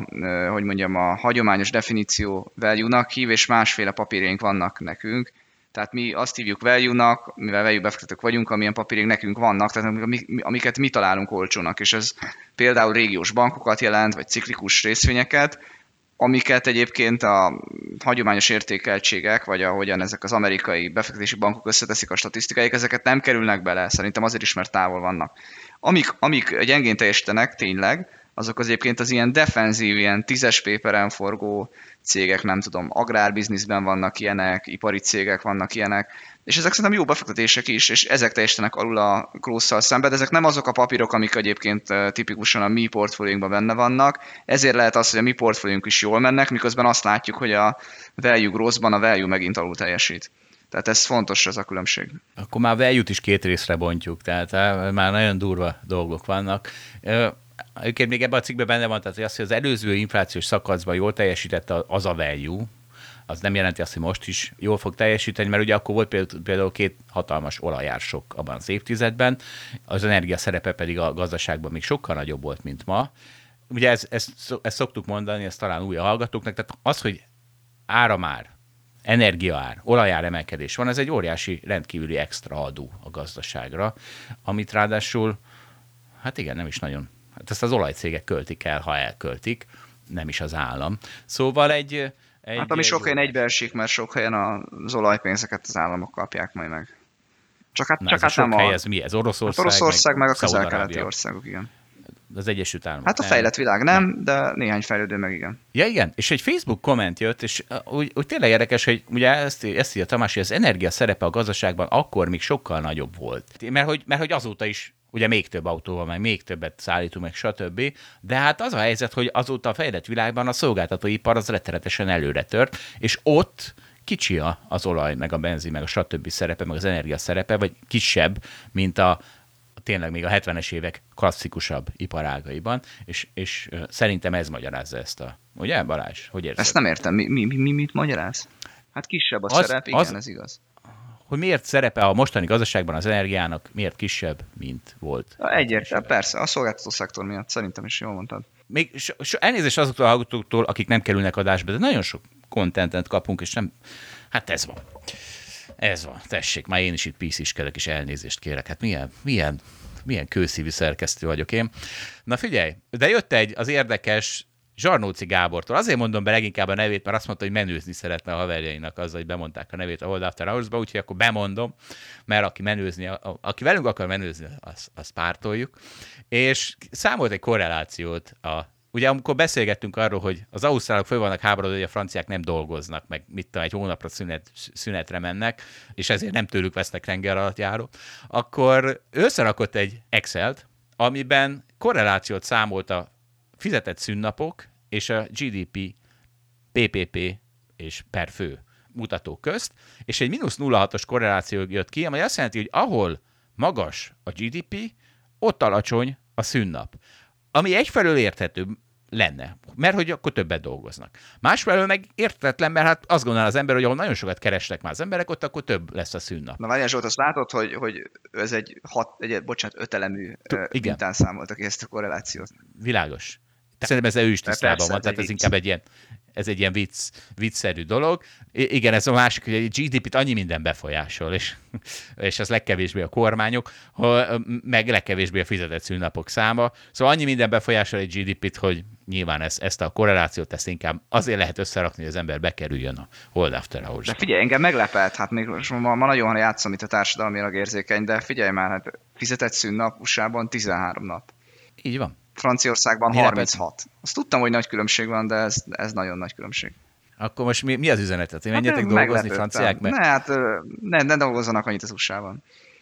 hagyományos definíció value-nak hív, és másféle papírjaink vannak nekünk. Tehát mi azt hívjuk value-nak, mivel value befektetők vagyunk, amilyen papírjaink nekünk vannak, tehát amiket mi találunk olcsónak, és ez például régiós bankokat jelent, vagy ciklikus részvényeket, amiket egyébként a hagyományos értékeltségek, vagy ahogyan ezek az amerikai befektetési bankok összeteszik a statisztikáik, ezeket nem kerülnek bele, szerintem azért is, mert távol vannak. Amik gyengén teljesítenek tényleg, azok az egyébként az ilyen defenzív, ilyen 10-es péperen forgó cégek, nem tudom, agrárbizniszben vannak ilyenek, ipari cégek vannak ilyenek, és ezek szerintem jó befektetések is, és ezek teljesítenek alul a growth-szal szemben, de ezek nem azok a papírok, amik egyébként tipikusan a mi portfóliónkban benne vannak, ezért lehet az, hogy a mi portfóliónk is jól mennek, miközben azt látjuk, hogy a value growth-ban a value megint alul teljesít. Tehát ez fontos, ez a különbség.
Akkor már value-t is két részre bontjuk, tehát már nagyon durva dolgok vannak. Egyébként még ebben a cikkben benne van, tehát az, hogy az előző inflációs szakaszban jól teljesített az a value, az nem jelenti azt, hogy most is jól fog teljesíteni, mert ugye akkor volt például két hatalmas olajársok abban az évtizedben, az energia szerepe pedig a gazdaságban még sokkal nagyobb volt, mint ma. Ugye ezt szoktuk mondani, ezt talán új a hallgatóknak, tehát az, hogy áramár, energiaár, olajár emelkedés van, ez egy óriási, rendkívüli extra adó a gazdaságra, amit ráadásul, hát igen, nem is nagyon, hát ezt az olajcégek költik el, ha elköltik, nem is az állam. Szóval
hát ami sok helyen egybeesik, mert sok helyen az olajpénzeket az államok kapják majd meg. Csak hát nem
hely, ez mi? Ez
Oroszország meg a közel-keleti országok, igen.
Az Egyesült Államok.
Hát a fejlett világ nem, de néhány fejlődő meg igen.
Ja, igen, és egy Facebook komment jött, és úgy tényleg érdekes, hogy ugye ezt írja Tamás, hogy az energia szerepe a gazdaságban akkor még sokkal nagyobb volt. Mert hogy azóta is ugye még több autóval, meg még többet szállítunk, meg stb. De hát az a helyzet, hogy azóta a fejlett világban a szolgáltatóipar az rettenetesen előre tört, és ott kicsi az olaj, meg a benzin, meg a stb. Szerepe, meg az energia szerepe, vagy kisebb, mint tényleg még a 70-es évek klasszikusabb iparágaiban, és szerintem ez magyarázza ezt ugye Balázs? Hogy érzed?
Ezt nem értem. Mit magyaráz? Hát kisebb a szerep, igen, ez igaz.
Hogy miért szerepe a mostani gazdaságban az energiának miért kisebb, mint volt?
Egyértelmű, persze, a szolgáltató szektor miatt, szerintem is jól mondtad.
Még elnézést azoktól a hallgatóktól, akik nem kerülnek adásba, de nagyon sok kontentet kapunk, és nem, hát ez van. Ez van, tessék, már én is itt PC-skedek, és elnézést kérek. Hát milyen kőszívű szerkesztő vagyok én. Na figyelj, de jött az érdekes Zsarnóci Gábortól. Azért mondom be leginkább a nevét, mert azt mondta, hogy menőzni szeretne a haverjainak azzal, hogy bemondták a nevét a Hold After Hours-ba, úgyhogy akkor bemondom, mert aki velünk akar menőzni, azt pártoljuk. És számolt egy korrelációt ugye amikor beszélgettünk arról, hogy az ausztrálok föl vannak háborodva, hogy a franciák nem dolgoznak, meg egy hónapra szünetre mennek, és ezért nem tőlük vesznek tenger alatt járó, akkor összerakott egy Excel-t, amiben korrelációt számolt a fizetett szünnapok és a GDP, PPP és per fő mutatók közt, és egy -0,6-os korreláció jött ki, amely azt jelenti, hogy ahol magas a GDP, ott alacsony a szünnap. Ami egyfelől érthető lenne, mert hogy akkor többet dolgoznak. Másfelől meg értetlen, mert hát azt gondolná az ember, hogy ahol nagyon sokat keresnek már az emberek, ott akkor több lesz a szünnap.
Na várjál Zsolt, azt látod, hogy ez egy 5 elemű mintán számoltak ezt a korrelációt.
Világos. Szerintem ezzel ő is tisztában van, tehát ez inkább egy ilyen ez egy ilyen viccszerű dolog. Igen, ez a másik, hogy a GDP-t annyi minden befolyásol, és az legkevésbé a kormányok, meg legkevésbé a fizetett szünnapok száma. Szóval annyi minden befolyásol egy GDP-t, hogy nyilván ezt a korrelációt ezt inkább azért lehet összerakni, hogy az ember bekerüljön a Hold After Hours-ba.
De figyelj, engem meglepett, hát még ma nagyon játszom itt a társadalmilag érzékeny, de figyelj már, hát fizetett szünnap USA-ban 13 nap.
Így van.
Franciaországban 36. Azt tudtam, hogy nagy különbség van, de ez nagyon nagy különbség.
Akkor most mi az üzenetet? Menjetek dolgozni, franciák? Mert...
Ne dolgozzanak annyit az USA-ban.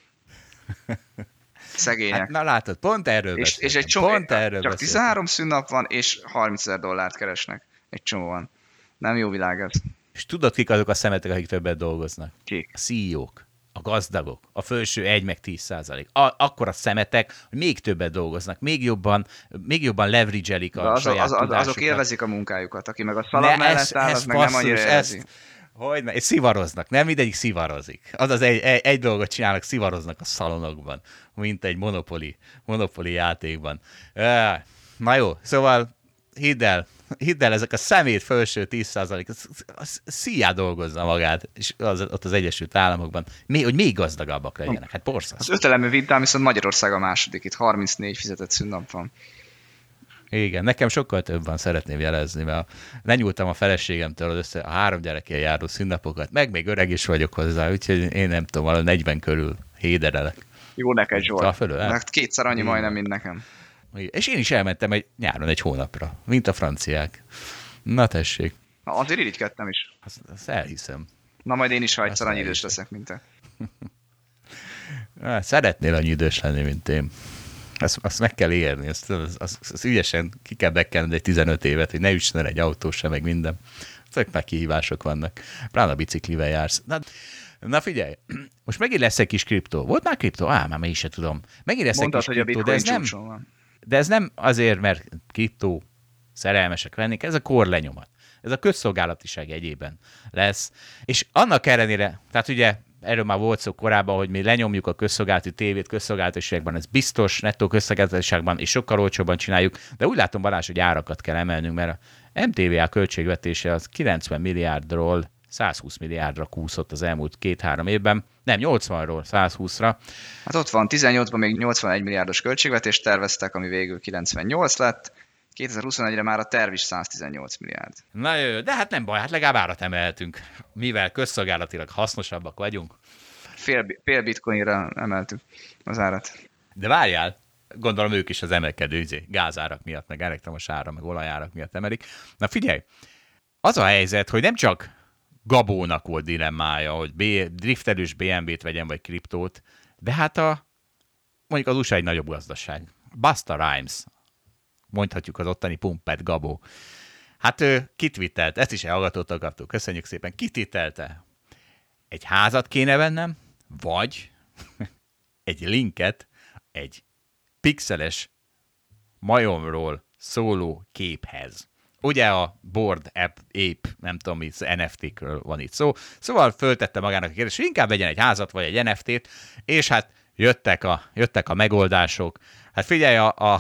Szegények.
Hát, na látod, pont erről beszéltem.
És egy csomó, csak 13 szünnap van, és $30,000 keresnek. Egy csomóan. Nem jó világ ez.
És tudod, kik azok a szemetek, akik többet dolgoznak?
Kik?
A CEO-k, a gazdagok, a felső 1-10%. Akkor a szemetek, hogy még többet dolgoznak, még jobban leverage-elik a saját tudásukat.
Azok élvezik a munkájukat, aki meg a szalag mellett áll, az meg nem annyira élvezi.
És szivaroznak, nem mindegyik szivarozik. Azaz egy dolgot csinálnak, szivaroznak a szalonokban, mint egy monopoli játékban. Na jó, szóval hidd el, ezek a szemét felső 10%, szíjá dolgozza magát, és ott az Egyesült Államokban, hogy még gazdagabbak legyenek. Hát borzasztó.
Az ötelemű vitám viszont Magyarország a második, itt 34 fizetett szünnap van.
Igen, nekem sokkal több van, szeretném jelezni, mert lenyúltam a feleségemtől a 3 gyerekkel járó szünnapokat, meg még öreg is vagyok hozzá, úgyhogy én nem tudom, valami 40 körül héderelek.
Jó neked, Zsolt. Mert 2-szer annyi majdnem, mint nekem.
És én is elmentem nyáron egy hónapra, mint a franciák. Na tessék.
Na, azért irigykedtem is.
Azt elhiszem.
Na majd én is, ha egyszer annyi idős leszek, mint te.
Szeretnél annyi idős lenni, mint én. Azt meg kell érni, azt ügyesen ki kell bekkelned egy 15 évet, hogy ne üssön egy autó sem, meg minden. Ezek meg kihívások vannak. Pláne a biciklivel jársz. Na figyelj, most megint lesz egy kis kriptó. Volt már kriptó? Már is se tudom. Megint lesz
mondtad,
egy kis kriptó, de ez nem azért, mert kriptó szerelmesek lennék, ez a korlenyomat. Ez a közszolgálatiság egyében lesz. És annak ellenére, tehát ugye erről már volt szó korábban, hogy mi lenyomjuk a közszolgálati tévét közszolgálatiságban, ez biztos, nettó közszolgálatiságban, és sokkal olcsóbban csináljuk, de úgy látom, Balázs, hogy árakat kell emelnünk, mert a MTVA költségvetése az 90 milliárdról 120 milliárdra kúszott az elmúlt 2-3 évben, nem 80-ról 120-ra.
Hát ott van, 18-ban még 81 milliárdos költségvetést terveztek, ami végül 98 lett, 2021-re már a terv is 118 milliárd.
Na jó, de hát nem baj, hát legalább árat emeltünk, mivel közszolgálatilag hasznosabbak vagyunk.
Fél bitcoinra emeltük az árat.
De várjál, gondolom ők is az emelkedő gázárak miatt, meg elektromos ára, meg olajárak miatt emelik. Na figyelj, az a helyzet, hogy nem csak Gabónak volt dilemmája, hogy driftelős BMW-t vegyen, vagy kriptót, de hát mondjuk az USA egy nagyobb gazdaság. Busta Rhymes, mondhatjuk az ottani Pumped Gabó. Hát ő kitwittelt, ezt is elhallgatottak kaptuk, köszönjük szépen, kitwittelte. Egy házat kéne vennem, vagy egy linket egy pixeles majomról szóló képhez. Ugye a Bored Ape, nem tudom, NFT-kről van itt szó. Szóval föltette magának a kérdést, hogy inkább vegyen egy házat, vagy egy NFT-t, és hát jöttek a megoldások. Hát figyelj,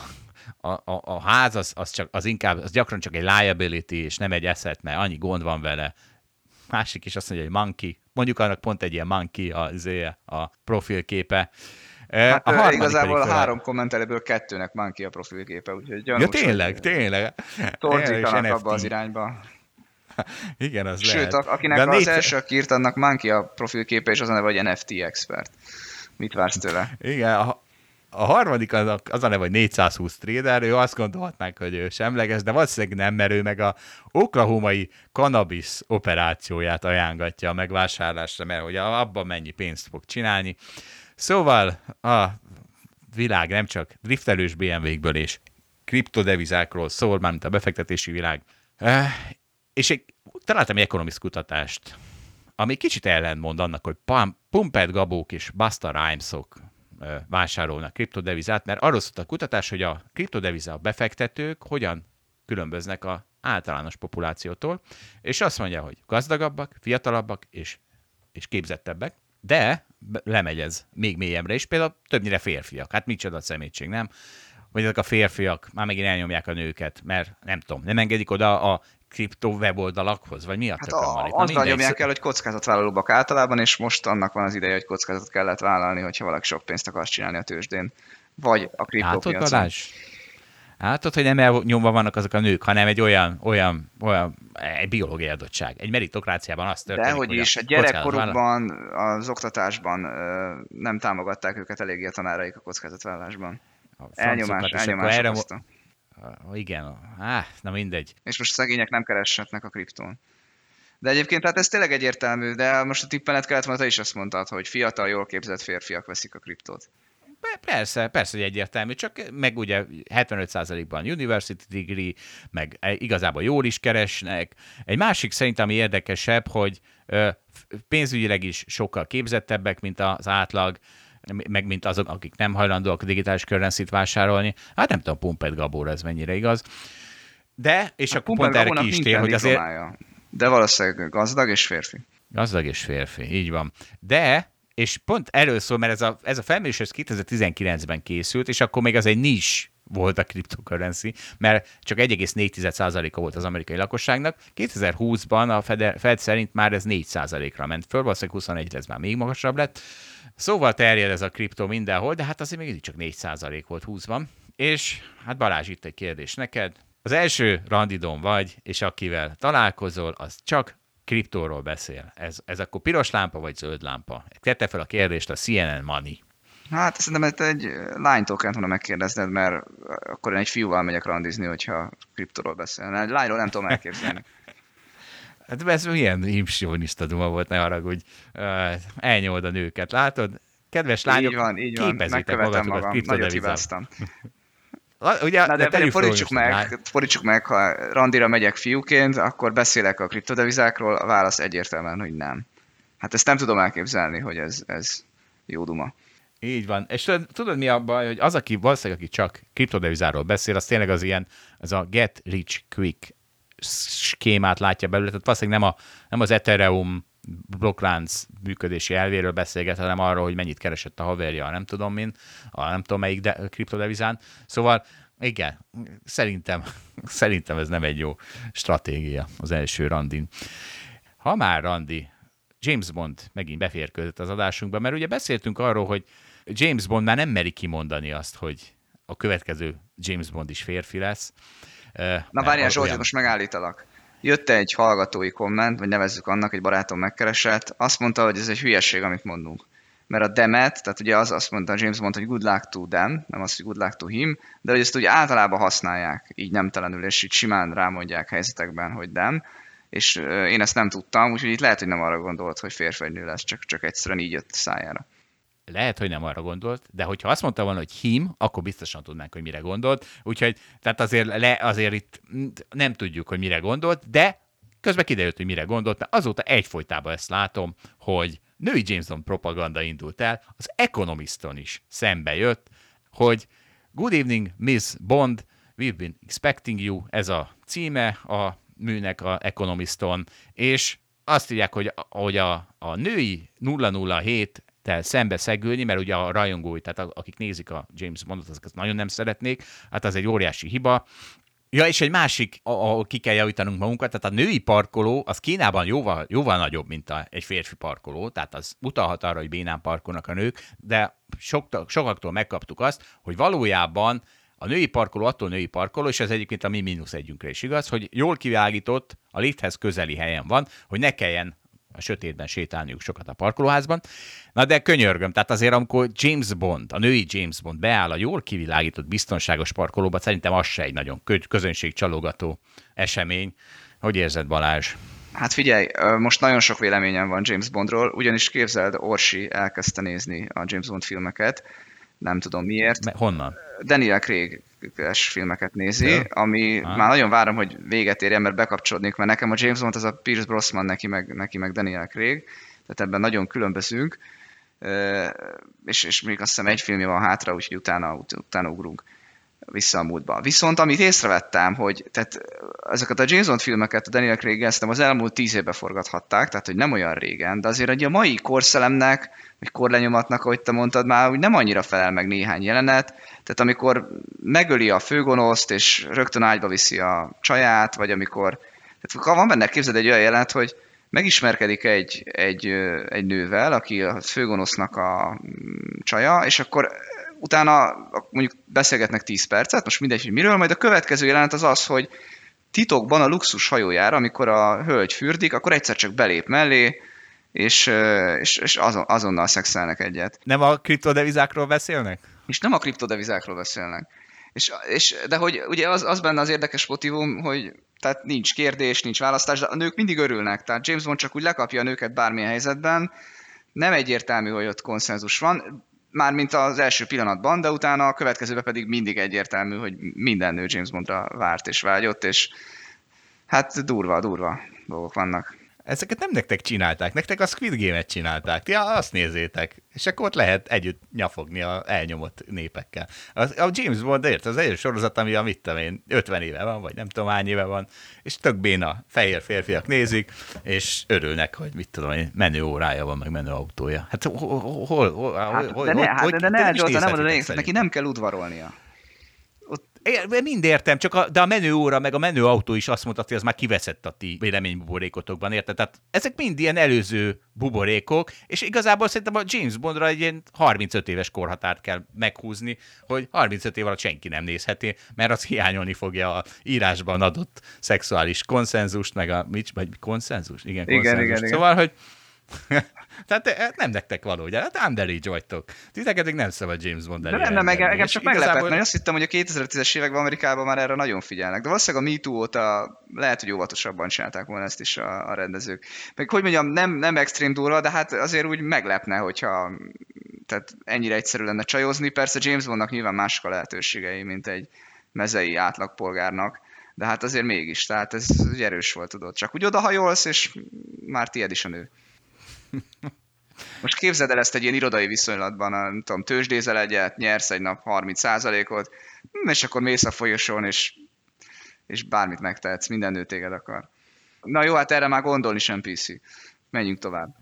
a ház az gyakran csak egy liability, és nem egy asset, mert annyi gond van vele. Másik is azt mondja, hogy monkey. Mondjuk annak pont egy ilyen monkey a profilképe.
Hát igazából a 3 kommentelőből 2-nek monkey a profilképe, úgyhogy gyanús.
Ja tényleg.
Torzítanak abba az irányba.
Igen, az
sőt,
lehet.
Akinek az első írt, annak monkey a profilképe, és az a neve, hogy NFT expert. Mit vársz tőle?
Igen, a harmadik az a neve, hogy 420 trader, ő azt gondolhatnánk, hogy ő semleges, de valószínűleg nem, mert ő meg a oklahomai cannabis operációját ajánlatja a megvásárlásra, mert hogy abban mennyi pénzt fog csinálni. Szóval a világ nem csak driftelős BMW-kből és kriptodevizákról szól, mármint a befektetési világ. És találtam egy Economist kutatást, ami kicsit ellentmond annak, hogy Pumped Gabók és Busta Rhymes-ok vásárolnak kriptodevizát, mert arról szólt a kutatás, hogy a kriptodeviza befektetők hogyan különböznek az általános populációtól, és azt mondja, hogy gazdagabbak, fiatalabbak és képzettebbek, de lemegy ez még mélyebbre is, például többnyire férfiak. Hát micsoda szemétség, nem? vagy ezek a férfiak már megint elnyomják a nőket, mert nem tudom, nem engedik oda a kripto weboldalakhoz, vagy mi a tököm van itt?
Azt nyomják el, hogy kockázatvállalóbbak általában, és most annak van az ideje, hogy kockázatot kellett vállalni, hogyha valaki sok pénzt akar csinálni a tőzsdén, vagy a kriptópiacon.
Látod, hogy nem elnyomva vannak azok a nők, hanem egy olyan egy biológiai adottság. Egy meritokráciában azt történik,
dehogy is, a gyerekkorukban, az oktatásban nem támogatták őket eléggé a tanáraik a kockázatvállalásban. Elnyomás okozta.
Igen, na mindegy.
És most szegények nem kereshetnek a kriptón. De egyébként tehát ez tényleg egyértelmű, de most a tippenet kellett volna, te is azt mondtad, hogy fiatal, jól képzett férfiak veszik a kriptót.
Persze, hogy egyértelmű, csak meg ugye 75%-ban university degree, meg igazából jól is keresnek. Egy másik szerintem, ami érdekesebb, hogy pénzügyileg is sokkal képzettebbek, mint az átlag, meg mint azok, akik nem hajlandóak a digitális currency-t vásárolni. Hát nem tudom, Pumped Gabor ez mennyire igaz. De, és akkor pont erre ki is tér, hogy azért...
De valószínűleg gazdag és férfi.
Gazdag és férfi, így van. De, és pont erről szól, mert ez a felmérés 2019-ben készült, és akkor még az egy niche volt a cryptocurrency, mert csak 1,4%-a volt az amerikai lakosságnak. 2020-ban a Fed szerint már ez 4%-ra ment föl, valószínűleg 21-re ez már még magasabb lett. Szóval terjed ez a kriptó mindenhol, de hát azért még csak 4% volt 20-ban. És hát Balázs, itt egy kérdés neked. Az első randidon vagy, és akivel találkozol, az csak kriptóról beszél. Ez akkor piros lámpa vagy zöld lámpa? Tette fel a kérdést a CNN Money.
Hát szerintem egy lánytól kellett volna megkérdezned, mert akkor én egy fiúval megyek randizni, hogyha kriptóról beszélne. Egy lányról nem tudom elképzelni.
Hát ez milyen imsionista duma volt, ne haragudj. Elnyomod a nőket, látod? Kedves lányok,
így van, megkövetem magam, nagyot hibáztam.
Ugye,
na de fordítsuk meg, ha randira megyek fiúként, akkor beszélek a kriptodevizákról, a válasz egyértelműen, hogy nem. Hát ezt nem tudom elképzelni, hogy ez jó duma.
Így van. És tudod mi a baj, hogy az, aki valószínűleg csak kriptodevizáról beszél, az tényleg az ilyen, ez a get rich quick skémát látja belőle, tehát valószínűleg nem az Ethereum blokklánc működési elvéről beszélget, hanem arról, hogy mennyit keresett a haverja, nem tudom melyik kriptodevizán. Szóval igen, szerintem ez nem egy jó stratégia az első randin. Ha már randi, James Bond megint beférkőzött az adásunkba, mert ugye beszéltünk arról, hogy James Bond már nem meri kimondani azt, hogy a következő James Bond is férfi lesz.
Na várjál, Zsolti, most megállítalak. Jött egy hallgatói komment, vagy nevezzük annak, egy barátom megkeresett, azt mondta, hogy ez egy hülyeség, amit mondunk. Mert a demet, tehát ugye azt mondta James Bond, hogy good luck to them, nem azt, hogy good luck to him, de hogy ezt ugye általában használják, így nemtelenül, és így simán rámondják helyzetekben, hogy dem. És én ezt nem tudtam, úgyhogy itt lehet, hogy nem arra gondolt, hogy férfi vagy nő lesz, csak egyszerűen így jött szájára.
Lehet, hogy nem arra gondolt, de hogyha azt mondta volna, hogy him, akkor biztosan tudnánk, hogy mire gondolt. Úgyhogy tehát azért itt nem tudjuk, hogy mire gondolt, de közben kiderült, hogy mire gondolt. Mert azóta egyfolytában ezt látom, hogy női James Bond propaganda indult el, az Economiston is szembe jött, hogy Good evening, Miss Bond, we've been expecting you, ez a címe a műnek a Economiston, és azt írják, hogy a női 007 szembe szegülni, mert ugye a rajongói, tehát akik nézik a James Bondot, azok ezt nagyon nem szeretnék, hát az egy óriási hiba. Ja, és egy másik, ahol ki kell javítanunk magunkat, tehát a női parkoló, az Kínában jóval nagyobb, mint egy férfi parkoló, tehát az utalhat arra, hogy bénán parkolnak a nők, de sokaktól megkaptuk azt, hogy valójában a női parkoló attól női parkoló, és ez egyébként a mi -1-ünkre is igaz, hogy jól kivágított, a lifthez közeli helyen van, hogy ne kelljen a sötétben sétálniuk sokat a parkolóházban. Na de könyörgöm, tehát azért amikor James Bond, a női James Bond beáll a jól kivilágított biztonságos parkolóba, szerintem az se egy nagyon közönségcsalogató esemény. Hogy érzed, Balázs?
Hát figyelj, most nagyon sok véleményem van James Bondról, ugyanis képzeld, Orsi elkezdte nézni a James Bond filmeket, nem tudom miért.
Honnan?
Daniel Craig-es filmeket nézi, ami már nagyon várom, hogy véget érjen, mert bekapcsolódnék, mert nekem a James Bond az a Pierce Brosnan, neki meg Daniel Craig, tehát ebben nagyon különbözünk, és még azt hiszem egy filmje van hátra, úgyhogy utána ugrunk. vissza a múltba. Viszont amit észrevettem, hogy tehát ezeket a James Bond filmeket a Daniel Craig-gel az elmúlt 10 évben forgathatták, tehát hogy nem olyan régen, de azért a mai korszellemnek, vagy korlenyomatnak, ahogy te mondtad már, úgy nem annyira felel meg néhány jelenet. Tehát amikor megöli a főgonoszt, és rögtön ágyba viszi a csaját, vagy amikor tehát van benne, képzeld egy olyan jelenet, hogy megismerkedik egy nővel, aki a főgonosznak a csaja, és akkor utána mondjuk beszélgetnek 10 percet, most mindegy, hogy miről, majd a következő jelenet az, hogy titokban a luxus hajójára, amikor a hölgy fürdik, akkor egyszer csak belép mellé, és azonnal szexelnek egyet.
Nem a kriptodevizákról beszélnek?
És nem a kriptodevizákról beszélnek. De hogy ugye az benne az érdekes motívum, hogy tehát nincs kérdés, nincs választás, de a nők mindig örülnek. Tehát James Bond csak úgy lekapja a nőket bármilyen helyzetben. Nem egyértelmű, hogy ott konszenzus van, mármint az első pillanatban, de utána a következőben pedig mindig egyértelmű, hogy minden nő James Bondra várt és vágyott, és hát durva dolgok vannak.
Ezeket nem nektek csinálták, nektek a Squid Game-et csinálták. Ti azt nézzétek, és akkor ott lehet együtt nyafogni a elnyomott népekkel. A James Bond, az egyes sorozat, ami 50 éve van, vagy nem tudom hány éve van, és tök béna fehér férfiak nézik, és örülnek, hogy mit tudom én, menő órája van, meg menő autója. Hát
neki nem kell udvarolnia.
Mind értem, de a menő óra, meg a menő autó is azt mondta, hogy az már kiveszett a ti véleménybuborékotokban, érted? Tehát ezek mind ilyen előző buborékok, és igazából szerintem a James Bondra egy ilyen 35 éves korhatárt kell meghúzni, hogy 35 év alatt senki nem nézheti, mert az hiányolni fogja a írásban adott szexuális konszenzust, meg a konszenzus? Igen, konszenzus. Igen. Szóval, hogy tehát nem nektek való, ugye? Hát underage vagytok. Titeket nem szabad James Bond elé.
De nem, engem csak meglepett, mert azt hittem, hogy a 2010-es években Amerikában már erre nagyon figyelnek. De valószínűleg a Me Too óta lehet, hogy óvatosabban csinálták volna ezt is a rendezők. Meg hogy mondjam, nem extrém durva, de hát azért úgy meglepne, hogyha tehát ennyire egyszerű lenne csajozni. Persze James Bondnak nyilván mások a lehetőségei, mint egy mezei átlagpolgárnak. De hát azért mégis, tehát ez erős volt, tudod. Csak úgy odahajolsz, és már tiéd is a nő. Most képzeld el ezt egy ilyen irodai viszonylatban, nem tudom, tőzsdézel egyet, nyersz egy nap 30%-ot, és akkor mész a folyosón, és bármit megtehetsz, minden nő téged akar. Na jó, hát erre már gondolni sem PC. Menjünk tovább.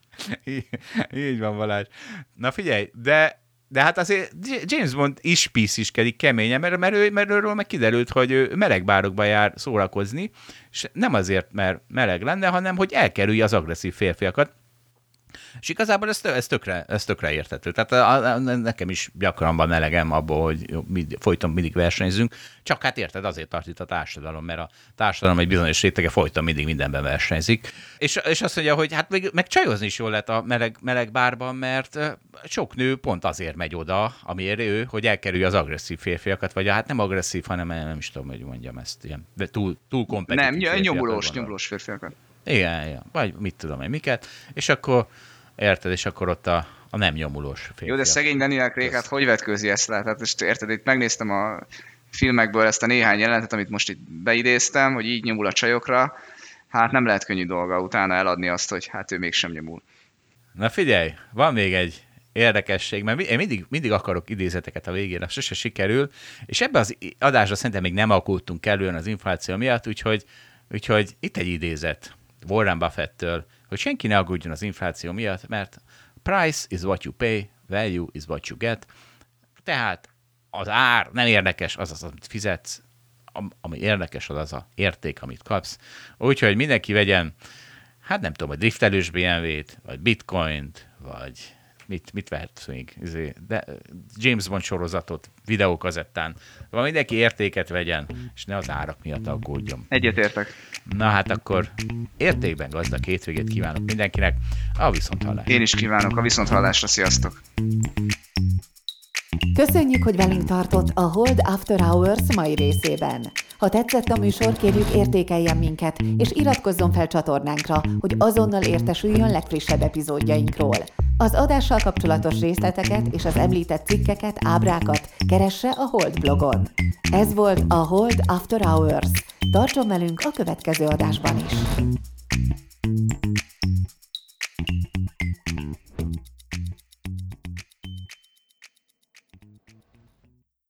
Így van, Balázs. Na figyelj, de hát azért James Bond is PC-skedik keményen, mert őről meg kiderült, hogy ő melegbárokba jár szórakozni, és nem azért, mert meleg lenne, hanem hogy elkerülje az agresszív férfiakat. És igazából ez tökre érthető. Tehát nekem is gyakran van elegem abból, hogy folyton mindig versenyzünk, csak hát érted, azért tart itt a társadalom, mert a társadalom egy bizonyos rétege folyton mindig mindenben versenyzik. És azt mondja, hogy hát meg csajozni is jól lehet a meleg bárban, mert sok nő pont azért megy oda, amiért ő, hogy elkerülje az agresszív férfiakat, vagy hát nem agresszív, hanem nem is tudom, hogy mondjam ezt, ilyen, de túl kompetitív.
Nem, nyomulós férfiakat.
Igen, vagy mit tudom én, miket, és akkor érted, és akkor ott a nem nyomulós férfiak.
Jó, de szegény Daniel Craig, hát hogy vetkőzi ezt le? Tehát most érted, itt megnéztem a filmekből ezt a néhány jelenetet, amit most itt beidéztem, hogy így nyomul a csajokra, hát nem lehet könnyű dolga utána eladni azt, hogy hát ő mégsem nyomul.
Na figyelj, van még egy érdekesség, mert én mindig akarok idézeteket a végén, az sose sikerül, és ebbe az adásra szerintem még nem alkultunk kellően az infláció miatt, úgyhogy itt egy idézet Warren Buffett-től, hogy senki ne aggódjon az infláció miatt, mert price is what you pay, value is what you get. Tehát az ár nem érdekes, az, amit fizetsz, ami érdekes, az az érték, amit kapsz. Úgyhogy mindenki vegyen, hát nem tudom, a driftelős BMW-t, vagy Bitcoint, vagy mit vehetsz még? De James Bond sorozatot, videókazettán. Van mindenki értéket vegyen, és ne az árak miatt aggódjon.
Egyetértek.
Na hát akkor értékben gazdag hétvégét kívánok mindenkinek. A viszonthallásra.
Én is kívánok a viszonthallásra. Sziasztok!
Köszönjük, hogy velünk tartott a Hold After Hours mai részében. Ha tetszett a műsor, kérjük értékeljen minket, és iratkozzon fel csatornánkra, hogy azonnal értesüljön legfrissebb epizódjainkról. Az adással kapcsolatos részleteket és az említett cikkeket, ábrákat keresse a Hold blogon. Ez volt a Hold After Hours. Tartson velünk a következő adásban is!